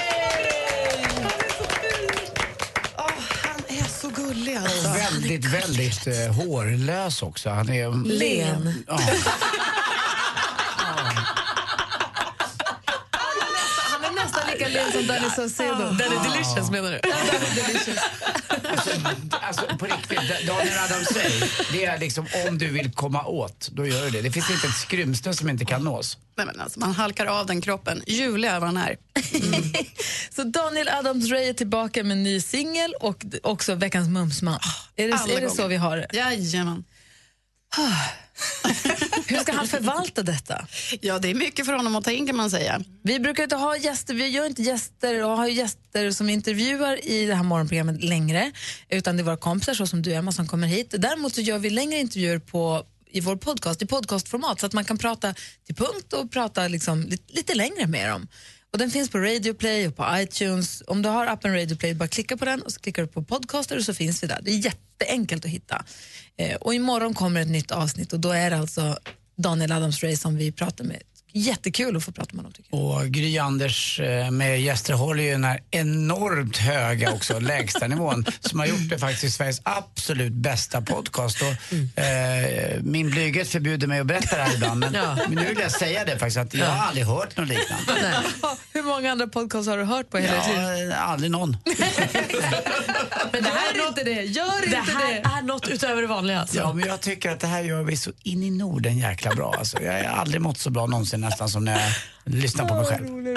Oh, han är så gullig alltså. Väldigt, väldigt eh, hårlös också. Han är... Len. Ja. Han är nästan lika len som Danny Saucedo. Den är delicious, menar du? Alltså, alltså på riktigt, Daniel Adams-Ray, det är liksom om du vill komma åt, då gör du det. Det finns inte ett skrymsle som inte kan nås. Nej, men alltså, man halkar av den kroppen. Julia är vad han är. Mm. Så Daniel Adams-Ray är tillbaka med en ny singel och också veckans Mumsman. Oh, är det, är det så vi har det? Jajamän. Hur ska han förvalta detta? Ja, det är mycket för honom att ta in, kan man säga. Vi brukar inte ha gäster, vi gör inte gäster och har gäster som intervjuar i det här morgonprogrammet längre, utan det är våra kompisar så som du, Emma, som kommer hit. Däremot så gör vi längre intervjuer på i vår podcast, i podcastformat, så att man kan prata till punkt och prata liksom lite, lite längre med dem. Och den finns på Radio Play och på iTunes. Om du har appen Radio Play, bara klicka på den och så klickar du på podcaster och så finns vi där. Det är jätteenkelt att hitta. Eh, och imorgon kommer ett nytt avsnitt och då är det alltså Daniel Adams-Ray som vi pratar med. Jättekul att få prata med honom, tycker jag. Och Gry Anders med gäster håller ju den här enormt höga också, lägsta nivån, som har gjort det faktiskt Sveriges absolut bästa podcast. Och, mm. eh, min blyghet förbjuder mig att berätta det här ibland, men, ja. men nu vill jag säga det faktiskt, att jag har aldrig hört något liknande. Nej. Hur många andra podcasts har du hört på hela ja, tiden? Aldrig någon. Men det här är inte det. Gör inte det. här det. är något utöver det vanliga. Alltså. Ja, men jag tycker att det här gör vi så in i Norden jäkla bra. Alltså, jag har aldrig mått så bra någonsin, nästan som när jag lyssnar på mig själv. Mm.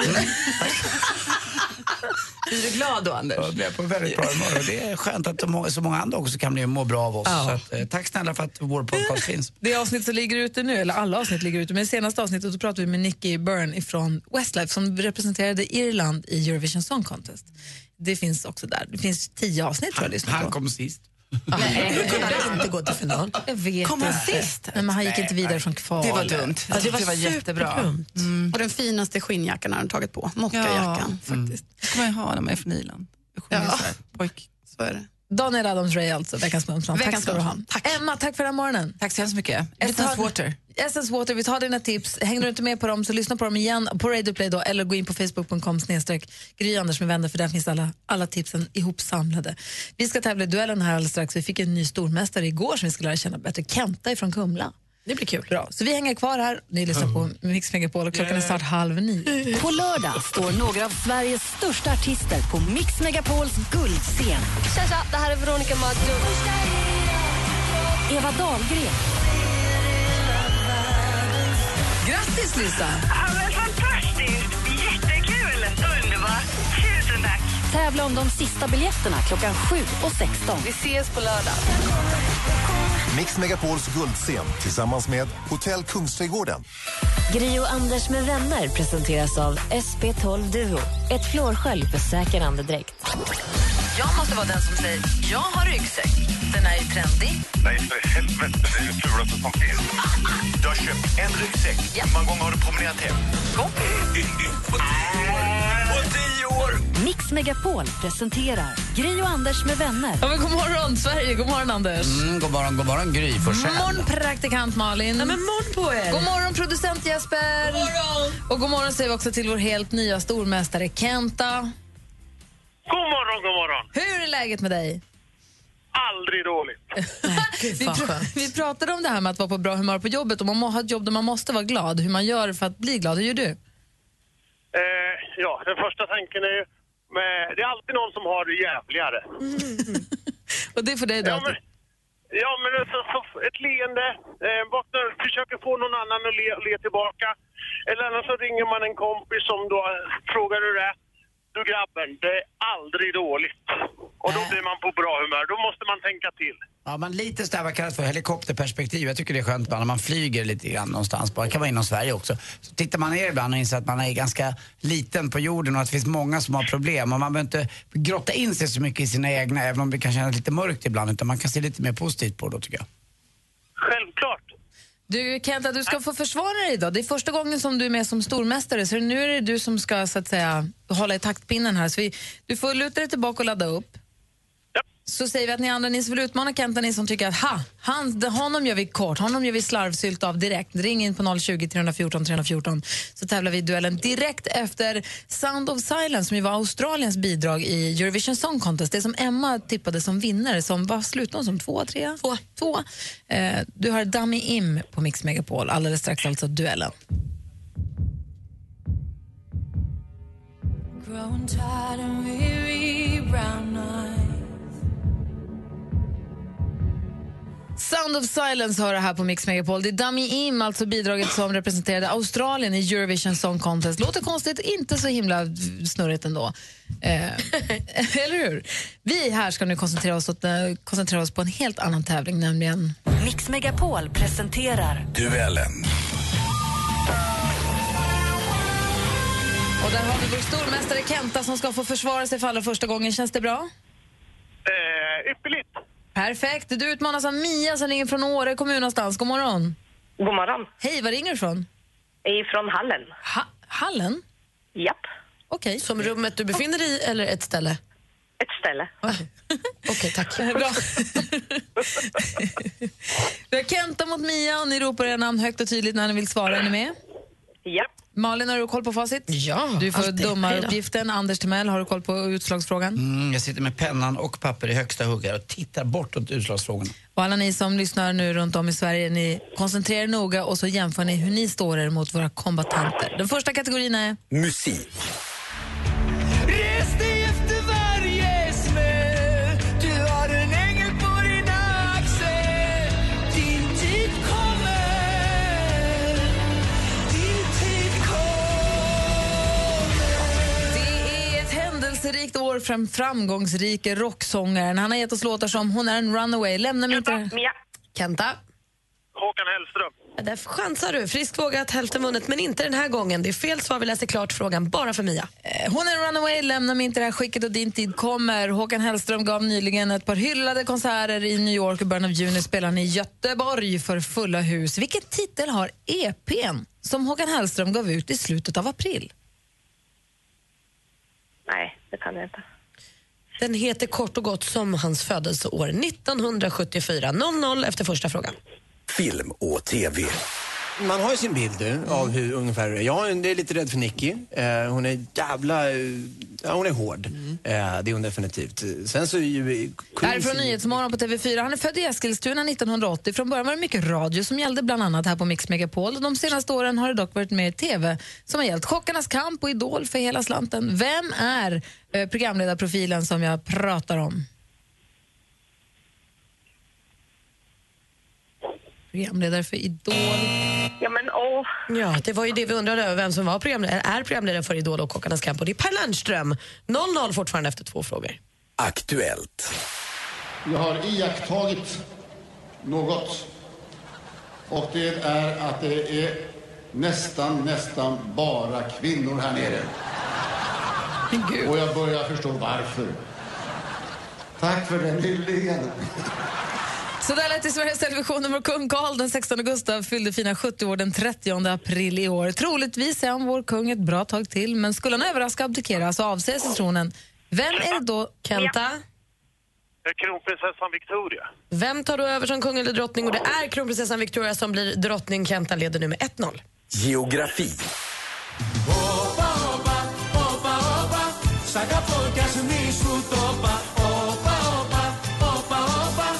Är du glad då, Anders? Jag blir på väldigt bra humör och det är skönt att så många andra också kan bli må bra av oss. Ja. Så att, eh, tack snälla för att vår podcast finns. Det avsnitt som ligger ute nu, eller alla avsnitt ligger ute, men i senaste avsnittet så pratar vi med Nicky Byrne från Westlife som representerade Irland i Eurovision Song Contest. Det finns också där. Det finns tio avsnitt tror jag lyssnar på. Han kom sist. Nej, du kunde inte gå till final. Jag vet kom han sist? Nej, men han gick inte vidare från kval. Det var dumt. Ja, det var, det var jättebra. Mm. Och den finaste skinnjackan har han tagit på. Mockajackan, ja, faktiskt. Det ska man ju ha när man är från Irland. Ja, pojk. Så är det. Daniel Adams-Ray alltså, veckans Mumsman. Tack ska du ha. Tack. Emma, tack för den här morgonen. Tack så hemskt mycket. Essence Water. Essence Water, vi tar dina tips. Hänger du inte med på dem så lyssna på dem igen på Radio Play då, eller gå in på facebook punkt com snedstreck Gry Anders med vänner, för där finns alla, alla tipsen ihopsamlade. Vi ska tävla i duellen här alldeles strax. Vi fick en ny stormästare igår som vi ska lära känna bättre, Kenta ifrån Kumla. Det blir kul. Bra. Så vi hänger kvar här. Ni lyssnar på Mix Megapol och klockan är snart halv nio. På lördag står några av Sveriges största artister på Mix Megapols guldscen. Tja, tja, det här är Veronica Maggio. Eva Dahlgren. Grattis, Lisa! Ja, men fantastiskt! Jättekul! Underbart! Tusen tack! Tävla om de sista biljetterna klockan sju och sexton. Vi ses på lördag. Mix Megapols guldscen tillsammans med Hotell Kungsträdgården. Gry och Anders med vänner presenteras av S P tolv Duo. Ett flårskölj för säker andedräkt. Jag måste vara den som säger, jag har ryggsäck. Den är ju trendig. Nej, för helvete, det är ju fulaste som finns. Du har köpt en ryggsäck. Ja. Hur många gånger har du promenerat hem? Kom. På tio år! Mix Megapol presenterar Gry och Anders med vänner. Ja, men god morgon, Sverige. God morgon, Anders. Mm, god morgon, god morgon, Gry. God morgon, praktikant Malin. Ja, men morgon på er. God morgon, producent Jesper. God morgon. Och god morgon säger vi också till vår helt nya stormästare Kenta. God morgon, god morgon. Hur är läget med dig? Aldrig dåligt. vi, pr- vi pratade om det här med att vara på bra humör på jobbet och man må ha ett jobb där man måste vara glad. Hur man gör för att bli glad. Hur gör du? Eh, ja, den första tanken är ju med, det är alltid någon som har det jävligare. Mm. Och det är för dig då? Ja, men, ja, men så, så, ett leende, eh, vaknar, försöker få någon annan att le, le tillbaka. Eller annars så ringer man en kompis som då frågar hur det är. Du grabben, det är aldrig dåligt. Och då blir man på bra humör, då måste man tänka till. Ja, man lite sådär vad kallas för helikopterperspektiv. Jag tycker det är skönt ibland när man flyger lite grann någonstans. Bara. Det kan vara inom Sverige också. Så tittar man ner ibland och inser att man är ganska liten på jorden och att det finns många som har problem. Och man behöver inte grotta in sig så mycket i sina egna, även om det kan kännas lite mörkt ibland. Utan man kan se lite mer positivt på det då, tycker jag. Självklart. Du, Kenta, du ska få försvara dig idag. Det är första gången som du är med som stormästare, så nu är det du som ska så att säga hålla i taktpinnen här. Så vi, du får luta dig tillbaka och ladda upp. Ja. Så säger vi att ni andra, ni som vill utmana Kenta, ni som tycker att ha, han, honom gör vi kort, honom gör vi slarvsylt av direkt. Ring in på noll tjugo, tre fjorton, tre fjorton så tävlar vi i duellen direkt efter Sound of Silence som ju var Australiens bidrag i Eurovision Song Contest. Det som Emma tippade som vinnare, som var slutade som två, tre? Två. Två. Eh, du har Dummy Im på Mix Megapol, alldeles strax alltså duellen. Growing tired and weary, brown eyes. Sound of Silence hör det här på Mix Megapol. Det är Dummy Im, alltså bidraget som representerade Australien i Eurovision Song Contest. Låter konstigt, inte så himla snurrigt ändå. Eh, eller hur? Vi här ska nu koncentrera oss, åt, koncentrera oss på en helt annan tävling, nämligen... Mix Megapol presenterar... Duellen. Och där har vi vår stormästare Kenta som ska få försvara sig för allra första gången. Känns det bra? Eh, ypperligt. Perfekt. Du utmanas av Mia som ringer från Åre kommun någonstans. God morgon. God morgon. Hej, var ringer du från? Ifrån Hallen. Ha- Hallen? Japp. Okej. Okay. Som rummet du befinner dig i eller ett ställe? Ett ställe. Okej, okay, tack. Bra. Vi har Kenta mot Mia och ni ropar era namn högt och tydligt när ni vill svara. Är ni med? Japp. Malin, har du koll på facit? Ja, du får alltid. domaruppgiften. Anders Timell, har du koll på utslagsfrågan? Mm, jag sitter med pennan och papper i högsta huggar och tittar bortåt utslagsfrågorna. Och alla ni som lyssnar nu runt om i Sverige, ni koncentrerar er noga och så jämför ni hur ni står er mot våra kombatanter. Den första kategorin är... Musik. Res dig efter varje smäll. Du har en ängel på din axel. Din tid kommer. Din tid kommer. Det är ett händelserikt år för en framgångsrik rocksångaren. Han har gett oss låtar som Hon är en runaway. Lämna mig inte... Mia. Kenta. Håkan Hellström. Ja, där chansar du. Friskt vågat, hälften vunnet, men inte den här gången. Det är fel svar, vi läser klart frågan bara för Mia. Eh, Hon är en runaway, lämna mig inte det här skicket och din tid kommer. Håkan Hellström gav nyligen ett par hyllade konserter i New York. I början av juni spelar han i Göteborg för fulla hus. Vilken titel har E P:n som Håkan Hellström gav ut i slutet av april? Nej, det kan jag inte. Den heter kort och gott som hans födelseår, nittonhundrasjuttiofyra. noll noll efter första frågan. Film och tv. Man har ju sin bild du, av hur ungefär det är. Jag är lite rädd för Nicky. Eh, hon är jävla... Eh, ja, hon är hård. Mm. Eh, det är hon definitivt. Sen så är ju... Det här är från Nyhetsmorgon på T V fyra. Han är född i Eskilstuna nittonhundraåttio. Från början var det mycket radio som gällde, bland annat här på Mix Megapol. De senaste åren har det dock varit mer T V som har gällt Kockarnas kamp och Idol för hela slanten. Vem är eh, programledarprofilen som jag pratar om? Programledare för Idol. Ja, men åh. Ja, det var ju det vi undrade över, vem som var programledare, är programledare för Idol och Kockarnas kamp. Och det är Per Lernström. noll noll fortfarande efter två frågor. Aktuellt. Jag har iakttagit något. Och det är att det är nästan, nästan bara kvinnor här nere. Och jag börjar förstå varför. Tack för den hyllningen. Så där lät i Sveriges Television. Vår kung Carl den sextonde Gustav fyllde fina sjuttio år den trettionde april i år. Troligtvis är han vår kung ett bra tag till, men skulle han överraska abdikera så avsäger sig tronen. Vem är det då, Kenta? Kronprinsessan Victoria. Vem tar då över som kung eller drottning? Och det är kronprinsessan Victoria som blir drottning. Kenta leder nu med ett noll. Geografi. Opa, opa, opa, opa. Saca polkas mi su topa. Opa, opa, opa, opa.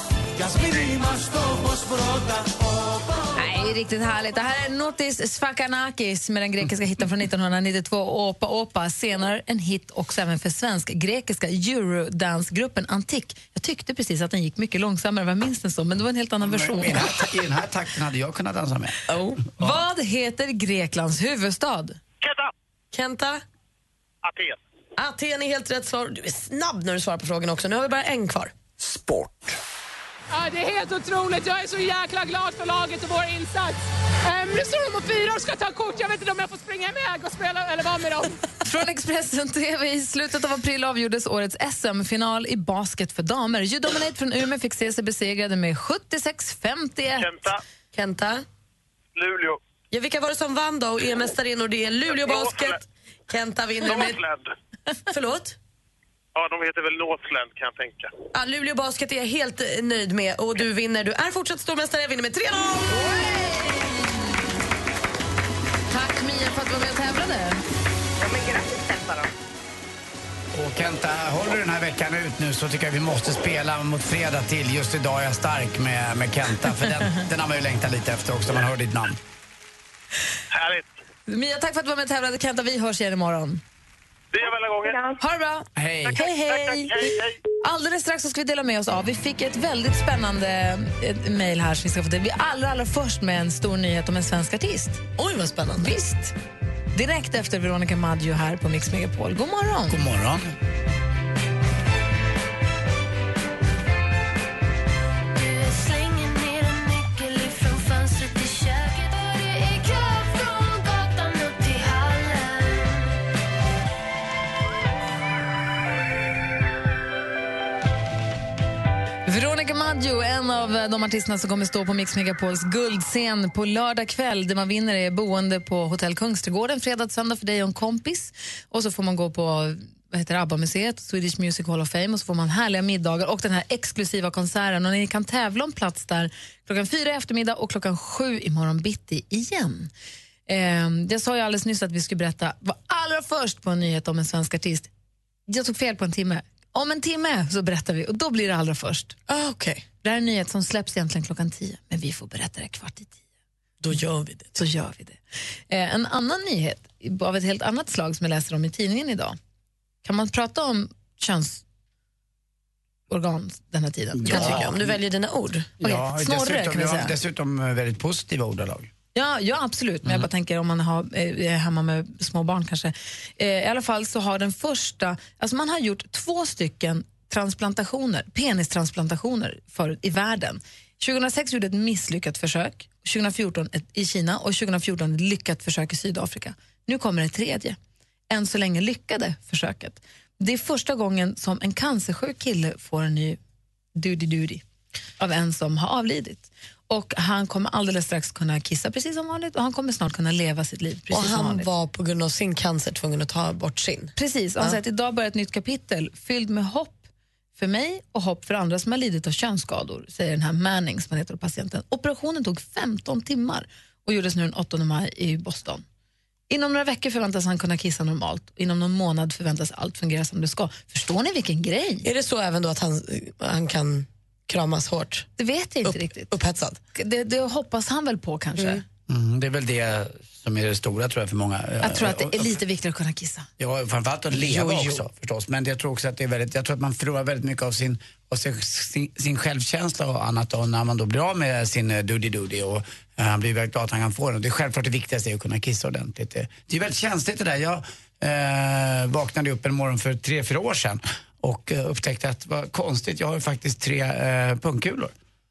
Nej, riktigt härligt. Det här är Notis Sfakanakis med den grekiska hitten från nittonhundranittiotvå, Opa Opa. Senare en hit också även för svensk-grekiska Eurodance-gruppen Antik. Jag tyckte precis att den gick mycket långsammare, var minst en så, men det var en helt annan version. I den här, i den här takten hade jag kunnat dansa med. Oh. Vad heter Greklands huvudstad? Kenta. Kenta? Aten. Aten är helt rätt svar. Du är snabb när du svarar på frågan också. Nu har vi bara en kvar. Sport. Ja, det är helt otroligt. Jag är så jäkla glad för laget och vår insats. Ehm, nu står de på fyra och ska ta kort. Jag vet inte om jag får springa iväg och spela eller vara med dem. Från Expressen T V i slutet av april avgjordes årets S M-final i basket för damer. Judominate från Umeå fick se sig besegrade med sjuttiosex femtioett. Kenta. Kenta? Luleå. Ja, vilka var det som vann då och är mästarinnor? Det är Luleå Basket. Kenta vinner med... Northland. Förlåt? Ja, de heter väl Northland kan jag tänka. Ja, Luleå Basket är jag helt nöjd med och du vinner. Du är fortsatt stormästare. Jag vinner med tre noll. Tack Mia för att du var med och tävlade. Ja, men grattis Kenta då. Och Kenta, håller du den här veckan ut nu så tycker jag vi måste spela mot fredag till. Just idag är jag stark med, med Kenta, för den, den har man ju längtat lite efter också, man hör ditt namn. Härligt. Mia, tack för att du var med och tävlade. Kenta, vi hörs igen imorgon. Det är väl en gång. Ha det bra. Hej. Tack, Hej, hej. tack, tack, hej, hej. Alldeles strax så ska vi dela med oss av. Vi fick ett väldigt spännande ett mejl här som vi ska få till. Vi är allra, allra först med en stor nyhet om en svensk artist. Oj, vad spännande. Visst. Direkt efter Veronica Maggio här på Mix Megapol. God morgon. God morgon. Veronica Maggio, en av de artisterna som kommer stå på Mix Megapols guldscen på lördag kväll. Det man vinner är boende på Hotell Kungsträdgården fredag och söndag för dig och en kompis. Och så får man gå på vad heter ABBA-museet, Swedish Music Hall of Fame, och så får man härliga middagar och den här exklusiva konserten. Och ni kan tävla om plats där klockan fyra i eftermiddag och klockan sju i morgon bitti igen. Eh, jag sa ju alldeles nyss att vi skulle berätta var allra först på en nyhet om en svensk artist. Jag tog fel på en timme. Om en timme så berättar vi och då blir det allra först. Ah, okay. Det här är en nyhet som släpps egentligen klockan tio, men vi får berätta det kvart i tio. Då gör vi det. Så gör vi det. Eh, en annan nyhet av ett helt annat slag som jag läser om i tidningen idag. Kan man prata om könsorgan den här tiden? Ja. Kan tycka, om du väljer dina ord. Okay. Ja, Snorre dessutom, kan vi säga. ja, dessutom väldigt positiva ordalag. Ja, ja, absolut. Men mm. jag bara tänker om man har, är hemma med små barn kanske. Eh, I alla fall så har den första, alltså man har gjort två stycken transplantationer, penistransplantationer för, i världen. tjugohundrasex gjorde ett misslyckat försök, tjugohundrafjorton ett, i Kina och tjugohundrafjorton ett lyckat försök i Sydafrika. Nu kommer det tredje, än så länge lyckade försöket. Det är första gången som en cancersjuk kille får en ny duty-duty av en som har avlidit. Och han kommer alldeles strax kunna kissa precis som vanligt och han kommer snart kunna leva sitt liv precis och som vanligt. Och han var på grund av sin cancer tvungen att ta bort sin. Precis, och han säger att idag börjar ett nytt kapitel fylld med hopp för mig och hopp för andra som har lidit av könsskador, säger den här Manning som heter patienten. Operationen tog femton timmar och gjordes nu den åttonde maj i Boston. Inom några veckor förväntas han kunna kissa normalt. Inom någon månad förväntas allt fungera som det ska. Förstår ni vilken grej? Är det så även då att han, han kan kramas hårt? Det vet jag inte Upp, riktigt. Upphetsad? Det, det hoppas han väl på kanske. Mm. Mm, det är väl det som är det stora tror jag för många. Jag tror att det är lite viktigt att kunna kissa. Ja, framförallt att leva jo, jo. också förstås. Men jag tror också att det är väldigt, jag tror att man förlorar väldigt mycket av sin, av sin, sin, sin självkänsla och annat då, när man då blir av med sin dudy-dudy och uh, han blir väldigt glad att han kan få den. Och det är självklart det viktigaste är att kunna kissa ordentligt. Det, det är väldigt känsligt det där. Jag uh, vaknade upp en morgon för tre, fyra år sedan och uh, upptäckte att vad konstigt, jag har ju faktiskt tre uh, pungkulor.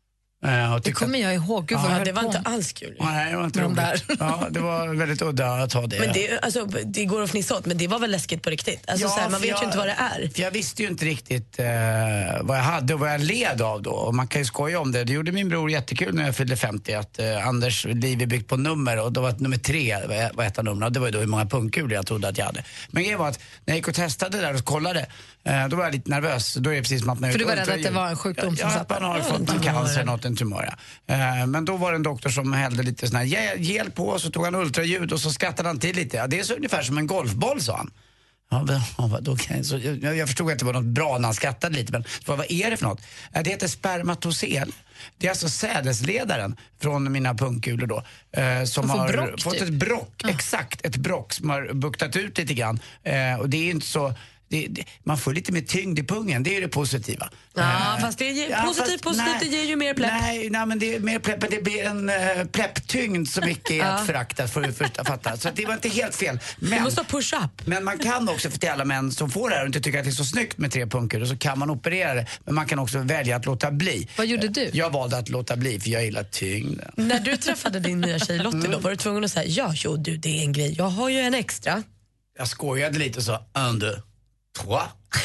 Uh, det kommer jag ihåg. Gud, ja, vad det var på. inte alls kul. Nej, det var inte de roligt. Ja, det var väldigt udda att ta det. Men det, alltså, det går att fnissa åt, men det var väl läskigt på riktigt? Alltså, ja, så här, man vet jag, ju inte vad det är. För jag visste ju inte riktigt eh, vad jag hade och vad jag led av då. Och man kan ju skoja om det. Det gjorde min bror jättekul när jag fyllde femtio. Att eh, Anders liv är byggt på nummer och då var nummer tre var ett av numren. Det var ju då hur många pungkulor jag trodde att jag hade. Men det var att när jag gick och testade där och kollade, eh, då var jag lite nervös. Då är det precis som att när för du var rädd att det var en sjukdom ja, som satt man har fått en cancer, något, en tumör. Ja. Men då var det en doktor som hällde lite sån här gel på och så tog han ultraljud och så skrattade han till lite. Ja, det är så ungefär som en golfboll, sa han. Ja, men, ja, då kan jag, så, jag, jag förstod att det var något bra när han skrattade lite, men vad, vad är det för något? Det heter spermatocel. Det är alltså sädesledaren från mina pungkulor då. Eh, som har brock, fått typ. ett brock, Ah. exakt, ett brock som har buktat ut lite grann. Eh, och det är inte så... Det, det, man får lite mer tyngd i pungen, det är det positiva. Ja, Eh, fast det ger, ja, positivt, fast- positivt, nej, det ger ju mer plepp. Nej, nej, men det är mer plepp, men det blir en uh, plepptyngd som icke är Ja. att förakta för att för, fatta. Så att det var inte helt fel. Men, Du måste ha push-up. men man kan också, för till alla män som får det här och inte tycker att det är så snyggt med tre punkter, så kan man operera det. Men man kan också välja att låta bli. Vad gjorde du? Jag valde att låta bli, för jag gillar tyngden. När du träffade din nya tjej Lottie Mm. då, var du tvungen att säga ja, jo du, det är en grej. Jag har ju en extra. Jag skojade lite och sa, un, deux, trois.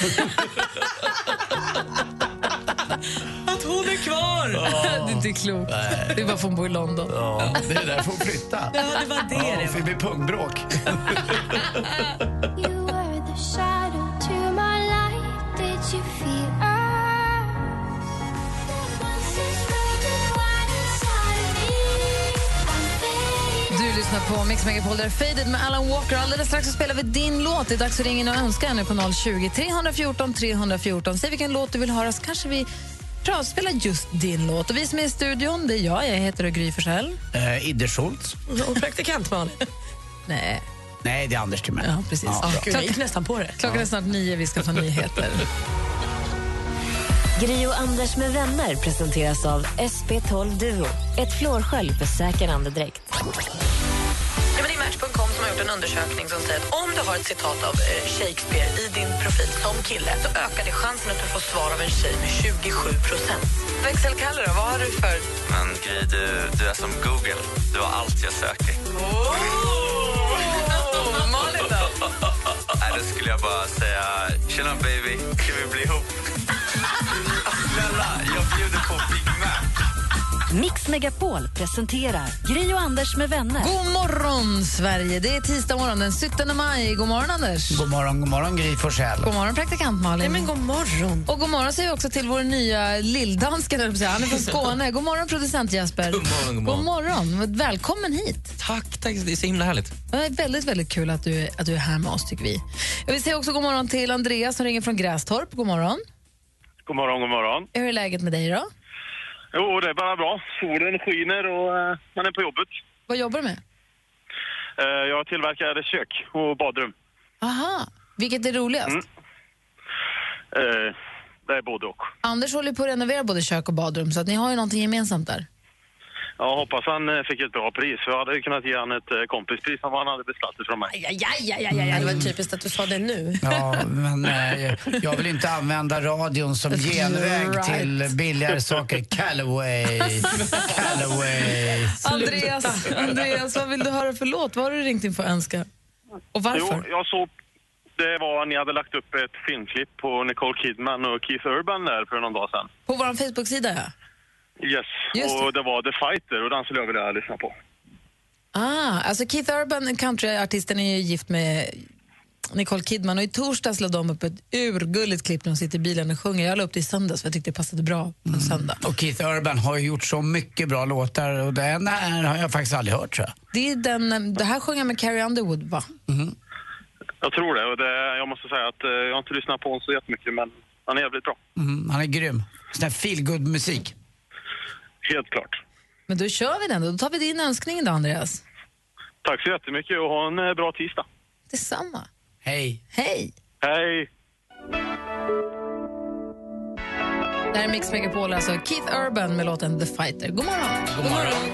Att hon är kvar! Det är inte klokt. Det är bara för att hon bor i London. Ja, det är därför hon flyttar. Ja, det var det Ja, det för det blir pungbråk. You were the shadow to my light. Did you feel us? The voices breaking wide inside of me. I'm fading. Du lyssnar på Mix Megapol, där Faded med Alan Walker. Alldeles strax så spelar vi din låt. Det är dags att ringa in och önska henne på noll tjugo, tre fjorton, tre fjorton. Säg vilken låt du vill höra, så kanske vi pratar, spelar just din låt. Och vi som är i studion, det är jag. Jag heter Gry Forssell. Uh, Idde Schultz. Och praktikant Malin. Nej. Nej, det är Anders Timell. Ja, precis. Ja, Ja, bra. gud, jag gick nästan på det. Klockan är snart nio, vi ska få nyheter. Gri och Anders med vänner presenteras av S P tolv Duo. Ett flårskölj för säker andedräkt. Ja, men det är Match punkt com som har gjort en undersökning som säger att om du har ett citat av eh, Shakespeare i din profil som kille, så ökar det chansen att du får svar av en tjej med tjugosju procent. Växelkalle då, vad har du för... Men Gry, du, du är som Google. Du har allt jag söker. Oh! Malin då? Nej, då skulle jag bara säga, tjena baby, kan vi bli ihop? Snälla, jag bjuder på Big Mac. Mix Megapol presenterar Gri och Anders med vänner. God morgon, Sverige. Det är tisdag morgon den sjuttonde maj. God morgon, Anders. God morgon, god morgon Gry Forssell. God morgon, praktikant Malin. Nej, men god morgon. Och god morgon säger vi också till vår nya lilldansken. Han är från Skåne. God morgon, producent Jesper. God morgon, god God morgon. morgon. Välkommen hit. Tack, tack. Det är så himla härligt. Det är väldigt, väldigt kul att du, att du är här med oss, tycker vi. Jag vill säga också god morgon till Andreas som ringer från Grästorp. God morgon. God morgon, god morgon. Hur är läget med dig då? Jo, det är bara bra. Solen skiner och uh, man är på jobbet. Vad jobbar du med? Uh, jag tillverkar kök och badrum. Aha. Vilket är roligast? Mm. Uh, det är både och. Anders håller på att renovera både kök och badrum, så att ni har ju någonting gemensamt där. Jag hoppas han uh, fick ett bra pris. För jag hade kunnat ge han ett uh, kompispris om han hade beställt det från mig. Aj, aj, aj, aj, aj, det var typiskt att du sa det nu. Ja, men eh, jag vill inte använda radion som genväg Right. till billigare saker. Callaway, Callaway. Andreas, Andreas, vad vill du höra för låt? Vad har du ringt in för att önska? Och varför? Jo, jag såg... Det var ni hade lagt upp ett filmklipp på Nicole Kidman och Keith Urban där för någon dag sedan. På vår Facebook-sida, ja. Yes, Just och det var The Fighter och den skulle jag vilja lyssna på. Ah, alltså Keith Urban, countryartisten, är ju gift med Nicole Kidman, och i torsdags lade de upp ett urgulligt klipp när de sitter i bilen och sjunger. Jag la upp det i söndags för jag tyckte det passade bra på en söndag. Och Keith Urban har ju gjort så mycket bra låtar och den här har jag faktiskt aldrig hört, tror jag. Det, är den, det här sjunger jag med Carrie Underwood, va? Mm. Jag tror det och det, jag måste säga att eh, jag har inte lyssnat på honom så jättemycket men han är jävligt bra. Mm, han är grym. Sån här feel-good-musik. Helt klart. Men då kör vi den då. Då tar vi din önskning idag, Andreas. Tack så jättemycket och ha en eh, bra tisdag. Detsamma. Hej. Hej. Hej. Det här är Mix Megapol, alltså Keith Urban med låten The Fighter. God morgon. God morgon.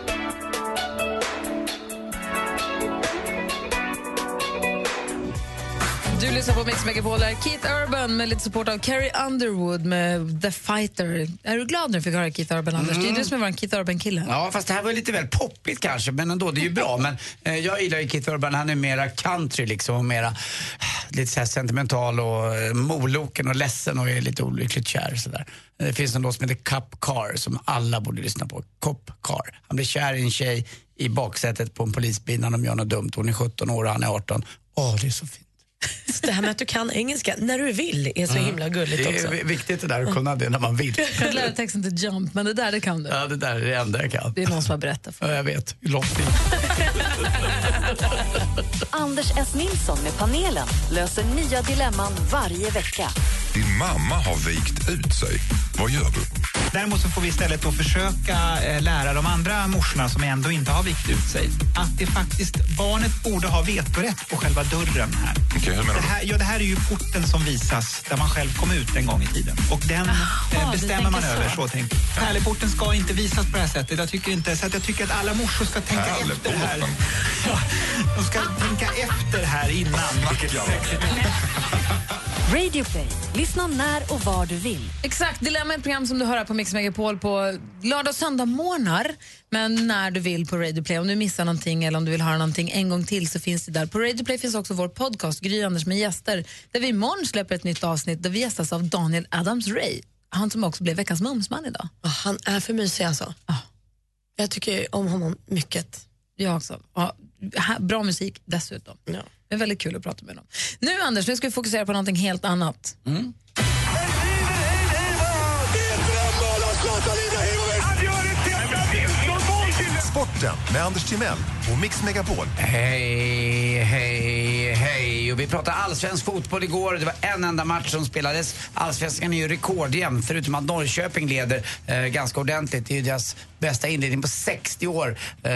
Du lyssnar på Mix Megapol, där Keith Urban med lite support av Carrie Underwood med The Fighter. Är du glad när du fick höra Keith Urban, Anders? Mm. Det är du som är vår Keith Urban-kille. Ja, fast det här var lite väl poppigt kanske, men ändå, det är ju bra. Men eh, jag gillar ju Keith Urban, han är mera country liksom, och mera lite så här sentimental och eh, moloken och ledsen och är lite olyckligt kär sådär. Det finns en låt som heter Cop Car som alla borde lyssna på. Cop Car. Han blir kär i en tjej i baksätet på en polisbil när de gör något dumt. Hon är sjutton år och han är arton. Åh, det är så fint. Så det här med att du kan engelska när du vill är så himla gulligt också. Det är viktigt det där att kunna det när man vill. Jag kan lära texten till Jump, men det där det kan du. Ja, det där är det enda jag kan. Det är någon som har berättat för mig. Ja, jag vet. Långt in. Anders S. Nilsson med panelen löser nya dilemman varje vecka. Din mamma har vikt ut sig. Vad gör du? Däremot så får vi istället då försöka eh, lära de andra morsorna som ändå inte har vikt ut sig att det faktiskt, barnet borde ha vetorätt på själva dörren här. Okej, hur menar det här, ja, det här är ju porten som visas där man själv kom ut en gång i tiden. Och den Aha, eh, bestämmer man över, så tänkt. Pärleporten ska inte visas på det här sättet. Jag tycker inte, så att jag tycker att alla morsor ska tänka efter här. Ja, de ska tänka efter här innan. Vilket jag Radio Play. Lyssna när och var du vill. Exakt, Dilemma är ett program som du hör på Mix Megapol på lördag och söndag morgnar. Men när du vill på Radio Play. Om du missar någonting eller om du vill höra någonting en gång till så finns det där. På Radio Play finns också vår podcast Gry Anders med gäster. Där vi imorgon släpper ett nytt avsnitt där vi gästas av Daniel Adams-Ray. Han som också blev veckans mumsman idag. Oh, han är för mysig alltså. Oh. Jag tycker om honom mycket. Jag också. Ja, bra musik dessutom. Ja. Det är väldigt kul att prata med dem. Nu Anders, nu ska vi fokusera på någonting helt annat. Mm. Sporten med Anders Timell och Mix Megapol. Hej, hej, hej. Och vi pratade allsvensk fotboll igår. Det var en enda match som spelades. Allsvenskan är ju rekordjämn, förutom att Norrköping leder eh, ganska ordentligt. Det är ju deras bästa inledning på sextio år eh,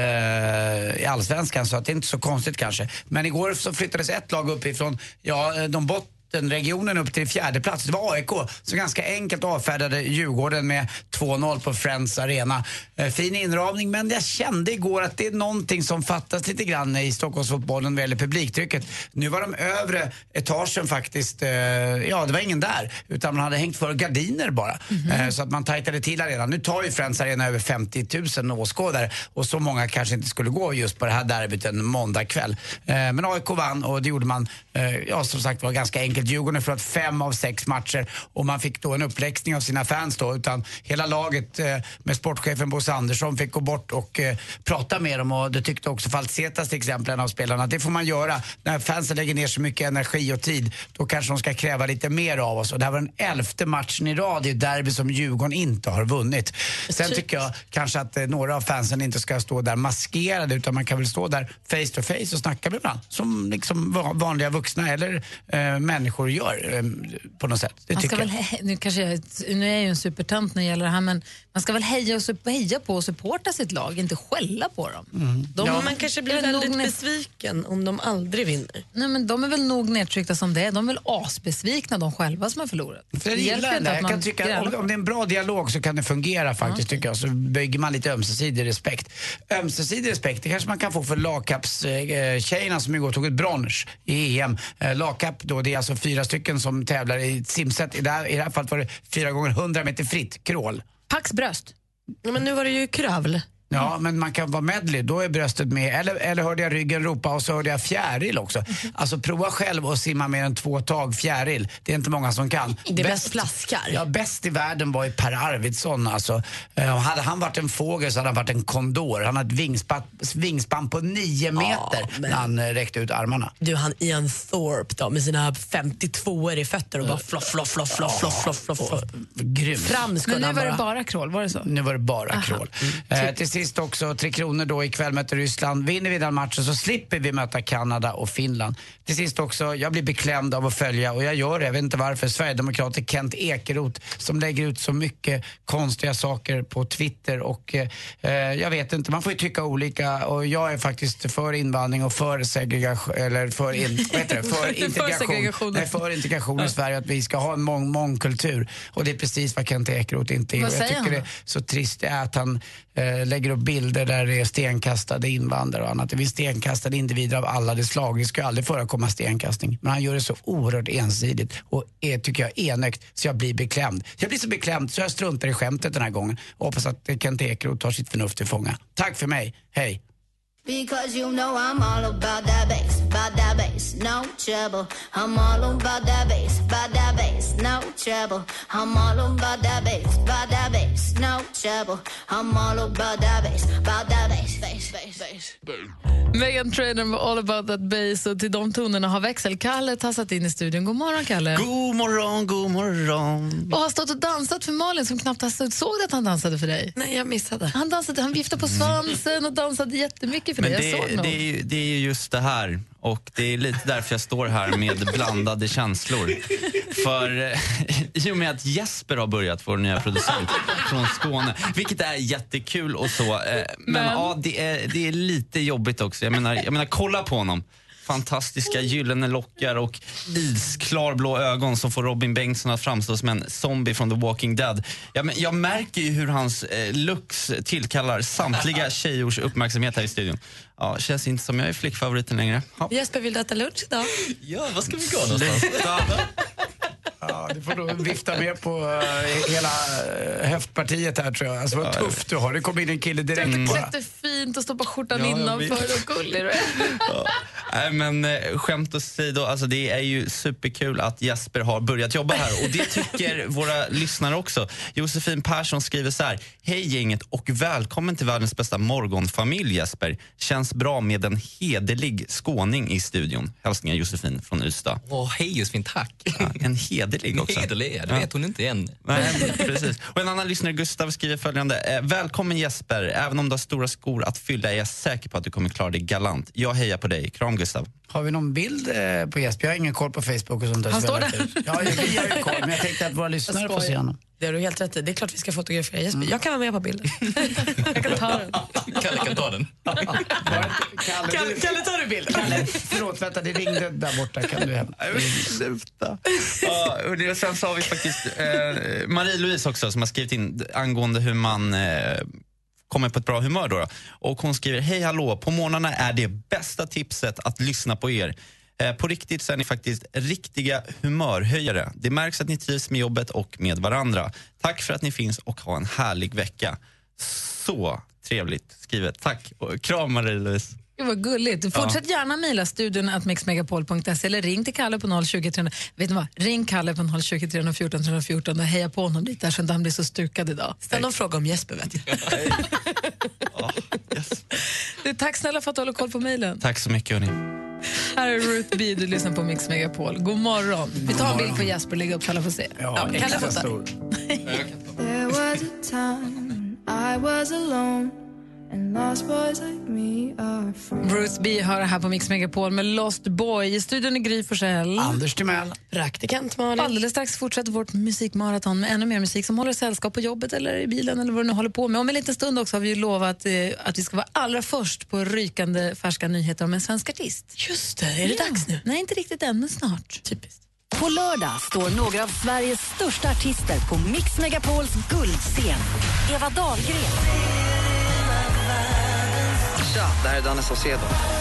i allsvenskan, så att det är inte så konstigt kanske. Men igår så flyttades ett lag upp ifrån, ja, de bott den regionen upp till fjärde plats. Det var A I K som ganska enkelt avfärdade Djurgården med två noll på Friends Arena. Eh, fin inramning, men jag kände igår att det är någonting som fattas lite grann i Stockholmsfotbollen vad gäller publiktrycket. Nu var de övre etagen faktiskt, eh, ja det var ingen där, utan man hade hängt för gardiner bara. Mm-hmm. eh, så att man tajtade till arenan. Nu tar ju Friends Arena över femtio tusen åskådare och så många kanske inte skulle gå just på det här derbyt en måndag kväll. Eh, men A I K vann och det gjorde man, eh, ja som sagt var ganska enkelt. Djurgården har förlorat fem av sex matcher och man fick då en uppläxning av sina fans då, utan hela laget eh, med sportchefen Bosse Andersson fick gå bort och eh, prata med dem, och det tyckte också Falsetas till exempel, en av spelarna. Det får man göra. När fansen lägger ner så mycket energi och tid, då kanske de ska kräva lite mer av oss, och det här var den elfte matchen i rad i derby som Djurgården inte har vunnit. Sen tycker jag kanske att eh, några av fansen inte ska stå där maskerade, utan man kan väl stå där face to face och snacka med varandra som liksom vanliga vuxna eller eh, människor gör eh, på något sätt. Det man ska tycker väl jag. He- nu, kanske jag, nu är jag ju en supertönt när det gäller det här, men man ska väl heja, och sup- heja på och supporta sitt lag, inte skälla på dem. Mm. De, ja, man kanske blir väldigt nog besviken om de aldrig vinner. Nej, men de är väl nog nedtryckta som det är. De är väl asbesvikna de själva som har förlorat. För det gillar det. Jag kan tycka, om, om det är en bra dialog så kan det fungera faktiskt, ja. Tycker jag. Så bygger man lite ömsesidig respekt. Ömsesidig respekt, det kanske man kan få för lagkappstjejerna eh, som igår tog ett brons i E M. Eh, lagkapp då, det är alltså fyra stycken som tävlar i simset. I det här, i det här fallet var det fyra gånger hundra meter fritt, crawl. Pax bröst. Ja, men nu var det ju kravl. Ja, men man kan vara medley, då är bröstet med. Eller, eller hörde jag ryggen ropa och så hörde jag fjäril också. Alltså prova själv att simma mer än två tag fjäril. Det är inte många som kan. Det är bäst plaskar. Ja, bäst i världen var ju Per Arvidsson. Alltså, uh, hade han varit en fågel så hade han varit en kondor. Han hade ett vingspann, vingspann på nio meter ja, men... när han uh, räckte ut armarna. Du, han Ian Thorpe då, med sina femtiotvåor i fötter och bara floff, floff, floff, floff, floff, floff, floff, floff. Grymt. Men nu var det bara crawl, var det så? Nu var det bara crawl. Mm. Uh, till sist också, Tre Kronor då ikväll möter Ryssland. Vinner vi den matchen så slipper vi möta Kanada och Finland. Till sist också, jag blir beklämd av att följa, och jag gör det, jag vet inte varför, Sverigedemokrater Kent Ekeroth som lägger ut så mycket konstiga saker på Twitter, och eh, jag vet inte, man får ju tycka olika, och jag är faktiskt för invandring och för segregation, eller för, in, vad heter det? för integration, nej, för integration i Sverige, att vi ska ha en mång, mångkultur, och det är precis vad Kent Ekeroth inte är. Vad jag säger tycker han? det är så trist är att han eh, lägger upp bilder där det är stenkastade invandrare och annat. Det är stenkastade individer av alla de slag. Det ska ju aldrig förekomma stenkastning. Men han gör det så oerhört ensidigt och är, tycker jag, enögt, så jag blir beklämd. Jag blir så beklämd så jag struntar i skämtet den här gången och hoppas att Kent Ekeroth tar sitt förnuft till fånga. Tack för mig. Hej! Because you know I'm all about that bass. about that bass, no trouble. I'm all about that bass, about that bass, no trouble. I'm all about that bass, about that bass, no trouble. I'm all about that bass, about that bass, bass, bass, bass. Meghan Trainor med All about that bass, och till de tonerna har växelkalle tassat in i studion. God morgon, Kalle. God morgon, god morgon. Och har stått och dansat för Malin som knappt såg att han dansade för dig. Nej, jag missade. Han dansade, han viftade på svansen och dansade jättemycket för Men dig. Jag det, såg det, är ju, det är ju just det här, och det är lite därför jag står här med blandade känslor. För eh, i och med att Jesper har börjat, vår nya producent från Skåne, vilket är jättekul och så, eh, men, men ja, det är, det är lite jobbigt också. Jag menar, jag menar kolla på honom. Fantastiska gyllene lockar och isklar blå ögon som får Robin Bengtsson att framstå som en zombie från The Walking Dead. Ja, men jag märker ju hur hans eh, looks tillkallar samtliga tjejors uppmärksamhet här i studion. Ja, känns inte som jag är flickfavoriten längre. Ja. Jesper, vill du äta lunch idag? Ja, vad ska vi gå någonstans? Ja, du får nog vifta med på uh, hela uh, höftpartiet här, tror jag. Alltså vad tufft du har. Det kommer in en kille direkt mm. bara. Det är fint att stoppa skjortan Ja, innanför och gullig. Ja. Nej, men eh, skämt åsido, alltså det är ju superkul att Jesper har börjat jobba här, och det tycker våra lyssnare också. Josefin Persson skriver så här: hej gänget och välkommen till världens bästa morgonfamilj, Jesper. Känns bra med en hederlig skåning i studion. Hälsningar Josefin från Ystad. Åh, hej Josefin, tack. Ja, en hederlig också. Hederlig, det vet hon inte än. Nej, precis. Och en annan lyssnare, Gustav, skriver följande: eh, välkommen Jesper, även om du har stora skor att fylla är jag säker på att du kommer klara dig galant. Jag hejar på dig. Kram, Gustav. Har vi någon bild eh, på Jesper? Jag har ingen koll på Facebook och sånt där. Han står där. Ja, vi har ju koll, men jag tänkte att våra lyssnare får se honom. Det har du helt rätt i. Det är klart vi ska fotografera Jesper. Mm. Jag kan vara med på bilden. Jag kan ta den. Kalle kan ta den. Kalle, Kalle, Kalle, tar du bilden? Kalle, förlåt, vänta, det ringde där borta. Kan du hem? Sluta. Ja, och det, sen så har vi faktiskt eh, Marie-Louise också som har skrivit in angående hur man eh, kommer på ett bra humör då, då. Och hon skriver: hej hallå, på morgnarna är det bästa tipset att lyssna på er. Eh, på riktigt så är ni faktiskt riktiga humörhöjare. Det märks att ni trivs med jobbet och med varandra. Tack för att ni finns och ha en härlig vecka. Så trevligt skrivet. Tack. Och kram, Marie-Louise. Det var gulligt. Fortsätt Ja. gärna mejla studion at mixmegapol punkt se eller ring till Kalle på noll tjugo, tre hundra. Vet ni vad? Ring Kalle på noll tjugo, tre fjorton, tre fjorton och heja på honom lite där så att han blir så stukad idag. Ställ någon fråga om Jesper, vet jag. Oh, yes. Du, tack snälla för att du håller koll på mejlen. Tack så mycket, hörni. Här är Ruth B. Du lyssnar på Mix Megapol. God morgon. Vi tar en bild på Jesper och lägger upp så alla får se. Ja, ja, extra stor. There was a time I was alone and lost boys like me are friends. Ruth B. hör här på Mix Megapol med Lost Boy. I studion är Gry Forssell. Anders Timell. Praktikant Malin. Alldeles strax fortsätter vårt musikmaraton med ännu mer musik som håller sällskap på jobbet eller i bilen eller vad du nu håller på med. Om en liten stund också har vi ju lovat eh, att vi ska vara allra först på rykande färska nyheter om en svensk artist. Just det, är det Ja. dags nu? Nej, inte riktigt än, men snart. Typiskt. På lördag står några av Sveriges största artister på Mix Megapols guldscen. Eva Dahlgren. Tja, det här är Danne Saucedo.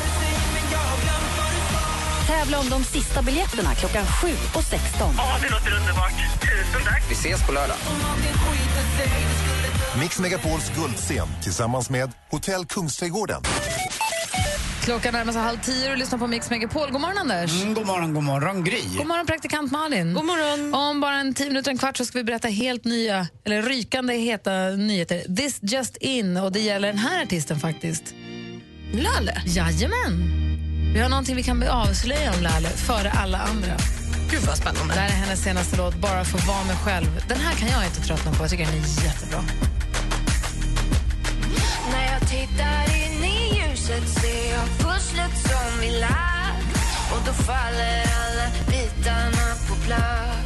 Tävla om de sista biljetterna klockan sju och sexton. Ja, det låter underbart. Tusen tack. Vi ses på lördag. Mix Megapols guldscen tillsammans med Hotell Kungsträdgården. Klockan närmar sig halv tio och lyssnar på Mix Megapol. God morgon, Anders. Mm, god morgon, god morgon, Gry. God morgon, praktikant Malin. God morgon. Om bara en tio minuter, en kvart så ska vi berätta helt nya, eller rykande heta nyheter. This just in, och det gäller den här artisten faktiskt. Lalle? Jajamän. Vi har någonting vi kan avslöja om Lalle före alla andra. Gud vad spännande. Det här är hennes senaste låt, Bara för att vara mig själv. Den här kan jag inte tröttna på, jag tycker den är jättebra. När jag tittar in i ljuset ser jag pusslet som vi lagt och då faller alla bitarna på plats.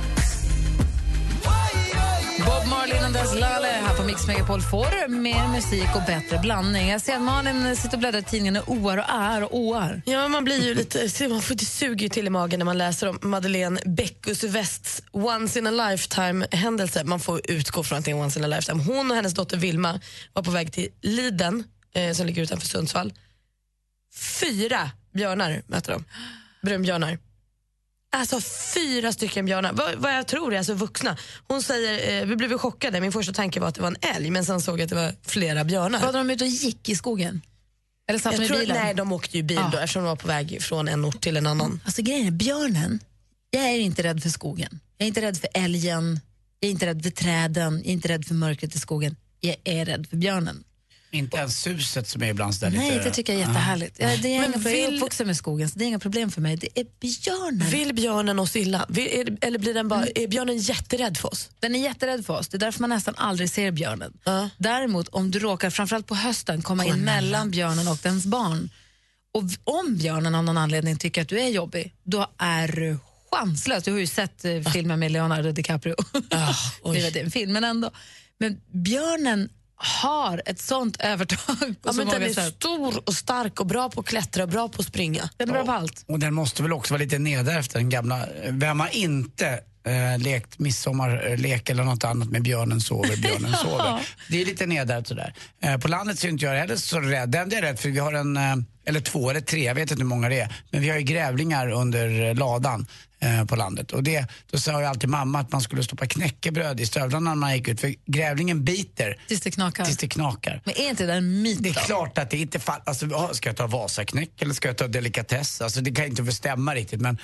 Bob Marley och dess Lalle här på Mix Megapol får mer musik och bättre blandning. Jag ser att Malin sitter och bläddrar i tidningen och oar och är och oar. Ja, man blir ju lite, man får det suger till i magen när man läser om Madeleine Beckus Wests Once in a Lifetime-händelse. Man får utgå från att det är Once in a Lifetime. Hon och hennes dotter Vilma var på väg till Liden, eh, som ligger utanför Sundsvall. Fyra björnar möter de. Brunbjörnar. Alltså fyra stycken björnar. Vad, vad jag tror är alltså vuxna. Hon säger, eh, vi blev ju chockade. Min första tanke var att det var en älg, men sen såg jag att det var flera björnar. Var de ute och gick i skogen? Eller satt jag de i tror, bilen? Nej, de åkte ju bil Ja. då, eftersom de var på väg från en ort till en annan. Alltså grejen är, björnen, jag är inte rädd för skogen. Jag är inte rädd för älgen, jag är inte rädd för träden, jag är inte rädd för mörkret i skogen. Jag är rädd för björnen. Inte ens suset som är ibland så där Nej, lite... det tycker jag är jättehärligt. Ja, det är Men inga, vill... Jag är vill- uppvuxen med skogen, så det är inga problem för mig. Det är björnen. Vill björnen oss illa? Vill, är, eller blir den bara, är björnen jätterädd för oss? Den är jätterädd för oss. Det är därför man nästan aldrig ser björnen. Ja. Däremot om du råkar, framförallt på hösten, komma in Komma mellan björnen och dens barn. Och v- om björnen av någon anledning tycker att du är jobbig, då är du chanslös. Du har ju sett eh, filmen med Leonardo DiCaprio. Ah, Vi vet, det är en film, men ändå. Men björnen har ett sånt övertag på Ja, så men den många är sätt. stor och stark och bra på att klättra och bra på att springa. Den är bra på allt. Och den måste väl också vara lite nedärvd, den gamla... Vem har inte eh, lekt midsommarlek eller något annat med björnen sover, björnen sover. Det är lite nedärvt sådär. Eh, på landet så är inte jag heller så rädd. Den är jag rädd för vi har en, eh, eller två eller tre, jag vet inte hur många det är. Men vi har ju grävlingar under eh, ladan eh, på landet. Och det, då sa ju alltid mamma att man skulle stoppa knäckebröd i stövlarna när man gick ut. För grävlingen biter. Tills det knakar. Tills det knakar. Men är inte det en myt Det är då? klart att det inte fall, alltså, ja, ska jag ta Vasaknäck eller ska jag ta delikatess? Alltså, det kan inte bestämma riktigt, men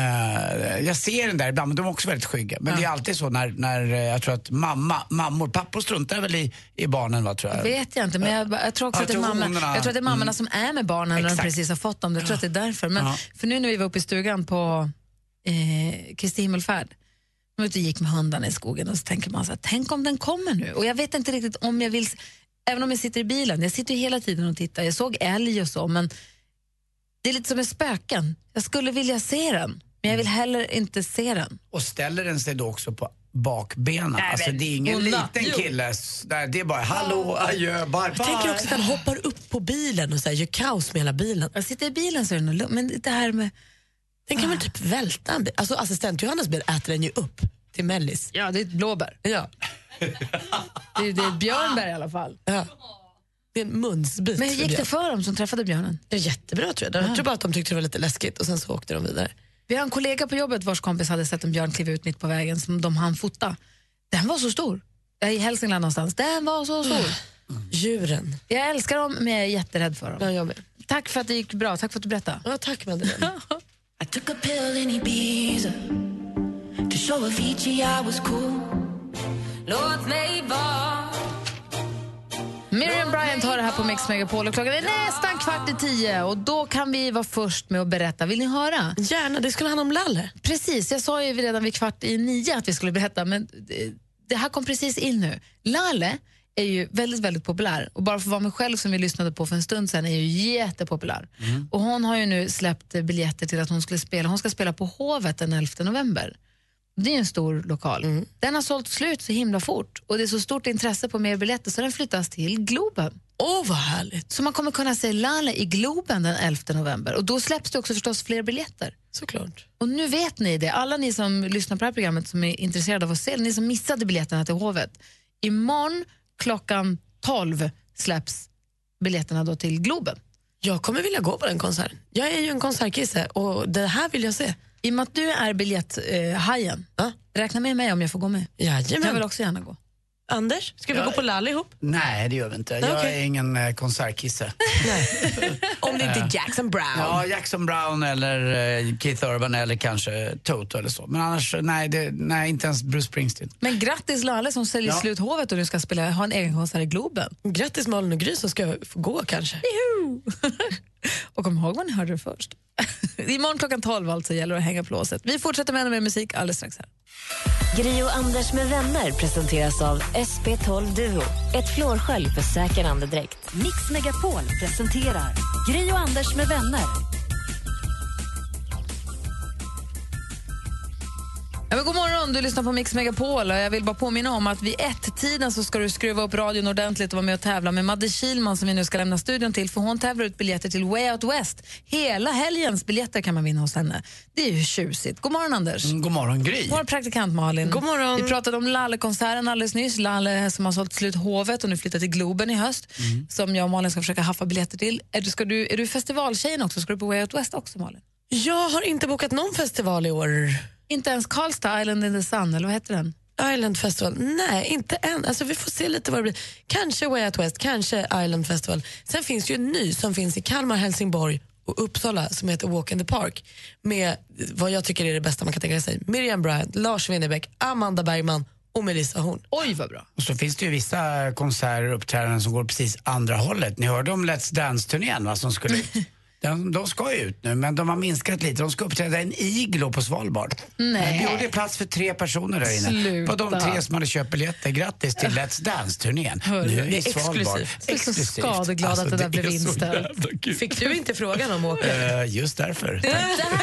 eh, jag ser den där ibland, men de är också väldigt skygga. Men Ja. det är alltid så när, när eh, jag tror att mamma, mammor, pappor struntar väl i, i barnen, va, tror jag. Vet jag inte, men jag, jag tror också Jag att det är tror mamma, honorna- jag tror att det är mammorna Mm. som är med barnen när de Exakt. precis har fått dem. Jag tror att det är därför. Men Ja. för nu när vi var uppe i stugan på eh, Kristi himmelfärd, de var ute och gick med hundarna i skogen och så tänker man så här, tänk om den kommer nu. Och jag vet inte riktigt om jag vill, s- även om jag sitter i bilen, jag sitter ju hela tiden och tittar. Jag såg älg och så, men det är lite som med spöken. Jag skulle vilja se den, men jag vill heller inte se den. Och ställer den sig då också på bakbenen. Nej, Alltså men det är ingen onda. liten Jo. kille. s- Nej, det är bara hallå, adjö, bye, Jag tänker också att den hoppar upp på bilen och så här, gör kaos med hela bilen. Jag sitter i bilen så är det nog lugnt, men det här med... Den kan väl typ välta en bil. Alltså assistent Johannas bil äter den ju upp till mellis. Ja, det är ett blåbär. Ja. Det är, det är ett björnbär i alla fall. Ja. Det är en munsbit. Men hur för gick det björn. för dem som träffade björnen? Det är jättebra tror jag. Jag tror bara att de tyckte det var lite läskigt och sen så åkte de vidare. Vi har en kollega på jobbet vars kompis hade sett en björn kliva ut mitt på vägen som de hann fota. Den var så stor. Jag är i Hälsingland någonstans. Den var så stor. Mm. Djuren. Jag älskar dem, men jag är jätterädd för dem. Ja, jag med. Tack för att det gick bra. Tack för att du berättade. Ja, tack Madeleine. I took a pill in Ibiza to show Avicii I was cool. Låt mig vara. Miriam Bryant har det här på Mix Megapol och klockan är nästan kvart i tio och då kan vi vara först med att berätta. Vill ni höra? Gärna, det skulle handla om Lalle. Precis, jag sa ju redan vid kvart i nio att vi skulle berätta, men det, det här kom precis in nu. Lalle är ju väldigt, väldigt populär och bara för att vara mig själv som vi lyssnade på för en stund sedan är ju jättepopulär. Mm. Och hon har ju nu släppt biljetter till att hon skulle spela, hon ska spela på Hovet den elfte november. Det är en stor lokal. Mm. Den har sålt slut så himla fort och det är så stort intresse på mer biljetter så den flyttas till Globen. Åh, oh, vad härligt. Så man kommer kunna se Lalle i Globen den elfte november och då släpps det också förstås fler biljetter. Såklart. Och nu vet ni det, alla ni som lyssnar på det här programmet som är intresserade av att se, ni som missade biljetterna till Hovet. Imorgon klockan tolv släpps biljetterna då till Globen. Jag kommer vilja gå på den konserten. Jag är ju en konsertkisse och det här vill jag se. I och med att du är biljetthajen, eh, räkna med mig om jag får gå med. Jajamän. Jag vill också gärna gå. Anders, ska vi Ja. gå på Lalle ihop? Nej, det gör vi inte. Jag Okej. är ingen eh, konsertkisse. Om det inte är Jackson Brown. Ja, Jackson Brown eller eh, Keith Urban eller kanske Toto eller så. Men annars, nej, det, nej inte ens Bruce Springsteen. Men grattis Lalle som säljer Ja. slut Hovet och nu ska spela, ha en egen konsert i Globen. Grattis Malin och Gry som ska få gå kanske. Juhu! Och kom ihåg vad ni hörde det först. Imorgon klockan tolv alltså gäller det att hänga plåset. Vi fortsätter med ännu mer musik alldeles strax här. Gri och Anders med vänner presenteras av S P tolv Duo. Ett flårskölj för säker andedräkt. Mix Megapol presenterar Gri och Anders med vänner. Ja, men god morgon, du lyssnar på Mix Megapol och jag vill bara påminna om att vid ett-tiden så ska du skruva upp radion ordentligt och vara med och tävla med Madde Kihlman som vi nu ska lämna studion till, för hon tävlar ut biljetter till Way Out West. Hela helgens biljetter kan man vinna hos henne. Det är ju tjusigt. God morgon Anders. Mm, god morgon Gry. Vår praktikant Malin. God morgon. Vi pratade om Lalle-konserten alldeles nyss. Lalle som har sålt slut Hovet och nu flyttar till Globen i höst. Mm. Som jag och Malin ska försöka haffa biljetter till. Är du, ska du, är du festivaltjejen också? Ska du på Way Out West också Malin? Jag har inte bokat någon festival i år. Inte ens Karlstad Island in the Sun, eller vad heter den? Island Festival? Nej, inte än. Alltså, vi får se lite vad det blir. Kanske Way Out West, kanske Island Festival. Sen finns ju en ny som finns i Kalmar, Helsingborg och Uppsala som heter Walk in the Park med vad jag tycker är det bästa man kan tänka sig. Miriam Bryant, Lars Winnerbäck, Amanda Bergman och Melissa Horn. Oj, vad bra. Och så finns det ju vissa konserter och uppträdanden som går precis andra hållet. Ni hörde om Let's Dance-turnén, va, som skulle... De, de ska ju ut nu, men de har minskat lite. De ska uppträda en iglo på Svalbard. Nej. Det gjorde plats för tre personer där inne. Sluta. På de tre som hade köpt biljetter. Grattis till Let's Dance-turnén. Nu i Svalbard. Exklusivt. Jag är så skadeglad alltså, att det där blev inställt. Fick du inte frågan om att åka? Uh, just därför. Aj,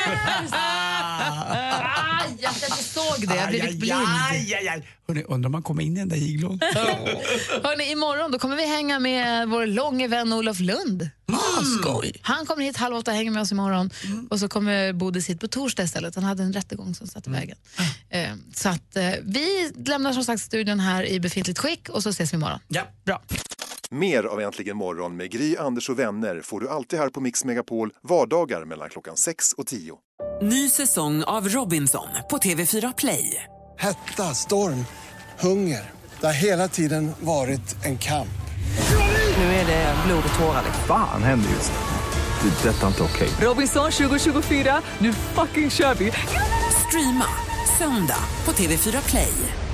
jag inte såg det. Jag blev lite blind. Aj, aj, aj. Hörrni, undrar om man kommer in i den där iglon. Hörrni, imorgon då kommer vi hänga med vår långe vän Olof Lund. Mm. Skoj. Han kommer hit halv åtta och hänger med oss imorgon. Mm. Och så kommer Bodis hit på torsdag istället. Han hade en rättegång som satt i vägen. Mm. Eh, så att eh, vi lämnar som sagt studion här i befintligt skick och så ses vi imorgon. Ja, bra. Mer av Äntligen morgon med Gry, Anders och vänner får du alltid här på Mix Megapol vardagar mellan klockan sex och tio. Ny säsong av Robinson på T V fyra Play. Hetta, storm, hunger. Det har hela tiden varit en kamp. Nu är det blod och tårar. Fan händer just det. Det är detta inte okej. Robinson tjugo tjugofyra, nu fucking kör vi. Streama söndag på T V fyra Play.